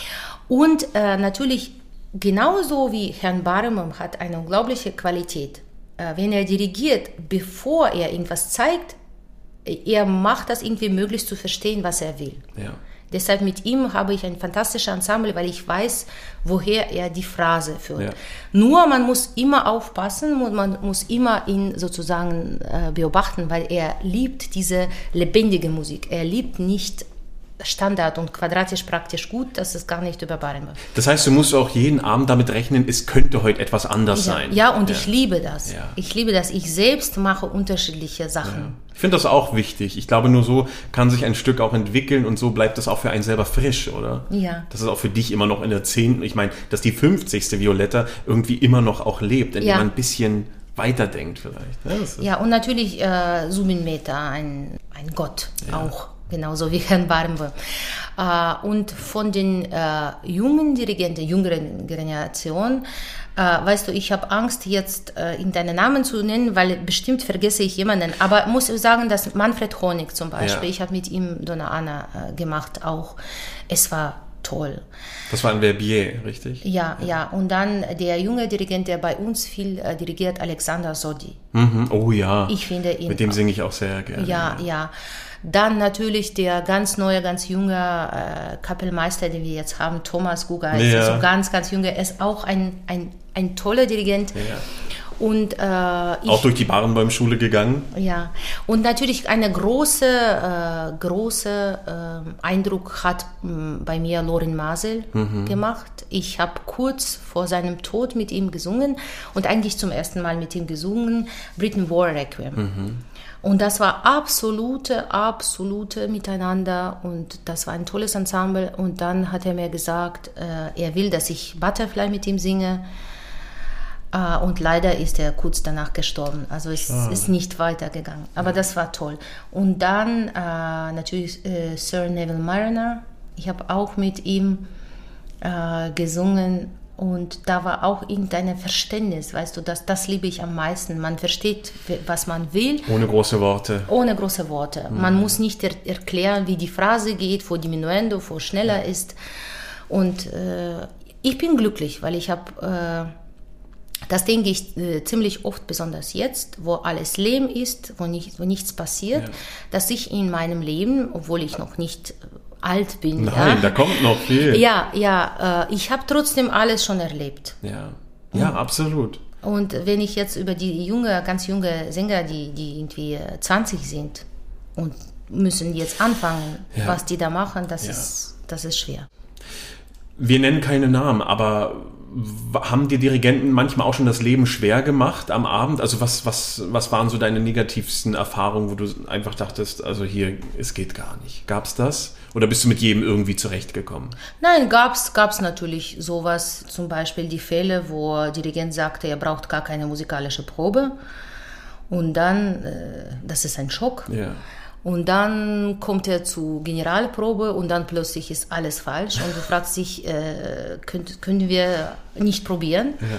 Und natürlich, genauso wie Herrn Barenboim hat eine unglaubliche Qualität. Wenn er dirigiert, bevor er irgendwas zeigt, er macht das irgendwie möglich zu verstehen, was er will. Ja. Deshalb mit ihm habe ich ein fantastisches Ensemble, weil ich weiß, woher er die Phrase führt. Ja. Nur man muss immer aufpassen und man muss immer ihn sozusagen beobachten, weil er liebt diese lebendige Musik. Er liebt nicht Standard und quadratisch praktisch gut, das ist gar nicht überbarbar. Das heißt, du musst auch jeden Abend damit rechnen, es könnte heute etwas anders sein. Ja, und ich liebe das. Ja. Ich liebe das. Ich selbst mache unterschiedliche Sachen. Ja. Ich finde das auch wichtig. Ich glaube, nur so kann sich ein Stück auch entwickeln und so bleibt das auch für einen selber frisch, oder? Ja. Das ist auch für dich immer noch in der 10., ich meine, dass die 50. Violetta irgendwie immer noch auch lebt, indem man ein bisschen weiterdenkt vielleicht. Ja, und natürlich Zubin Mehta, ein Gott auch. Genauso wie Herrn Barenboim. Und von den jungen Dirigenten, jüngeren Generation, weißt du, ich habe Angst, jetzt irgendeinen Namen zu nennen, weil bestimmt vergesse ich jemanden. Aber muss ich sagen, dass Manfred Honig zum Beispiel, ich habe mit ihm Donna Anna gemacht auch. Es war toll. Das war ein Verbier, richtig? Ja. Und dann der junge Dirigent, der bei uns viel dirigiert, Alexander Sodi. Mhm. Oh ja. Ich finde ihn. Mit dem singe ich auch sehr gerne. Ja. Dann natürlich der ganz neue, ganz junge Kapellmeister, den wir jetzt haben, Thomas Guga, ist so ganz, ganz junge. Er ist auch ein toller Dirigent. Ja. Und, auch durch die Barenboim-Schule gegangen? Ja, und natürlich eine große Eindruck hat bei mir Lorin Maazel gemacht. Ich habe kurz vor seinem Tod mit ihm gesungen und eigentlich zum ersten Mal mit ihm gesungen, Britain War Requiem. Und das war absolute Miteinander und das war ein tolles Ensemble. Und dann hat er mir gesagt, er will, dass ich Butterfly mit ihm singe. Und leider ist er kurz danach gestorben. Also es ist nicht weitergegangen. Aber das war toll. Und dann natürlich Sir Neville Mariner. Ich habe auch mit ihm gesungen. Und da war auch irgendein Verständnis, weißt du, das liebe ich am meisten. Man versteht, was man will. Ohne große Worte. Man muss nicht erklären, wie die Phrase geht, wo Diminuendo, wo schneller ist. Und ich bin glücklich, weil ich habe, das denke ich ziemlich oft, besonders jetzt, wo alles Lehm ist, wo nichts passiert, dass ich in meinem Leben, obwohl ich noch nicht alt bin. Nein, da kommt noch viel. Ja, ich habe trotzdem alles schon erlebt. Ja, absolut. Und wenn ich jetzt über die ganz junge Sänger, die irgendwie 20 sind und müssen jetzt anfangen, was die da machen, das ist schwer. Wir nennen keine Namen, aber haben die Dirigenten manchmal auch schon das Leben schwer gemacht am Abend? Also was waren so deine negativsten Erfahrungen, wo du einfach dachtest, also hier, es geht gar nicht. Gab's das? Oder bist du mit jedem irgendwie zurechtgekommen? Nein, gab's natürlich sowas, zum Beispiel die Fälle, wo der Dirigent sagte, er braucht gar keine musikalische Probe. Und dann, das ist ein Schock. Ja. Und dann kommt er zu Generalprobe und dann plötzlich ist alles falsch und du fragst dich, können wir nicht probieren? Ja.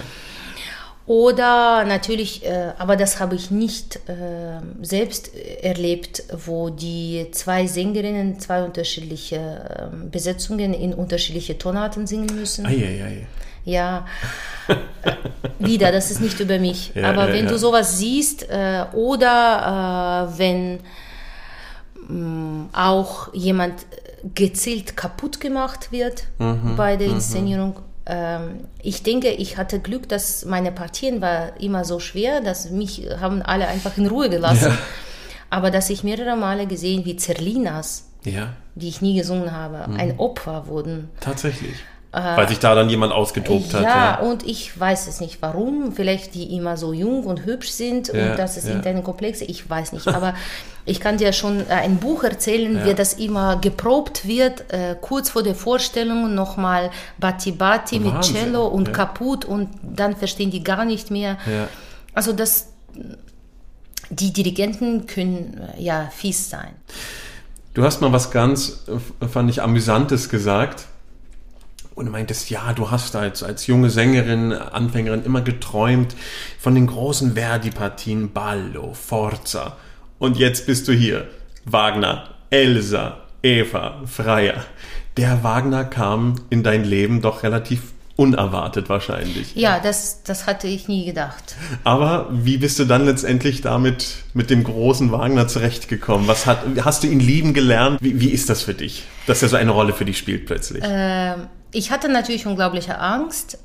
Oder natürlich, aber das habe ich nicht selbst erlebt, wo die 2 Sängerinnen 2 unterschiedliche Besetzungen in unterschiedliche Tonarten singen müssen. Ja, wieder, das ist nicht über mich. Aber wenn du sowas siehst oder wenn auch jemand gezielt kaputt gemacht wird bei der Inszenierung. Ich denke, ich hatte Glück, dass meine Partien war immer so schwer, dass mich haben alle einfach in Ruhe gelassen. Ja. Aber dass ich mehrere Male gesehen, wie Zerlinas, die ich nie gesungen habe, ein Opfer wurden. Tatsächlich. Weil sich da dann jemand ausgetobt hat. Ja, und ich weiß es nicht, warum. Vielleicht die immer so jung und hübsch sind und das ist irgendeine Komplexe. Ich weiß nicht. Aber ich kann dir schon ein Buch erzählen, wie das immer geprobt wird, kurz vor der Vorstellung nochmal Batti Batti mit Cello und kaputt und dann verstehen die gar nicht mehr. Ja. Also die Dirigenten können ja fies sein. Du hast mal was ganz, fand ich, Amüsantes gesagt. Und du meintest, ja, du hast als junge Sängerin, Anfängerin immer geträumt von den großen Verdi-Partien, Ballo, Forza. Und jetzt bist du hier. Wagner, Elsa, Eva, Freya. Der Wagner kam in dein Leben doch relativ unerwartet wahrscheinlich. Ja, das hatte ich nie gedacht. Aber wie bist du dann letztendlich damit mit dem großen Wagner zurechtgekommen? Hast du ihn lieben gelernt? Wie ist das für dich, dass er so eine Rolle für dich spielt plötzlich? Ich hatte natürlich unglaubliche Angst,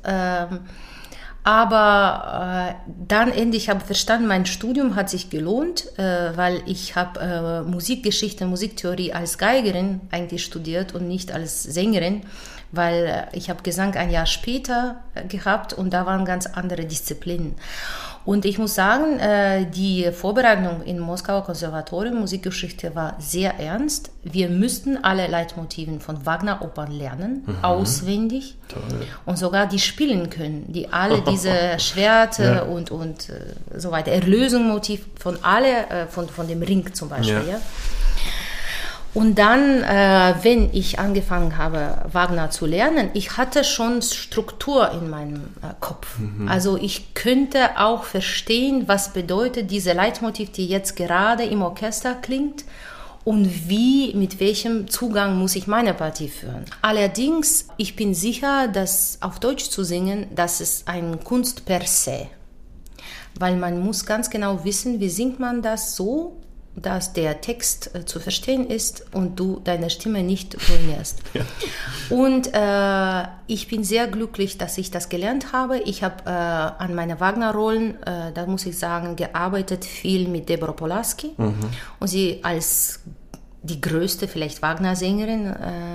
aber dann endlich habe ich verstanden, mein Studium hat sich gelohnt, weil ich habe Musikgeschichte, Musiktheorie als Geigerin eigentlich studiert und nicht als Sängerin, weil ich habe Gesang ein Jahr später gehabt und da waren ganz andere Disziplinen. Und ich muss sagen, die Vorbereitung im Moskauer Konservatorium Musikgeschichte war sehr ernst. Wir müssten alle Leitmotiven von Wagner-Opern lernen, auswendig. Toll. Und sogar die spielen können, die alle diese Schwerte und so weiter. Erlösungsmotiv von dem Ring zum Beispiel. Ja. Und dann, wenn ich angefangen habe, Wagner zu lernen, ich hatte schon Struktur in meinem Kopf. Also ich könnte auch verstehen, was bedeutet diese Leitmotiv, die jetzt gerade im Orchester klingt und mit welchem Zugang muss ich meine Partie führen. Allerdings, ich bin sicher, dass auf Deutsch zu singen, das ist eine Kunst per se. Weil man muss ganz genau wissen, wie singt man das so, dass der Text zu verstehen ist und du deine Stimme nicht ruinierst. Ja. Und ich bin sehr glücklich, dass ich das gelernt habe. Ich habe an meine Wagner-Rollen, da muss ich sagen, gearbeitet, viel mit Deborah Polaski. Und sie als die größte vielleicht Wagner-Sängerin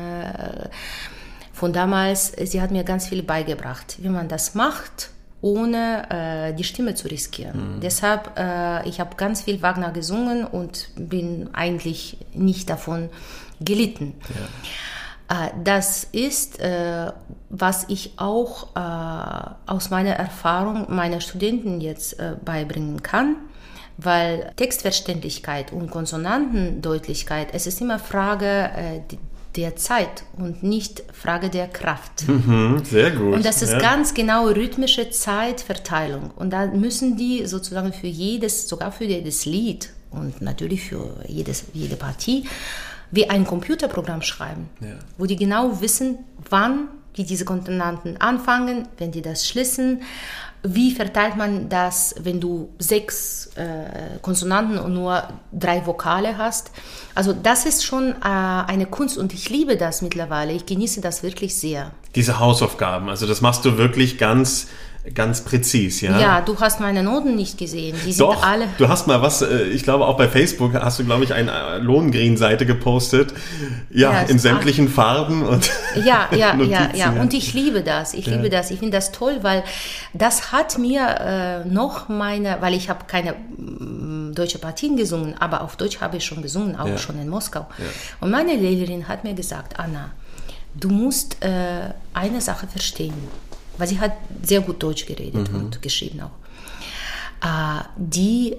von damals, sie hat mir ganz viel beigebracht, wie man das macht, ohne die Stimme zu riskieren. Deshalb, ich habe ganz viel Wagner gesungen und bin eigentlich nicht davon gelitten. Ja. Das ist, was ich auch aus meiner Erfahrung meiner Studenten jetzt beibringen kann, weil Textverständlichkeit und Konsonantendeutlichkeit, es ist immer Frage der Zeit und nicht Frage der Kraft. Sehr gut. Und das ist ganz genau rhythmische Zeitverteilung. Und da müssen die sozusagen sogar für jedes Lied und natürlich für jede Partie, wie ein Computerprogramm schreiben, wo die genau wissen, wann die diese Konsonanten anfangen, wenn die das schließen. Wie verteilt man das, wenn du 6 Konsonanten und nur 3 Vokale hast? Also das ist schon eine Kunst und ich liebe das mittlerweile. Ich genieße das wirklich sehr. Diese Hausaufgaben, also das machst du wirklich ganz präzis, ja? Ja, du hast meine Noten nicht gesehen. Die sind alle. Du hast mal was, ich glaube auch bei Facebook hast du, glaube ich, eine Lohengrin-Seite gepostet. Ja, in sämtlichen Farben und Ja. Und ich liebe das. Ich liebe das. Ich finde das toll, weil das hat mir weil ich habe keine deutsche Partien gesungen, aber auf Deutsch habe ich schon gesungen, auch schon in Moskau. Ja. Und meine Lehrerin hat mir gesagt, Anna, du musst eine Sache verstehen. Weil sie hat sehr gut Deutsch geredet und geschrieben auch. Die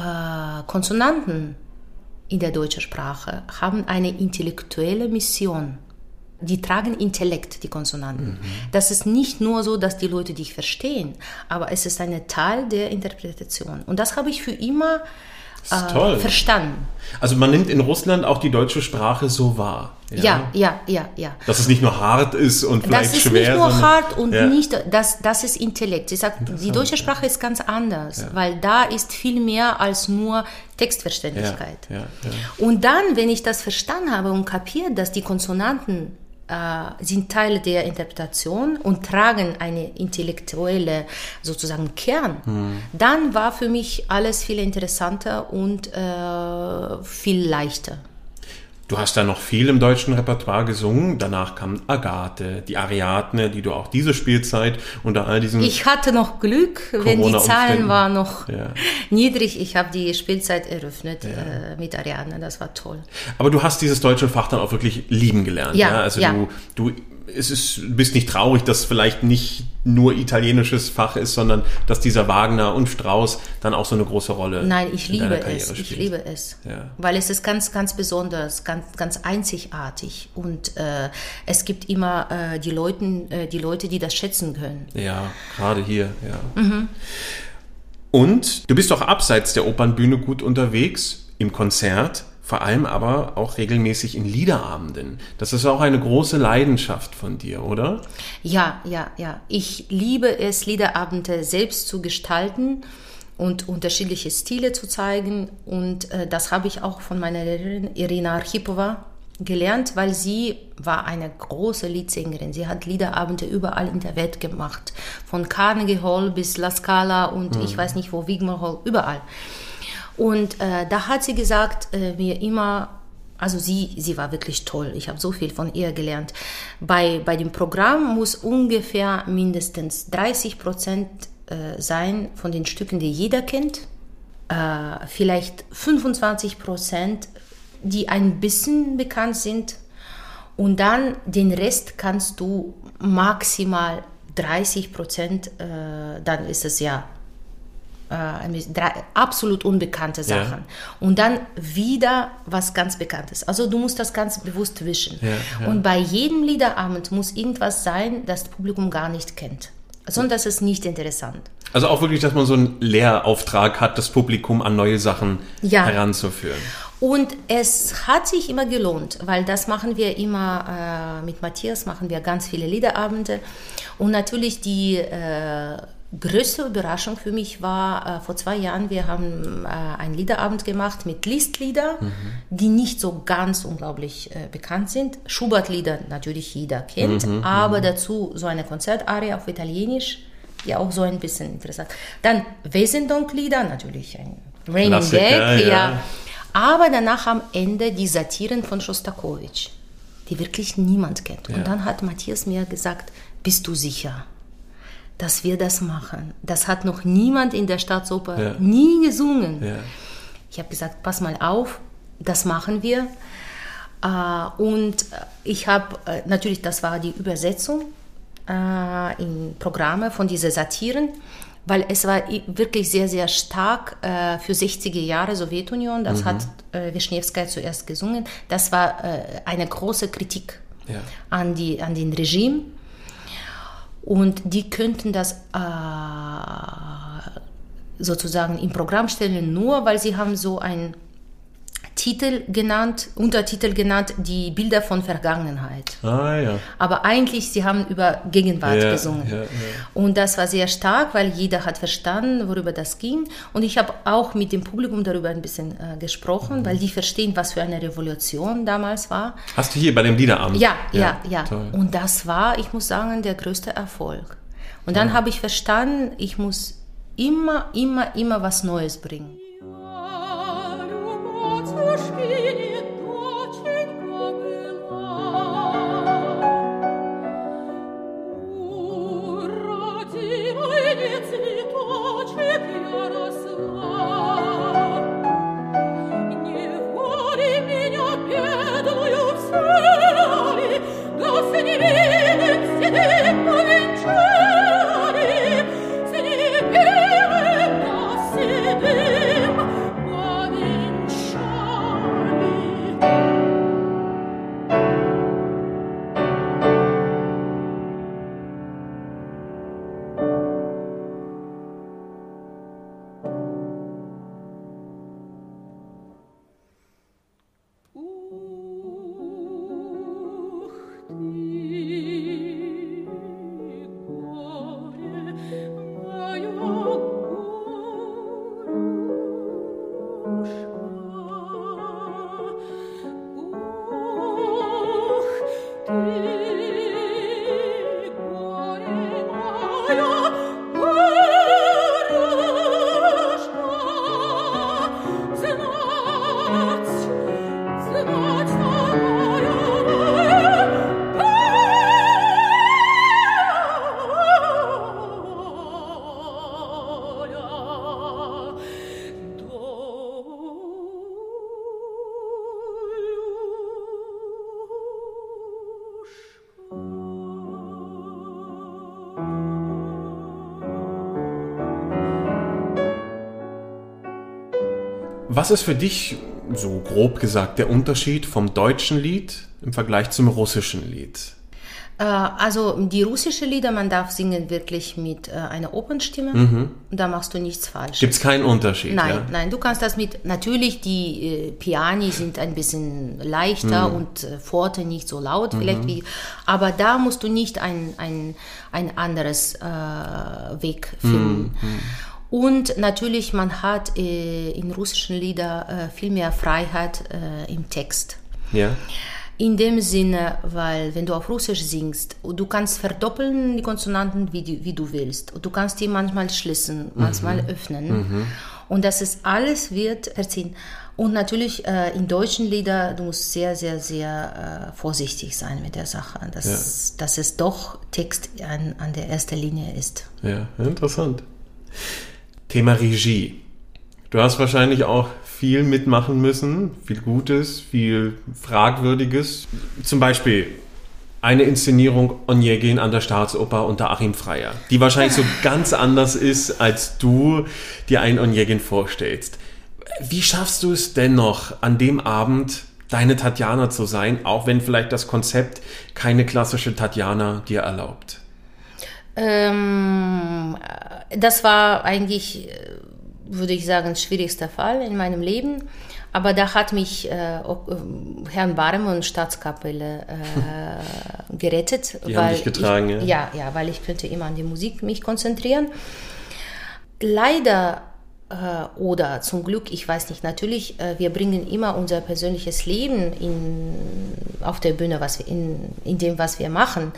Konsonanten in der deutschen Sprache haben eine intellektuelle Mission. Die tragen Intellekt, die Konsonanten. Das ist nicht nur so, dass die Leute dich verstehen, aber es ist ein Teil der Interpretation. Und das habe ich für immer verstanden. Also man nimmt in Russland auch die deutsche Sprache so wahr. Ja. Dass es nicht nur hart ist und vielleicht schwer. Das ist nicht nur hart und nicht, das ist Intellekt. Sie sagt, die deutsche Sprache ist ganz anders, weil da ist viel mehr als nur Textverständlichkeit. Ja. Und dann, wenn ich das verstanden habe und kapiert, dass die Konsonanten sind Teil der Interpretation und tragen eine intellektuelle sozusagen Kern, dann war für mich alles viel interessanter und viel leichter. Du hast da noch viel im deutschen Repertoire gesungen. Danach kam Agathe, die Ariadne, die du auch diese Spielzeit unter all diesen Ich hatte noch Glück, wenn die Zahlen waren noch niedrig. Ich habe die Spielzeit eröffnet mit Ariadne, das war toll. Aber du hast dieses deutsche Fach dann auch wirklich lieben gelernt. Also du bist nicht traurig, dass vielleicht nicht nur italienisches Fach ist, sondern dass dieser Wagner und Strauss dann auch so eine große Rolle Nein, ich in deiner liebe Karriere es. spielt. Ich liebe es. Ja. Weil es ist ganz, ganz besonders, ganz, ganz einzigartig. Und es gibt immer die Leute, die das schätzen können. Ja, gerade hier, ja. Und du bist auch abseits der Opernbühne gut unterwegs, im Konzert, vor allem aber auch regelmäßig in Liederabenden. Das ist auch eine große Leidenschaft von dir, oder? Ja. Ich liebe es, Liederabende selbst zu gestalten und unterschiedliche Stile zu zeigen. Und das habe ich auch von meiner Lehrerin Irina Archipova gelernt, weil sie war eine große Liedsängerin. Sie hat Liederabende überall in der Welt gemacht. Von Carnegie Hall bis La Scala und ich weiß nicht wo, Wigmore Hall, überall. Und da hat sie gesagt, mir immer, also sie war wirklich toll. Ich habe so viel von ihr gelernt. Bei dem Programm muss ungefähr mindestens 30% sein von den Stücken, die jeder kennt. Vielleicht 25%, die ein bisschen bekannt sind. Und dann den Rest kannst du maximal 30%, dann ist es ja absolut unbekannte Sachen. Ja. Und dann wieder was ganz Bekanntes. Also du musst das ganz bewusst wischen. Ja. Und bei jedem Liederabend muss irgendwas sein, das das Publikum gar nicht kennt. Sonst ist es nicht interessant. Also auch wirklich, dass man so einen Lehrauftrag hat, das Publikum an neue Sachen heranzuführen. Und es hat sich immer gelohnt, weil das machen wir immer, mit Matthias machen wir ganz viele Liederabende. Und natürlich die größte Überraschung für mich war, vor 2 Jahren, wir haben einen Liederabend gemacht mit Liszt-Lieder, die nicht so ganz unglaublich bekannt sind. Schubert-Lieder natürlich jeder kennt, aber dazu so eine Konzertarie auf Italienisch, die auch so ein bisschen interessant. Dann Wesendonck-Lieder, natürlich ein Raining Gag, ja. Aber danach am Ende die Satiren von Schostakowitsch, die wirklich niemand kennt. Und dann hat Matthias mir gesagt, bist du sicher, dass wir das machen? Das hat noch niemand in der Staatsoper nie gesungen. Ja. Ich habe gesagt, pass mal auf, das machen wir. Und ich habe, natürlich, das war die Übersetzung in Programme von diesen Satiren, weil es war wirklich sehr, sehr stark für 60er Jahre Sowjetunion. Das hat Wischniewskaja zuerst gesungen. Das war eine große Kritik an den Regime. Und die könnten das sozusagen im Programm stellen, nur weil sie haben so einen Untertitel genannt, die Bilder von Vergangenheit. Aber eigentlich, sie haben über Gegenwart gesungen. Und das war sehr stark, weil jeder hat verstanden, worüber das ging. Und ich habe auch mit dem Publikum darüber ein bisschen gesprochen, weil die verstehen, was für eine Revolution damals war. Hast du hier bei dem Liederabend? Ja. Toll. Und das war, ich muss sagen, der größte Erfolg. Und dann habe ich verstanden, ich muss immer was Neues bringen. Se ne Was ist für dich, so grob gesagt, der Unterschied vom deutschen Lied im Vergleich zum russischen Lied? Also die russischen Lieder, man darf singen wirklich mit einer Opernstimme. Da machst du nichts falsch. Gibt es keinen Unterschied? Nein, ja? nein, du kannst das mit, natürlich die Piani sind ein bisschen leichter und Forte nicht so laut vielleicht wie, aber da musst du nicht ein anderes Weg finden. Und natürlich, man hat in russischen Liedern viel mehr Freiheit im Text. Ja. In dem Sinne, weil wenn du auf Russisch singst, du kannst verdoppeln die Konsonanten, wie du willst. Und du kannst die manchmal schließen, manchmal öffnen. Und das ist alles wird verziehen. Und natürlich in deutschen Liedern, du musst sehr, sehr, sehr vorsichtig sein mit der Sache, dass es doch Text an der ersten Linie ist. Ja, interessant. Thema Regie. Du hast wahrscheinlich auch viel mitmachen müssen, viel Gutes, viel Fragwürdiges. Zum Beispiel eine Inszenierung Onegin an der Staatsoper unter Achim Freyer, die wahrscheinlich so ganz anders ist, als du dir einen Onegin vorstellst. Wie schaffst du es dennoch, an dem Abend deine Tatjana zu sein, auch wenn vielleicht das Konzept keine klassische Tatjana dir erlaubt? Das war eigentlich, würde ich sagen, schwierigster Fall in meinem Leben. Aber da hat mich Herrn Barem und Staatskapelle gerettet. Die haben dich getragen, ja, weil ich könnte immer an die Musik mich konzentrieren. Leider oder zum Glück, ich weiß nicht, natürlich, wir bringen immer unser persönliches Leben auf der Bühne, in dem, was wir machen.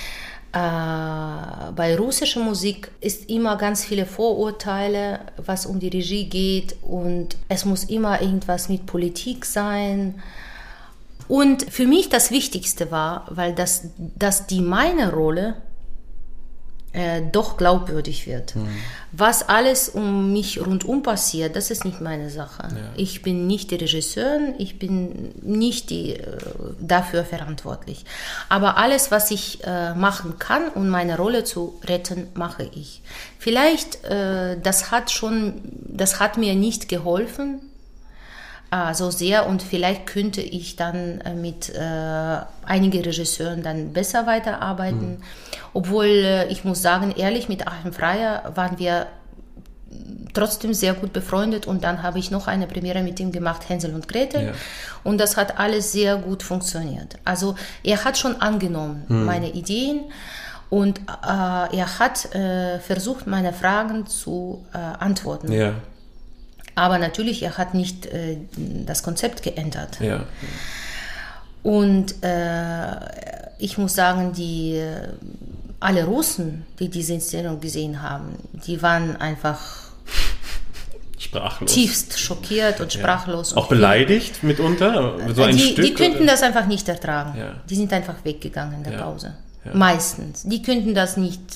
Bei russischer Musik ist immer ganz viele Vorurteile, was um die Regie geht, und es muss immer irgendwas mit Politik sein. Und für mich das Wichtigste war, weil dass meine Rolle doch glaubwürdig wird. Was alles um mich rundum passiert, das ist nicht meine Sache. Ja. Ich bin nicht die Regisseurin, ich bin nicht dafür verantwortlich. Aber alles, was ich machen kann, um meine Rolle zu retten, mache ich. Vielleicht, das hat mir nicht geholfen, so sehr, und vielleicht könnte ich dann mit einigen Regisseuren dann besser weiterarbeiten. Obwohl, ich muss sagen, ehrlich, mit Achim Freyer waren wir trotzdem sehr gut befreundet, und dann habe ich noch eine Premiere mit ihm gemacht, Hänsel und Gretel, ja. Und das hat alles sehr gut funktioniert. Also er hat schon angenommen meine Ideen, und er hat versucht, meine Fragen zu antworten. Ja. Aber natürlich, er hat nicht das Konzept geändert. Ja. Und ich muss sagen, alle Russen, die diese Inszenierung gesehen haben, die waren einfach sprachlos. Tiefst schockiert und sprachlos. Auch beleidigt mitunter? So ein Stück? Die könnten das einfach nicht ertragen. Ja. Die sind einfach weggegangen in der Pause. Ja. Meistens. Die könnten das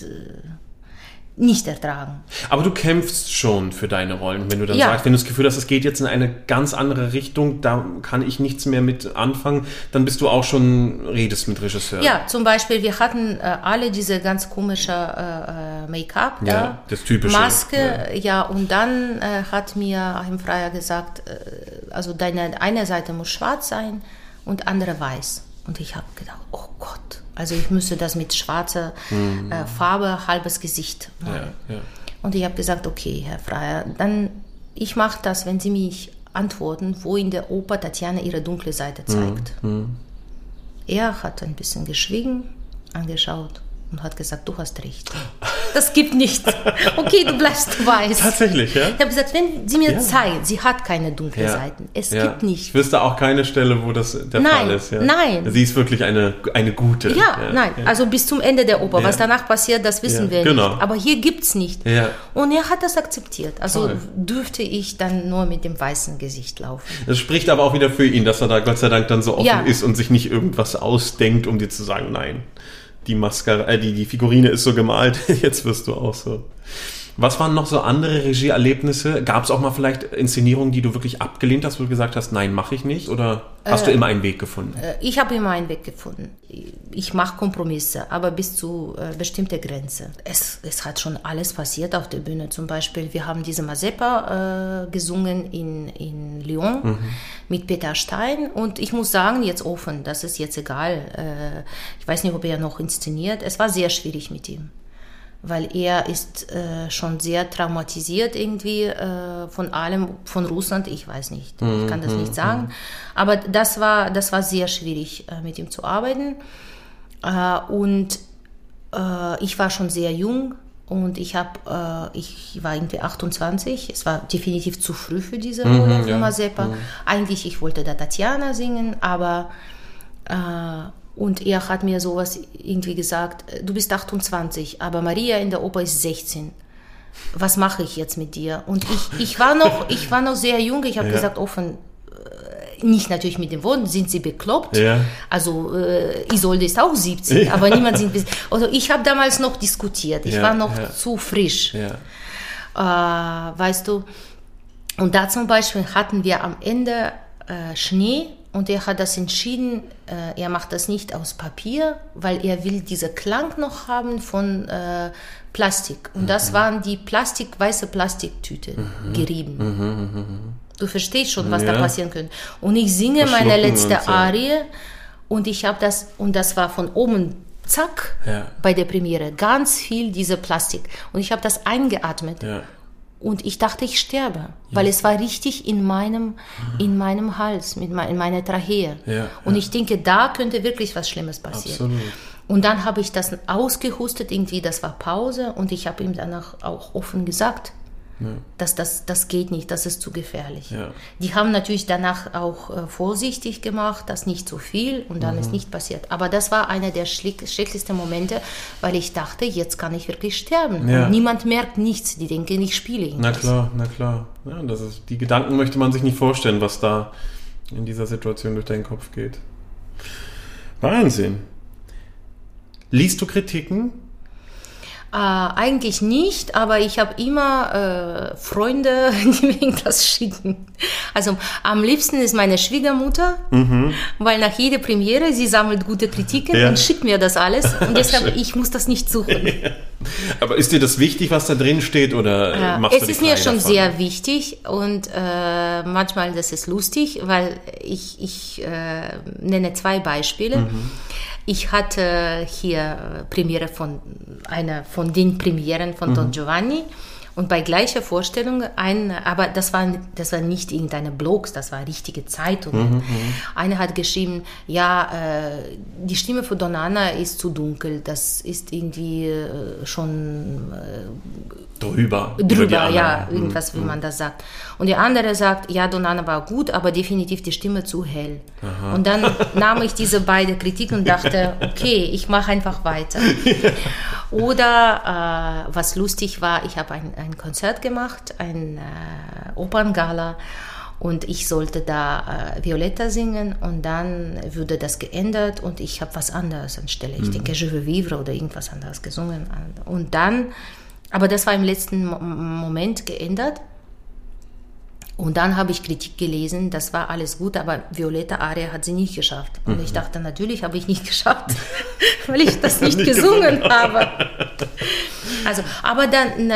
nicht ertragen. Aber du kämpfst schon für deine Rollen. Wenn du dann sagst, wenn du das Gefühl hast, es geht jetzt in eine ganz andere Richtung, da kann ich nichts mehr mit anfangen, dann bist du auch schon, redest mit Regisseuren. Ja, zum Beispiel, wir hatten alle diese ganz komische Make-up, das typische. Maske, und dann hat mir Achim Freyer gesagt, also deine eine Seite muss schwarz sein und andere weiß. Und ich habe gedacht, oh Gott, also ich müsste das mit schwarzer Farbe, halbes Gesicht machen. Ja. Und ich habe gesagt, okay, Herr Freyer, dann ich mache das, wenn Sie mich antworten, wo in der Oper Tatjana ihre dunkle Seite zeigt. Er hat ein bisschen geschwiegen, angeschaut und hat gesagt, du hast recht. Das gibt nichts. Okay, du bleibst weiß. Tatsächlich, ja? Ich habe gesagt, wenn sie mir zeigen, sie hat keine dunklen Seiten. Es gibt nicht. Ich wüsste auch keine Stelle, wo das der Fall ist. Ja? Nein. Sie ist wirklich eine gute. Nein. Also bis zum Ende der Oper. Was danach passiert, das wissen wir nicht. Aber hier gibt es nicht. Ja. Und er hat das akzeptiert. Also dürfte ich dann nur mit dem weißen Gesicht laufen. Das spricht aber auch wieder für ihn, dass er da Gott sei Dank dann so offen ist und sich nicht irgendwas ausdenkt, um dir zu sagen, nein. Die Maske, die Figurine ist so gemalt, jetzt wirst du auch so. Was waren noch so andere Regieerlebnisse? Gab es auch mal vielleicht Inszenierungen, die du wirklich abgelehnt hast, wo du gesagt hast, nein, mache ich nicht? Oder hast du immer einen Weg gefunden? Ich habe immer einen Weg gefunden. Ich mache Kompromisse, aber bis zu bestimmter Grenze. Es hat schon alles passiert auf der Bühne. Zum Beispiel, wir haben diese Mazeppa gesungen in Lyon mit Peter Stein. Und ich muss sagen, jetzt offen, das ist jetzt egal. Ich weiß nicht, ob er noch inszeniert. Es war sehr schwierig mit ihm. Weil er ist schon sehr traumatisiert irgendwie von allem, von Russland, ich weiß nicht, ich kann das nicht sagen. Aber das war sehr schwierig, mit ihm zu arbeiten. Und ich war schon sehr jung und ich war irgendwie 28, es war definitiv zu früh für diese Rolle für Mazeppa. Eigentlich, ich wollte da Tatjana singen, aber... Und er hat mir sowas irgendwie gesagt, du bist 28, aber Maria in der Oper ist 16. Was mache ich jetzt mit dir? Und ich war noch sehr jung, ich habe gesagt offen, nicht natürlich mit den Worten, sind sie bekloppt? Ja. Also Isolde ist auch 17, aber niemand sind... Also ich habe damals noch diskutiert, ich war noch zu frisch, weißt du. Und da zum Beispiel hatten wir am Ende Schnee. Und er hat das entschieden, er macht das nicht aus Papier, weil er will diesen Klang noch haben von Plastik. Und das waren die weiße Plastiktüte, gerieben. Du verstehst schon, was da passieren könnte. Und ich singe meine letzte Arie und ich habe das, und das war von oben, zack, bei der Premiere, ganz viel diese Plastik. Und ich habe das eingeatmet. Ja. Und ich dachte, ich sterbe, weil es war richtig in meinem Hals, in meiner Trachee. Ja, und ich denke, da könnte wirklich was Schlimmes passieren. Absolut. Und dann habe ich das ausgehustet, irgendwie, das war Pause. Und ich habe ihm danach auch offen gesagt, dass das geht nicht, das ist zu gefährlich. Ja. Die haben natürlich danach auch vorsichtig gemacht, das nicht so viel und dann ist nicht passiert. Aber das war einer der schrecklichsten Momente, weil ich dachte, jetzt kann ich wirklich sterben. Ja. Und niemand merkt nichts, die denken, ich spiele ihn. Na klar. Ja, die Gedanken möchte man sich nicht vorstellen, was da in dieser Situation durch deinen Kopf geht. Wahnsinn. Liest du Kritiken? Eigentlich nicht, aber ich habe immer Freunde, die mir das schicken. Also am liebsten ist meine Schwiegermutter, weil nach jeder Premiere, sie sammelt gute Kritiken und schickt mir das alles. Und deshalb, ich muss das nicht suchen. Ja. Aber ist dir das wichtig, was da drin steht, oder machst du es ist mir schon davon? Sehr wichtig und manchmal das ist lustig, weil ich nenne 2 Beispiele. Ich hatte hier Premiere einer von den Premieren von Don Giovanni und bei gleicher Vorstellung aber das war nicht irgendeine Blogs, das war richtige Zeitungen. Einer hat geschrieben, die Stimme von Donna Anna ist zu dunkel, das ist irgendwie schon drüber, irgendwas, wie man das sagt. Und der andere sagt, ja, Donna Anna war gut, aber definitiv die Stimme zu hell. Aha. Und dann nahm ich diese beiden Kritiken und dachte, okay, ich mache einfach weiter. Oder was lustig war, ich habe ein Konzert gemacht, ein Operngala, und ich sollte da Violetta singen und dann wurde das geändert und ich habe was anderes anstelle. Ich denke, Je veux vivre oder irgendwas anderes gesungen. Und dann, aber das war im letzten Moment geändert. Und dann habe ich Kritik gelesen, das war alles gut, aber Violetta Aria hat sie nicht geschafft. Und ich dachte, natürlich habe ich nicht geschafft, weil ich das nicht gesungen habe. Also, aber dann,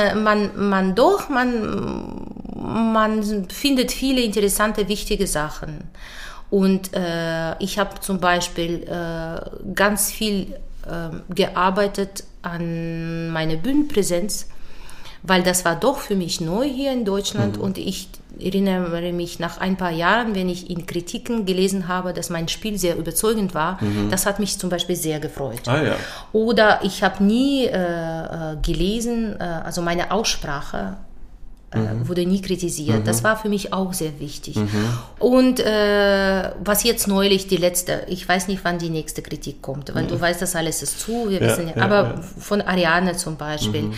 man findet viele interessante, wichtige Sachen. Und ich habe zum Beispiel ganz viel gearbeitet an meiner Bühnenpräsenz, weil das war doch für mich neu hier in Deutschland und ich erinnere mich nach ein paar Jahren, wenn ich in Kritiken gelesen habe, dass mein Spiel sehr überzeugend war, das hat mich zum Beispiel sehr gefreut. Oder ich habe nie gelesen, also meine Aussprache wurde nie kritisiert. Das war für mich auch sehr wichtig. Und was jetzt neulich die letzte, ich weiß nicht, wann die nächste Kritik kommt, weil du weißt, das alles ist zu, wir wissen ja, aber von Ariane zum Beispiel,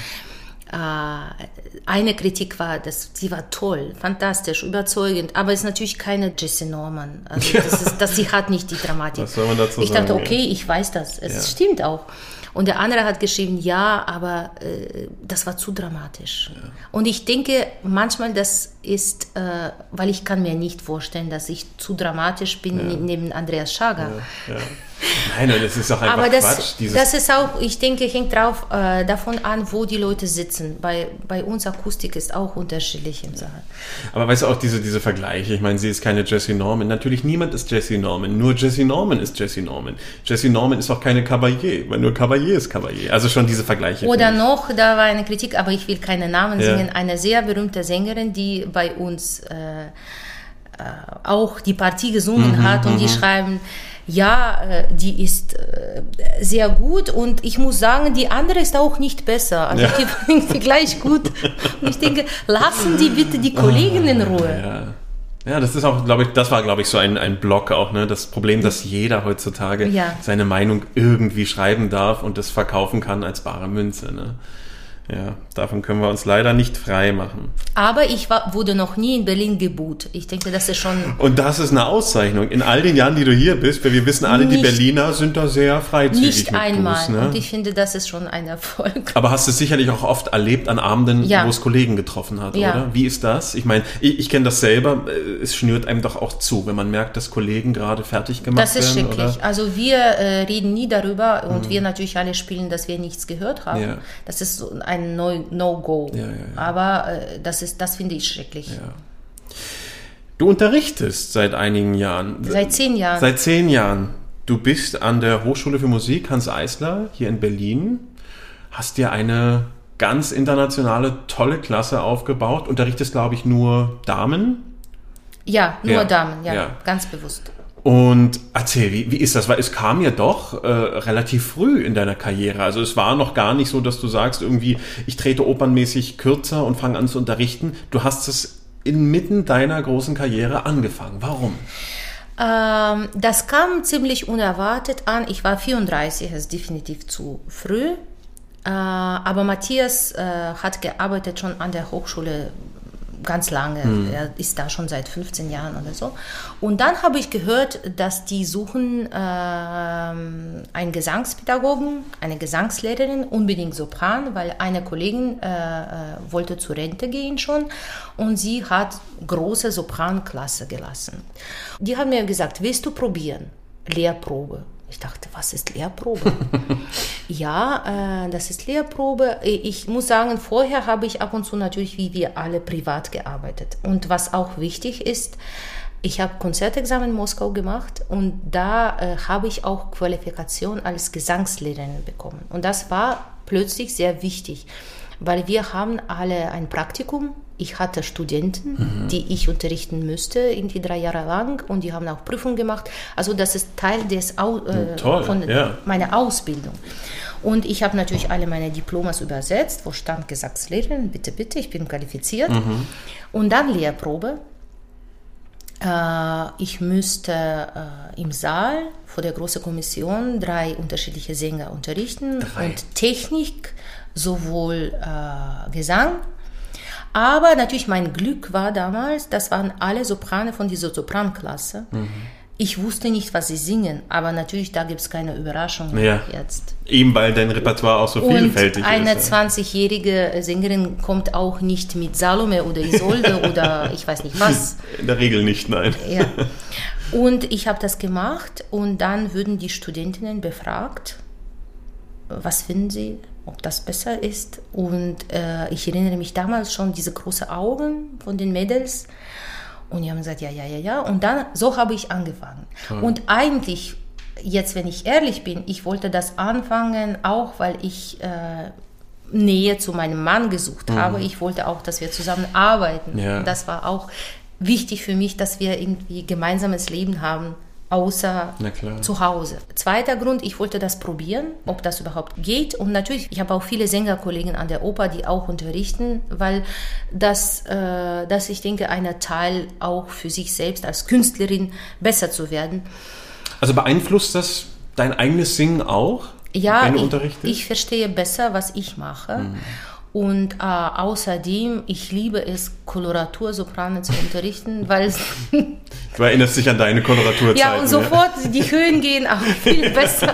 eine Kritik war, sie war toll, fantastisch, überzeugend, aber es ist natürlich keine Jessye Norman. Also sie hat nicht die Dramatik. Was soll man dazu sagen? Ich dachte, okay, ich weiß das, es stimmt auch. Und der andere hat geschrieben, ja, aber das war zu dramatisch. Ja. Und ich denke manchmal, das ist, weil ich kann mir nicht vorstellen, dass ich zu dramatisch bin neben Andreas Schager. Ja. Nein, das ist auch einfach aber Quatsch. Das ist auch, ich denke, hängt davon an, wo die Leute sitzen. Bei uns Akustik ist auch unterschiedlich im Saal. Aber weißt du auch, diese Vergleiche, ich meine, sie ist keine Jessie Norman. Natürlich, niemand ist Jessie Norman. Nur Jessie Norman ist Jessie Norman. Jessie Norman ist auch keine Caballé, weil nur Caballé ist Caballé. Also schon diese Vergleiche. Oder noch, da war eine Kritik, aber ich will keine Namen singen, eine sehr berühmte Sängerin, die bei uns auch die Partie gesungen hat und die schreiben, ja, die ist sehr gut und ich muss sagen, die andere ist auch nicht besser. Also die bringt die gleich gut. Und ich denke, lassen die bitte die Kollegen in Ruhe. Ja, das ist auch, das war, glaube ich, so ein Block auch, ne? Das Problem, dass jeder heutzutage seine Meinung irgendwie schreiben darf und das verkaufen kann als bare Münze, ne? Ja, davon können wir uns leider nicht frei machen. Aber ich wurde noch nie in Berlin gebuht. Ich denke, das ist schon... Und das ist eine Auszeichnung. In all den Jahren, die du hier bist, weil wir wissen alle, die Berliner sind da sehr freizügig nicht mit einmal. Buß, ne? Und ich finde, das ist schon ein Erfolg. Aber hast du es sicherlich auch oft erlebt an Abenden, wo es Kollegen getroffen hat, oder? Wie ist das? Ich meine, ich kenne das selber. Es schnürt einem doch auch zu, wenn man merkt, dass Kollegen gerade fertig gemacht werden. Das ist schrecklich. Oder? Also wir reden nie darüber und wir natürlich alle spielen, dass wir nichts gehört haben. Ja. Das ist so ein No-Go. Aber das finde ich schrecklich. Ja. Du unterrichtest seit einigen Jahren. Seit 10 Jahren. Seit 10 Jahren. Du bist an der Hochschule für Musik Hans Eisler hier in Berlin. Hast dir eine ganz internationale, tolle Klasse aufgebaut. Unterrichtest, glaube ich, nur Damen? Ja, nur Damen, ganz bewusst. Und erzähl, wie ist das? Weil es kam ja doch relativ früh in deiner Karriere. Also es war noch gar nicht so, dass du sagst, irgendwie, ich trete opernmäßig kürzer und fange an zu unterrichten. Du hast es inmitten deiner großen Karriere angefangen. Warum? Das kam ziemlich unerwartet an. Ich war 34, das ist definitiv zu früh. Aber Matthias hat gearbeitet schon an der Hochschule ganz lange. Er ist da schon seit 15 Jahren oder so. Und dann habe ich gehört, dass die suchen einen Gesangspädagogen, eine Gesangslehrerin, unbedingt Sopran, weil eine Kollegin wollte zur Rente gehen schon und sie hat große Sopranklasse gelassen. Die haben mir gesagt, willst du probieren? Lehrprobe. Ich dachte, was ist Lehrprobe? Das ist Lehrprobe. Ich muss sagen, vorher habe ich ab und zu natürlich, wie wir alle, privat gearbeitet. Und was auch wichtig ist, ich habe Konzertexamen in Moskau gemacht und da habe ich auch Qualifikation als Gesangslehrerin bekommen. Und das war plötzlich sehr wichtig, weil wir haben alle ein Praktikum. Ich hatte Studenten, die ich unterrichten müsste, irgendwie 3 Jahre lang, und die haben auch Prüfungen gemacht. Also das ist Teil von meiner Ausbildung. Und ich habe natürlich alle meine Diplomas übersetzt, wo stand Gesangslehrerin, bitte, bitte, ich bin qualifiziert. Und dann Lehrprobe. Ich müsste im Saal vor der großen Kommission 3 unterschiedliche Sänger unterrichten und Technik, sowohl Gesang. Aber natürlich mein Glück war damals, das waren alle Soprane von dieser Sopranklasse. Ich wusste nicht, was sie singen, aber natürlich, da gibt es keine Überraschung jetzt. Eben weil dein Repertoire auch so vielfältig ist. Und eine 20-jährige Sängerin kommt auch nicht mit Salome oder Isolde oder ich weiß nicht was. In der Regel nicht, nein. Ja. Und ich habe das gemacht und dann würden die Studentinnen befragt, was finden sie, ob das besser ist. Und ich erinnere mich damals schon, diese großen Augen von den Mädels. Und die haben gesagt, ja. Und dann, so habe ich angefangen. Und eigentlich, jetzt, wenn ich ehrlich bin, ich wollte das anfangen, auch weil ich Nähe zu meinem Mann gesucht habe. Ich wollte auch, dass wir zusammen arbeiten. Ja. Das war auch wichtig für mich, dass wir irgendwie gemeinsames Leben haben, außer zu Hause. Zweiter Grund, ich wollte das probieren, ob das überhaupt geht. Und natürlich, ich habe auch viele Sängerkollegen an der Oper, die auch unterrichten, weil das ich denke, ein Teil auch für sich selbst als Künstlerin besser zu werden. Also beeinflusst das dein eigenes Singen auch, wenn du unterrichtest? Ich verstehe besser, was ich mache. Und außerdem, ich liebe es, Koloratursoprane zu unterrichten, weil Du erinnerst dich an deine Koloraturzeit. Ja, und sofort die Höhen gehen auch viel besser.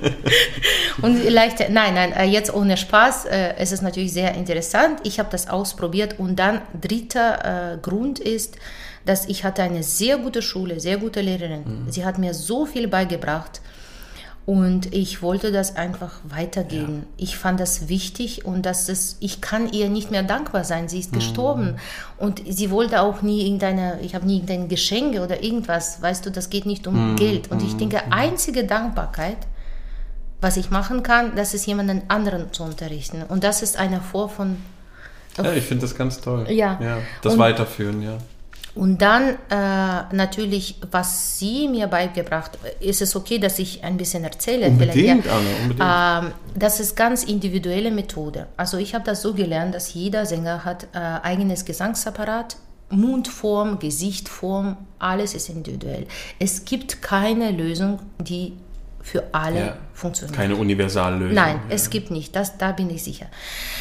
Und leichter. Nein, jetzt ohne Spaß. Es ist natürlich sehr interessant. Ich habe das ausprobiert. Und dann dritter Grund ist, dass ich hatte eine sehr gute Schule, sehr gute Lehrerin. Sie hat mir so viel beigebracht. Und ich wollte das einfach weitergeben. Ja. Ich fand das wichtig und ich kann ihr nicht mehr dankbar sein. Sie ist gestorben und sie wollte auch nie ich habe nie irgendein Geschenk oder irgendwas. Weißt du, das geht nicht um Geld. Und ich denke, einzige Dankbarkeit, was ich machen kann, das ist jemanden anderen zu unterrichten. Und das ist eine Form von... Ja, ich finde das ganz toll. Ja. Das Weiterführen, ja. Und dann natürlich, was sie mir beigebracht, ist es okay, dass ich ein bisschen erzähle? Unbedingt, Anna, unbedingt. Das ist ganz individuelle Methode. Also ich habe das so gelernt, dass jeder Sänger hat eigenes Gesangsapparat, Mundform, Gesichtform, alles ist individuell. Es gibt keine Lösung, die für alle funktioniert. Keine Universallösung. Nein, es gibt nicht, da bin ich sicher.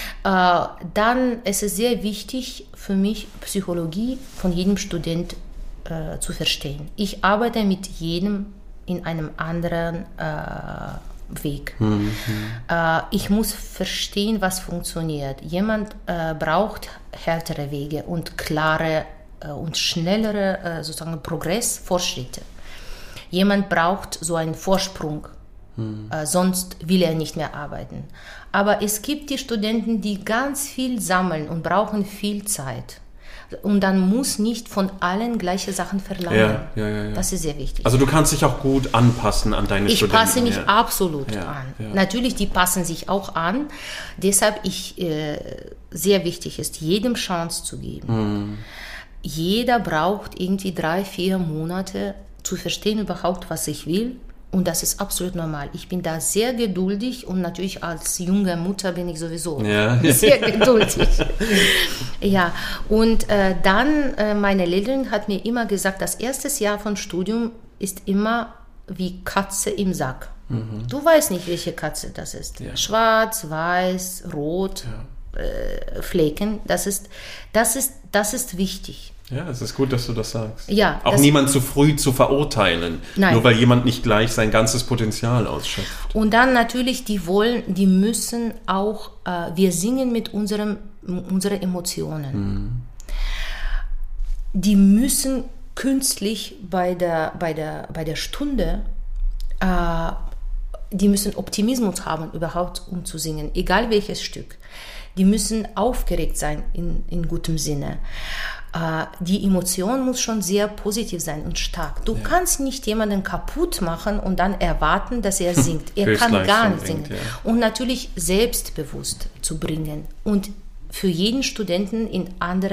Dann ist es sehr wichtig für mich, Psychologie von jedem Student zu verstehen. Ich arbeite mit jedem in einem anderen Weg. Ich muss verstehen, was funktioniert. Jemand braucht härtere Wege und klare und schnellere sozusagen Fortschritte. Jemand braucht so einen Vorsprung. Sonst will er nicht mehr arbeiten. Aber es gibt die Studenten, die ganz viel sammeln und brauchen viel Zeit. Und dann muss nicht von allen gleiche Sachen verlangen. Ja. Das ist sehr wichtig. Also du kannst dich auch gut anpassen an deine Studenten. Ich passe mich absolut an. Ja. Natürlich, die passen sich auch an. Deshalb sehr wichtig ist, jedem Chance zu geben. Jeder braucht irgendwie 3-4 Monate zu verstehen überhaupt, was ich will. Und das ist absolut normal. Ich bin da sehr geduldig und natürlich als junge Mutter bin ich sowieso sehr geduldig. Ja, und dann meine Lehrerin hat mir immer gesagt, das erste Jahr von Studium ist immer wie Katze im Sack. Du weißt nicht, welche Katze das ist. Ja. Schwarz, weiß, rot, Flecken. Das ist wichtig. Ja, es ist gut, dass du das sagst. Ja, auch niemand zu früh zu verurteilen, nur weil jemand nicht gleich sein ganzes Potenzial ausschöpft. Und dann natürlich, die müssen auch, wir singen mit unseren Emotionen. Die müssen künstlich bei der Stunde, die müssen Optimismus haben, überhaupt um zu singen, egal welches Stück. Die müssen aufgeregt sein in gutem Sinne. Die Emotion muss schon sehr positiv sein und stark. Du kannst nicht jemanden kaputt machen und dann erwarten, dass er singt. Er kann gar nicht singen. Ja. Und natürlich selbstbewusst zu bringen und für jeden Studenten in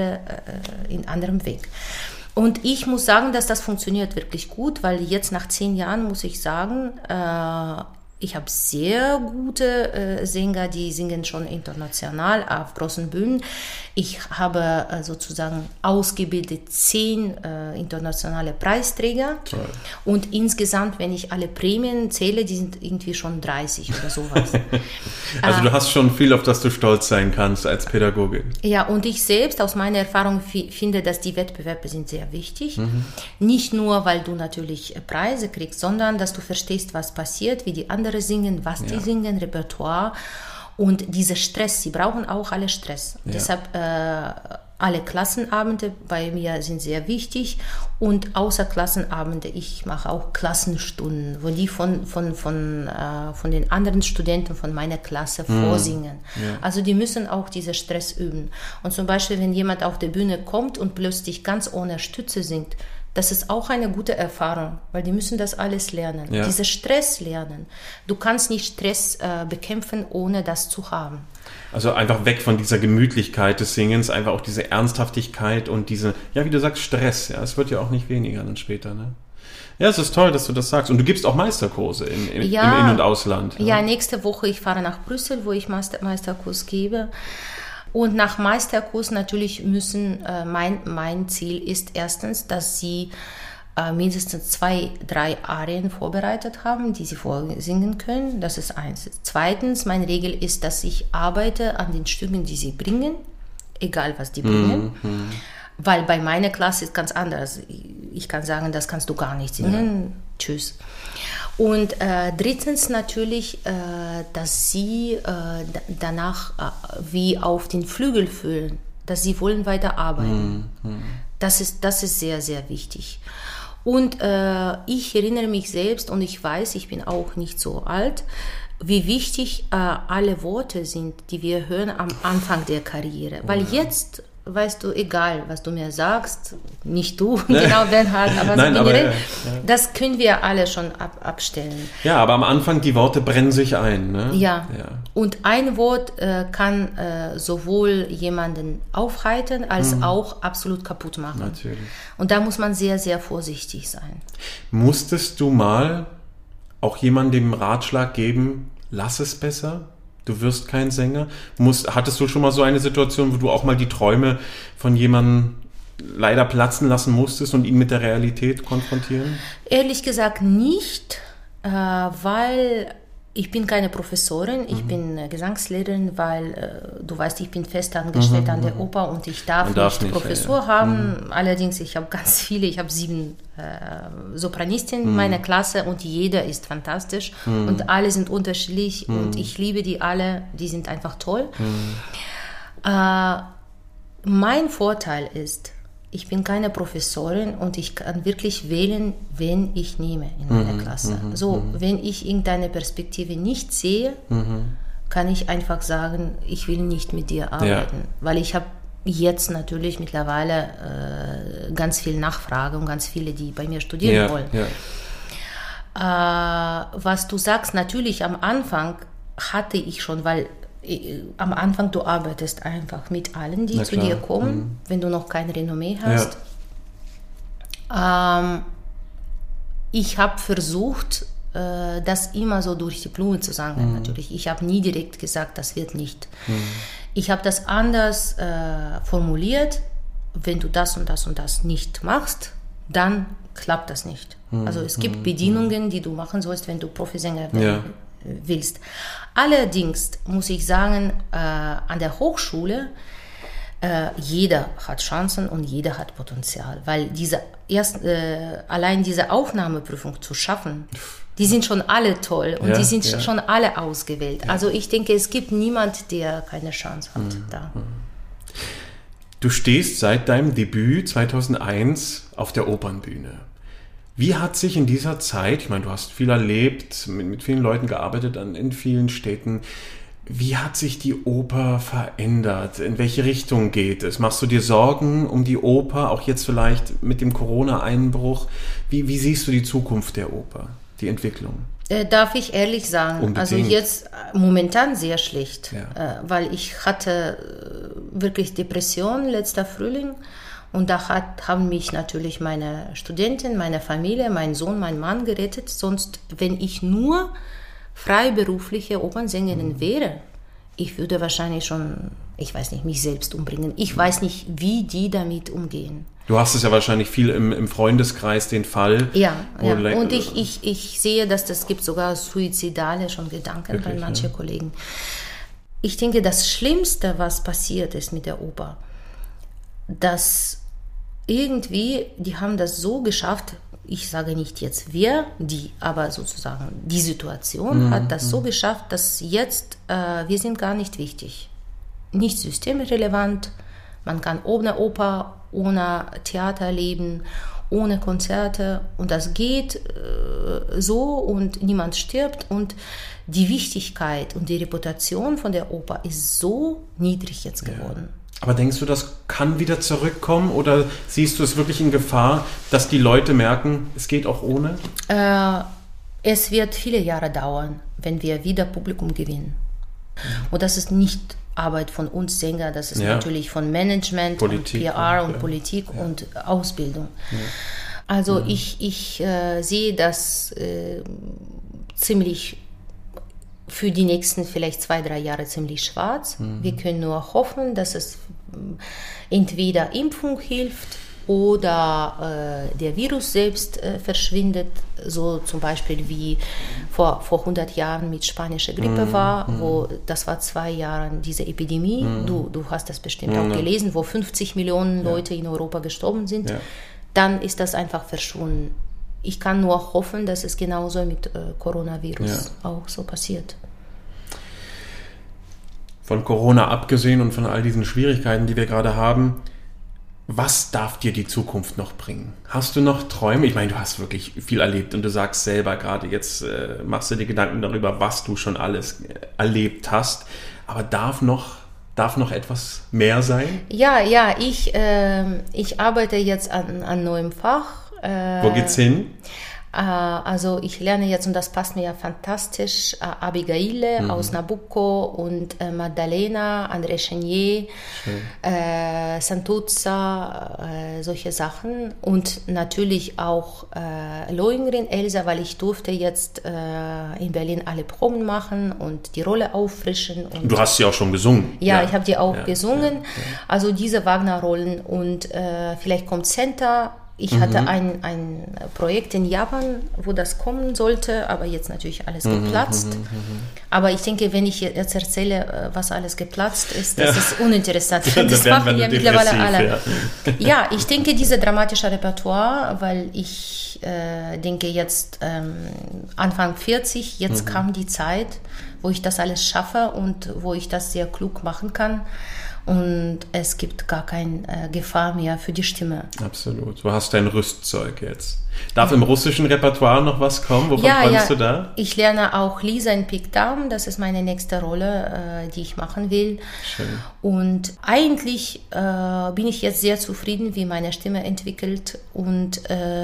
anderem Weg. Und ich muss sagen, dass das funktioniert wirklich gut, weil jetzt nach 10 Jahren muss ich sagen, ich habe sehr gute Sänger, die singen schon international auf großen Bühnen. Ich habe sozusagen ausgebildet 10 internationale Preisträger. Toll. Und insgesamt, wenn ich alle Prämien zähle, die sind irgendwie schon 30 oder sowas. Also du hast schon viel, auf das du stolz sein kannst als Pädagogin. Ja, und ich selbst aus meiner Erfahrung finde, dass die Wettbewerbe sind sehr wichtig. Nicht nur, weil du natürlich Preise kriegst, sondern dass du verstehst, was passiert, wie die anderen singen, was die singen, Repertoire und dieser Stress, sie brauchen auch alle Stress. Ja. Deshalb alle Klassenabende bei mir sind sehr wichtig und außer Klassenabende, ich mache auch Klassenstunden, wo die von den anderen Studenten von meiner Klasse vorsingen. Ja. Also die müssen auch diesen Stress üben. Und zum Beispiel, wenn jemand auf die Bühne kommt und plötzlich ganz ohne Stütze singt, das ist auch eine gute Erfahrung, weil die müssen das alles lernen. Ja. Diesen Stress lernen. Du kannst nicht Stress bekämpfen, ohne das zu haben. Also einfach weg von dieser Gemütlichkeit des Singens, einfach auch diese Ernsthaftigkeit und diese, ja, wie du sagst, Stress. Ja, es wird ja auch nicht weniger dann später, ne? Ja, es ist toll, dass du das sagst. Und du gibst auch Meisterkurse im In- und Ausland. Ja, nächste Woche, ich fahre nach Brüssel, wo ich Meisterkurs gebe. Und nach Meisterkurs natürlich mein Ziel ist erstens, dass sie mindestens 2-3 Arien vorbereitet haben, die sie vorsingen können. Das ist eins. Zweitens, meine Regel ist, dass ich arbeite an den Stücken, die sie bringen, egal was die bringen. Weil bei meiner Klasse ist ganz anders. ich kann sagen, das kannst du gar nicht singen, tschüss. Und drittens natürlich, dass sie danach wie auf den Flügel fühlen, dass sie wollen weiterarbeiten. Das ist sehr, sehr wichtig. Und ich erinnere mich selbst, und ich weiß, ich bin auch nicht so alt, wie wichtig alle Worte sind, die wir hören am Anfang der Karriere. Weil jetzt, weißt du, egal, was du mir sagst, nicht du, genau, Bernhard, aber Nein, so generell, aber, das können wir alle schon abstellen. Ja, aber am Anfang, die Worte brennen sich ein. Ne? Ja. Und ein Wort kann sowohl jemanden aufheitern, als auch absolut kaputt machen. Natürlich. Und da muss man sehr, sehr vorsichtig sein. Musstest du mal auch jemandem Ratschlag geben, lass es besser? Du wirst kein Sänger. Hattest du schon mal so eine Situation, wo du auch mal die Träume von jemandem leider platzen lassen musstest und ihn mit der Realität konfrontieren? Ehrlich gesagt nicht, weil ich bin keine Professorin, ich bin Gesangslehrerin, weil du weißt, ich bin fest angestellt an der Oper und ich darf nicht Professur haben. Allerdings, ich habe ganz viele, ich habe 7 Sopranistinnen in meiner Klasse und jeder ist fantastisch und alle sind unterschiedlich und ich liebe die alle, die sind einfach toll. Mein Vorteil ist, ich bin keine Professorin und ich kann wirklich wählen, wen ich nehme in meiner Klasse. Wenn ich irgendeine Perspektive nicht sehe, kann ich einfach sagen, ich will nicht mit dir arbeiten. Weil ich habe jetzt natürlich mittlerweile ganz viel Nachfrage und ganz viele, die bei mir studieren wollen. Was du sagst, natürlich am Anfang hatte ich schon, weil am Anfang, du arbeitest einfach mit allen, die zu dir kommen, wenn du noch kein Renommee hast. Ich habe versucht, das immer so durch die Blume zu sagen, natürlich. Ich habe nie direkt gesagt, das wird nicht. Ich habe das anders formuliert, wenn du das und das und das nicht machst, dann klappt das nicht. Also es gibt Bedingungen, die du machen sollst, wenn du Profisänger willst. Allerdings muss ich sagen, an der Hochschule, jeder hat Chancen und jeder hat Potenzial, weil allein diese Aufnahmeprüfung zu schaffen, die sind schon alle toll und die sind schon alle ausgewählt. Also ich denke, es gibt niemand, der keine Chance hat da. Du stehst seit deinem Debüt 2001 auf der Opernbühne. Wie hat sich in dieser Zeit, ich meine, du hast viel erlebt, mit vielen Leuten gearbeitet in vielen Städten, wie hat sich die Oper verändert? In welche Richtung geht es? Machst du dir Sorgen um die Oper, auch jetzt vielleicht mit dem Corona-Einbruch? Wie siehst du die Zukunft der Oper, die Entwicklung? Darf ich ehrlich sagen, Unbedingt. Also jetzt momentan sehr schlecht, weil ich hatte wirklich Depression letzter Frühling. Und da haben mich natürlich meine Studentin, meine Familie, mein Sohn, mein Mann gerettet. Sonst, wenn ich nur freiberufliche Opernsängerin wäre, ich würde wahrscheinlich schon, ich weiß nicht, mich selbst umbringen. Ich weiß nicht, wie die damit umgehen. Du hast es ja wahrscheinlich viel im Freundeskreis, den Fall. Ja. Und ich sehe, dass es gibt sogar suizidale schon Gedanken wirklich, bei manchen Kollegen. Ich denke, das Schlimmste, was passiert ist mit der Oper, dass irgendwie, die haben das so geschafft, ich sage nicht jetzt wer, aber sozusagen die Situation hat das so geschafft, dass jetzt, wir sind gar nicht wichtig. Nicht systemrelevant, man kann ohne Oper, ohne Theater leben, ohne Konzerte und das geht so und niemand stirbt und die Wichtigkeit und die Reputation von der Oper ist so niedrig jetzt geworden. Aber denkst du, das kann wieder zurückkommen oder siehst du es wirklich in Gefahr, dass die Leute merken, es geht auch ohne? Es wird viele Jahre dauern, wenn wir wieder Publikum gewinnen. Und das ist nicht Arbeit von uns Sänger, das ist natürlich von Management Politik, und PR und Politik und Ausbildung. Also ich sehe das ziemlich für die nächsten vielleicht 2-3 Jahre ziemlich schwarz. Wir können nur hoffen, dass es entweder Impfung hilft oder der Virus selbst verschwindet, so zum Beispiel wie vor 100 Jahren mit spanischer Grippe war, wo das war 2 Jahre diese Epidemie, du hast das bestimmt auch gelesen, wo 50 Millionen Leute in Europa gestorben sind. dann ist das einfach verschwunden. Ich kann nur hoffen, dass es genauso mit Coronavirus auch so passiert. Von Corona abgesehen und von all diesen Schwierigkeiten, die wir gerade haben, was darf dir die Zukunft noch bringen? Hast du noch Träume? Ich meine, du hast wirklich viel erlebt und du sagst selber gerade, jetzt machst du dir Gedanken darüber, was du schon alles erlebt hast. Aber darf noch etwas mehr sein? Ja, ich arbeite jetzt an neuem Fach. Wo geht's hin? Also ich lerne jetzt, und das passt mir ja fantastisch, Abigail aus Nabucco und Maddalena, André Chenier, Santuzza, solche Sachen. Und natürlich auch Lohengrin Elsa, weil ich durfte jetzt in Berlin alle Proben machen und die Rolle auffrischen. Und du hast sie auch schon gesungen. Ja, ich habe die auch gesungen. Also diese Wagner-Rollen und vielleicht kommt Senta. Ich hatte ein Projekt in Japan, wo das kommen sollte, aber jetzt natürlich alles geplatzt. Aber ich denke, wenn ich jetzt erzähle, was alles geplatzt ist, das ist uninteressant. Das machen ja mittlerweile alle. Ja, ich denke, diese dramatische Repertoire, weil ich denke jetzt Anfang 40, jetzt kam die Zeit, wo ich das alles schaffe und wo ich das sehr klug machen kann. Und es gibt gar keine Gefahr mehr für die Stimme. Absolut. Du hast dein Rüstzeug jetzt. Darf im russischen Repertoire noch was kommen? Wovon träumst du da? Ich lerne auch Lisa in Pikdam. Das ist meine nächste Rolle, die ich machen will. Schön. Und eigentlich bin ich jetzt sehr zufrieden, wie meine Stimme entwickelt. Und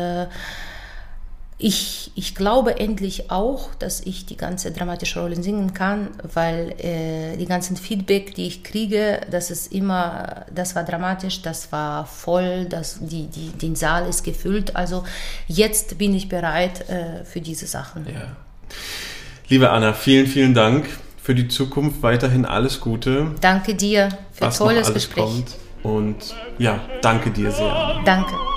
ich glaube endlich auch, dass ich die ganze dramatische Rollen singen kann, weil die ganzen Feedback, die ich kriege, das war dramatisch, das war voll, den Saal ist gefüllt. Also jetzt bin ich bereit für diese Sachen. Ja. Liebe Anna, vielen, vielen Dank für die Zukunft. Weiterhin alles Gute. Danke dir für ein tolles Gespräch. Kommt. Und ja, danke dir sehr. Danke.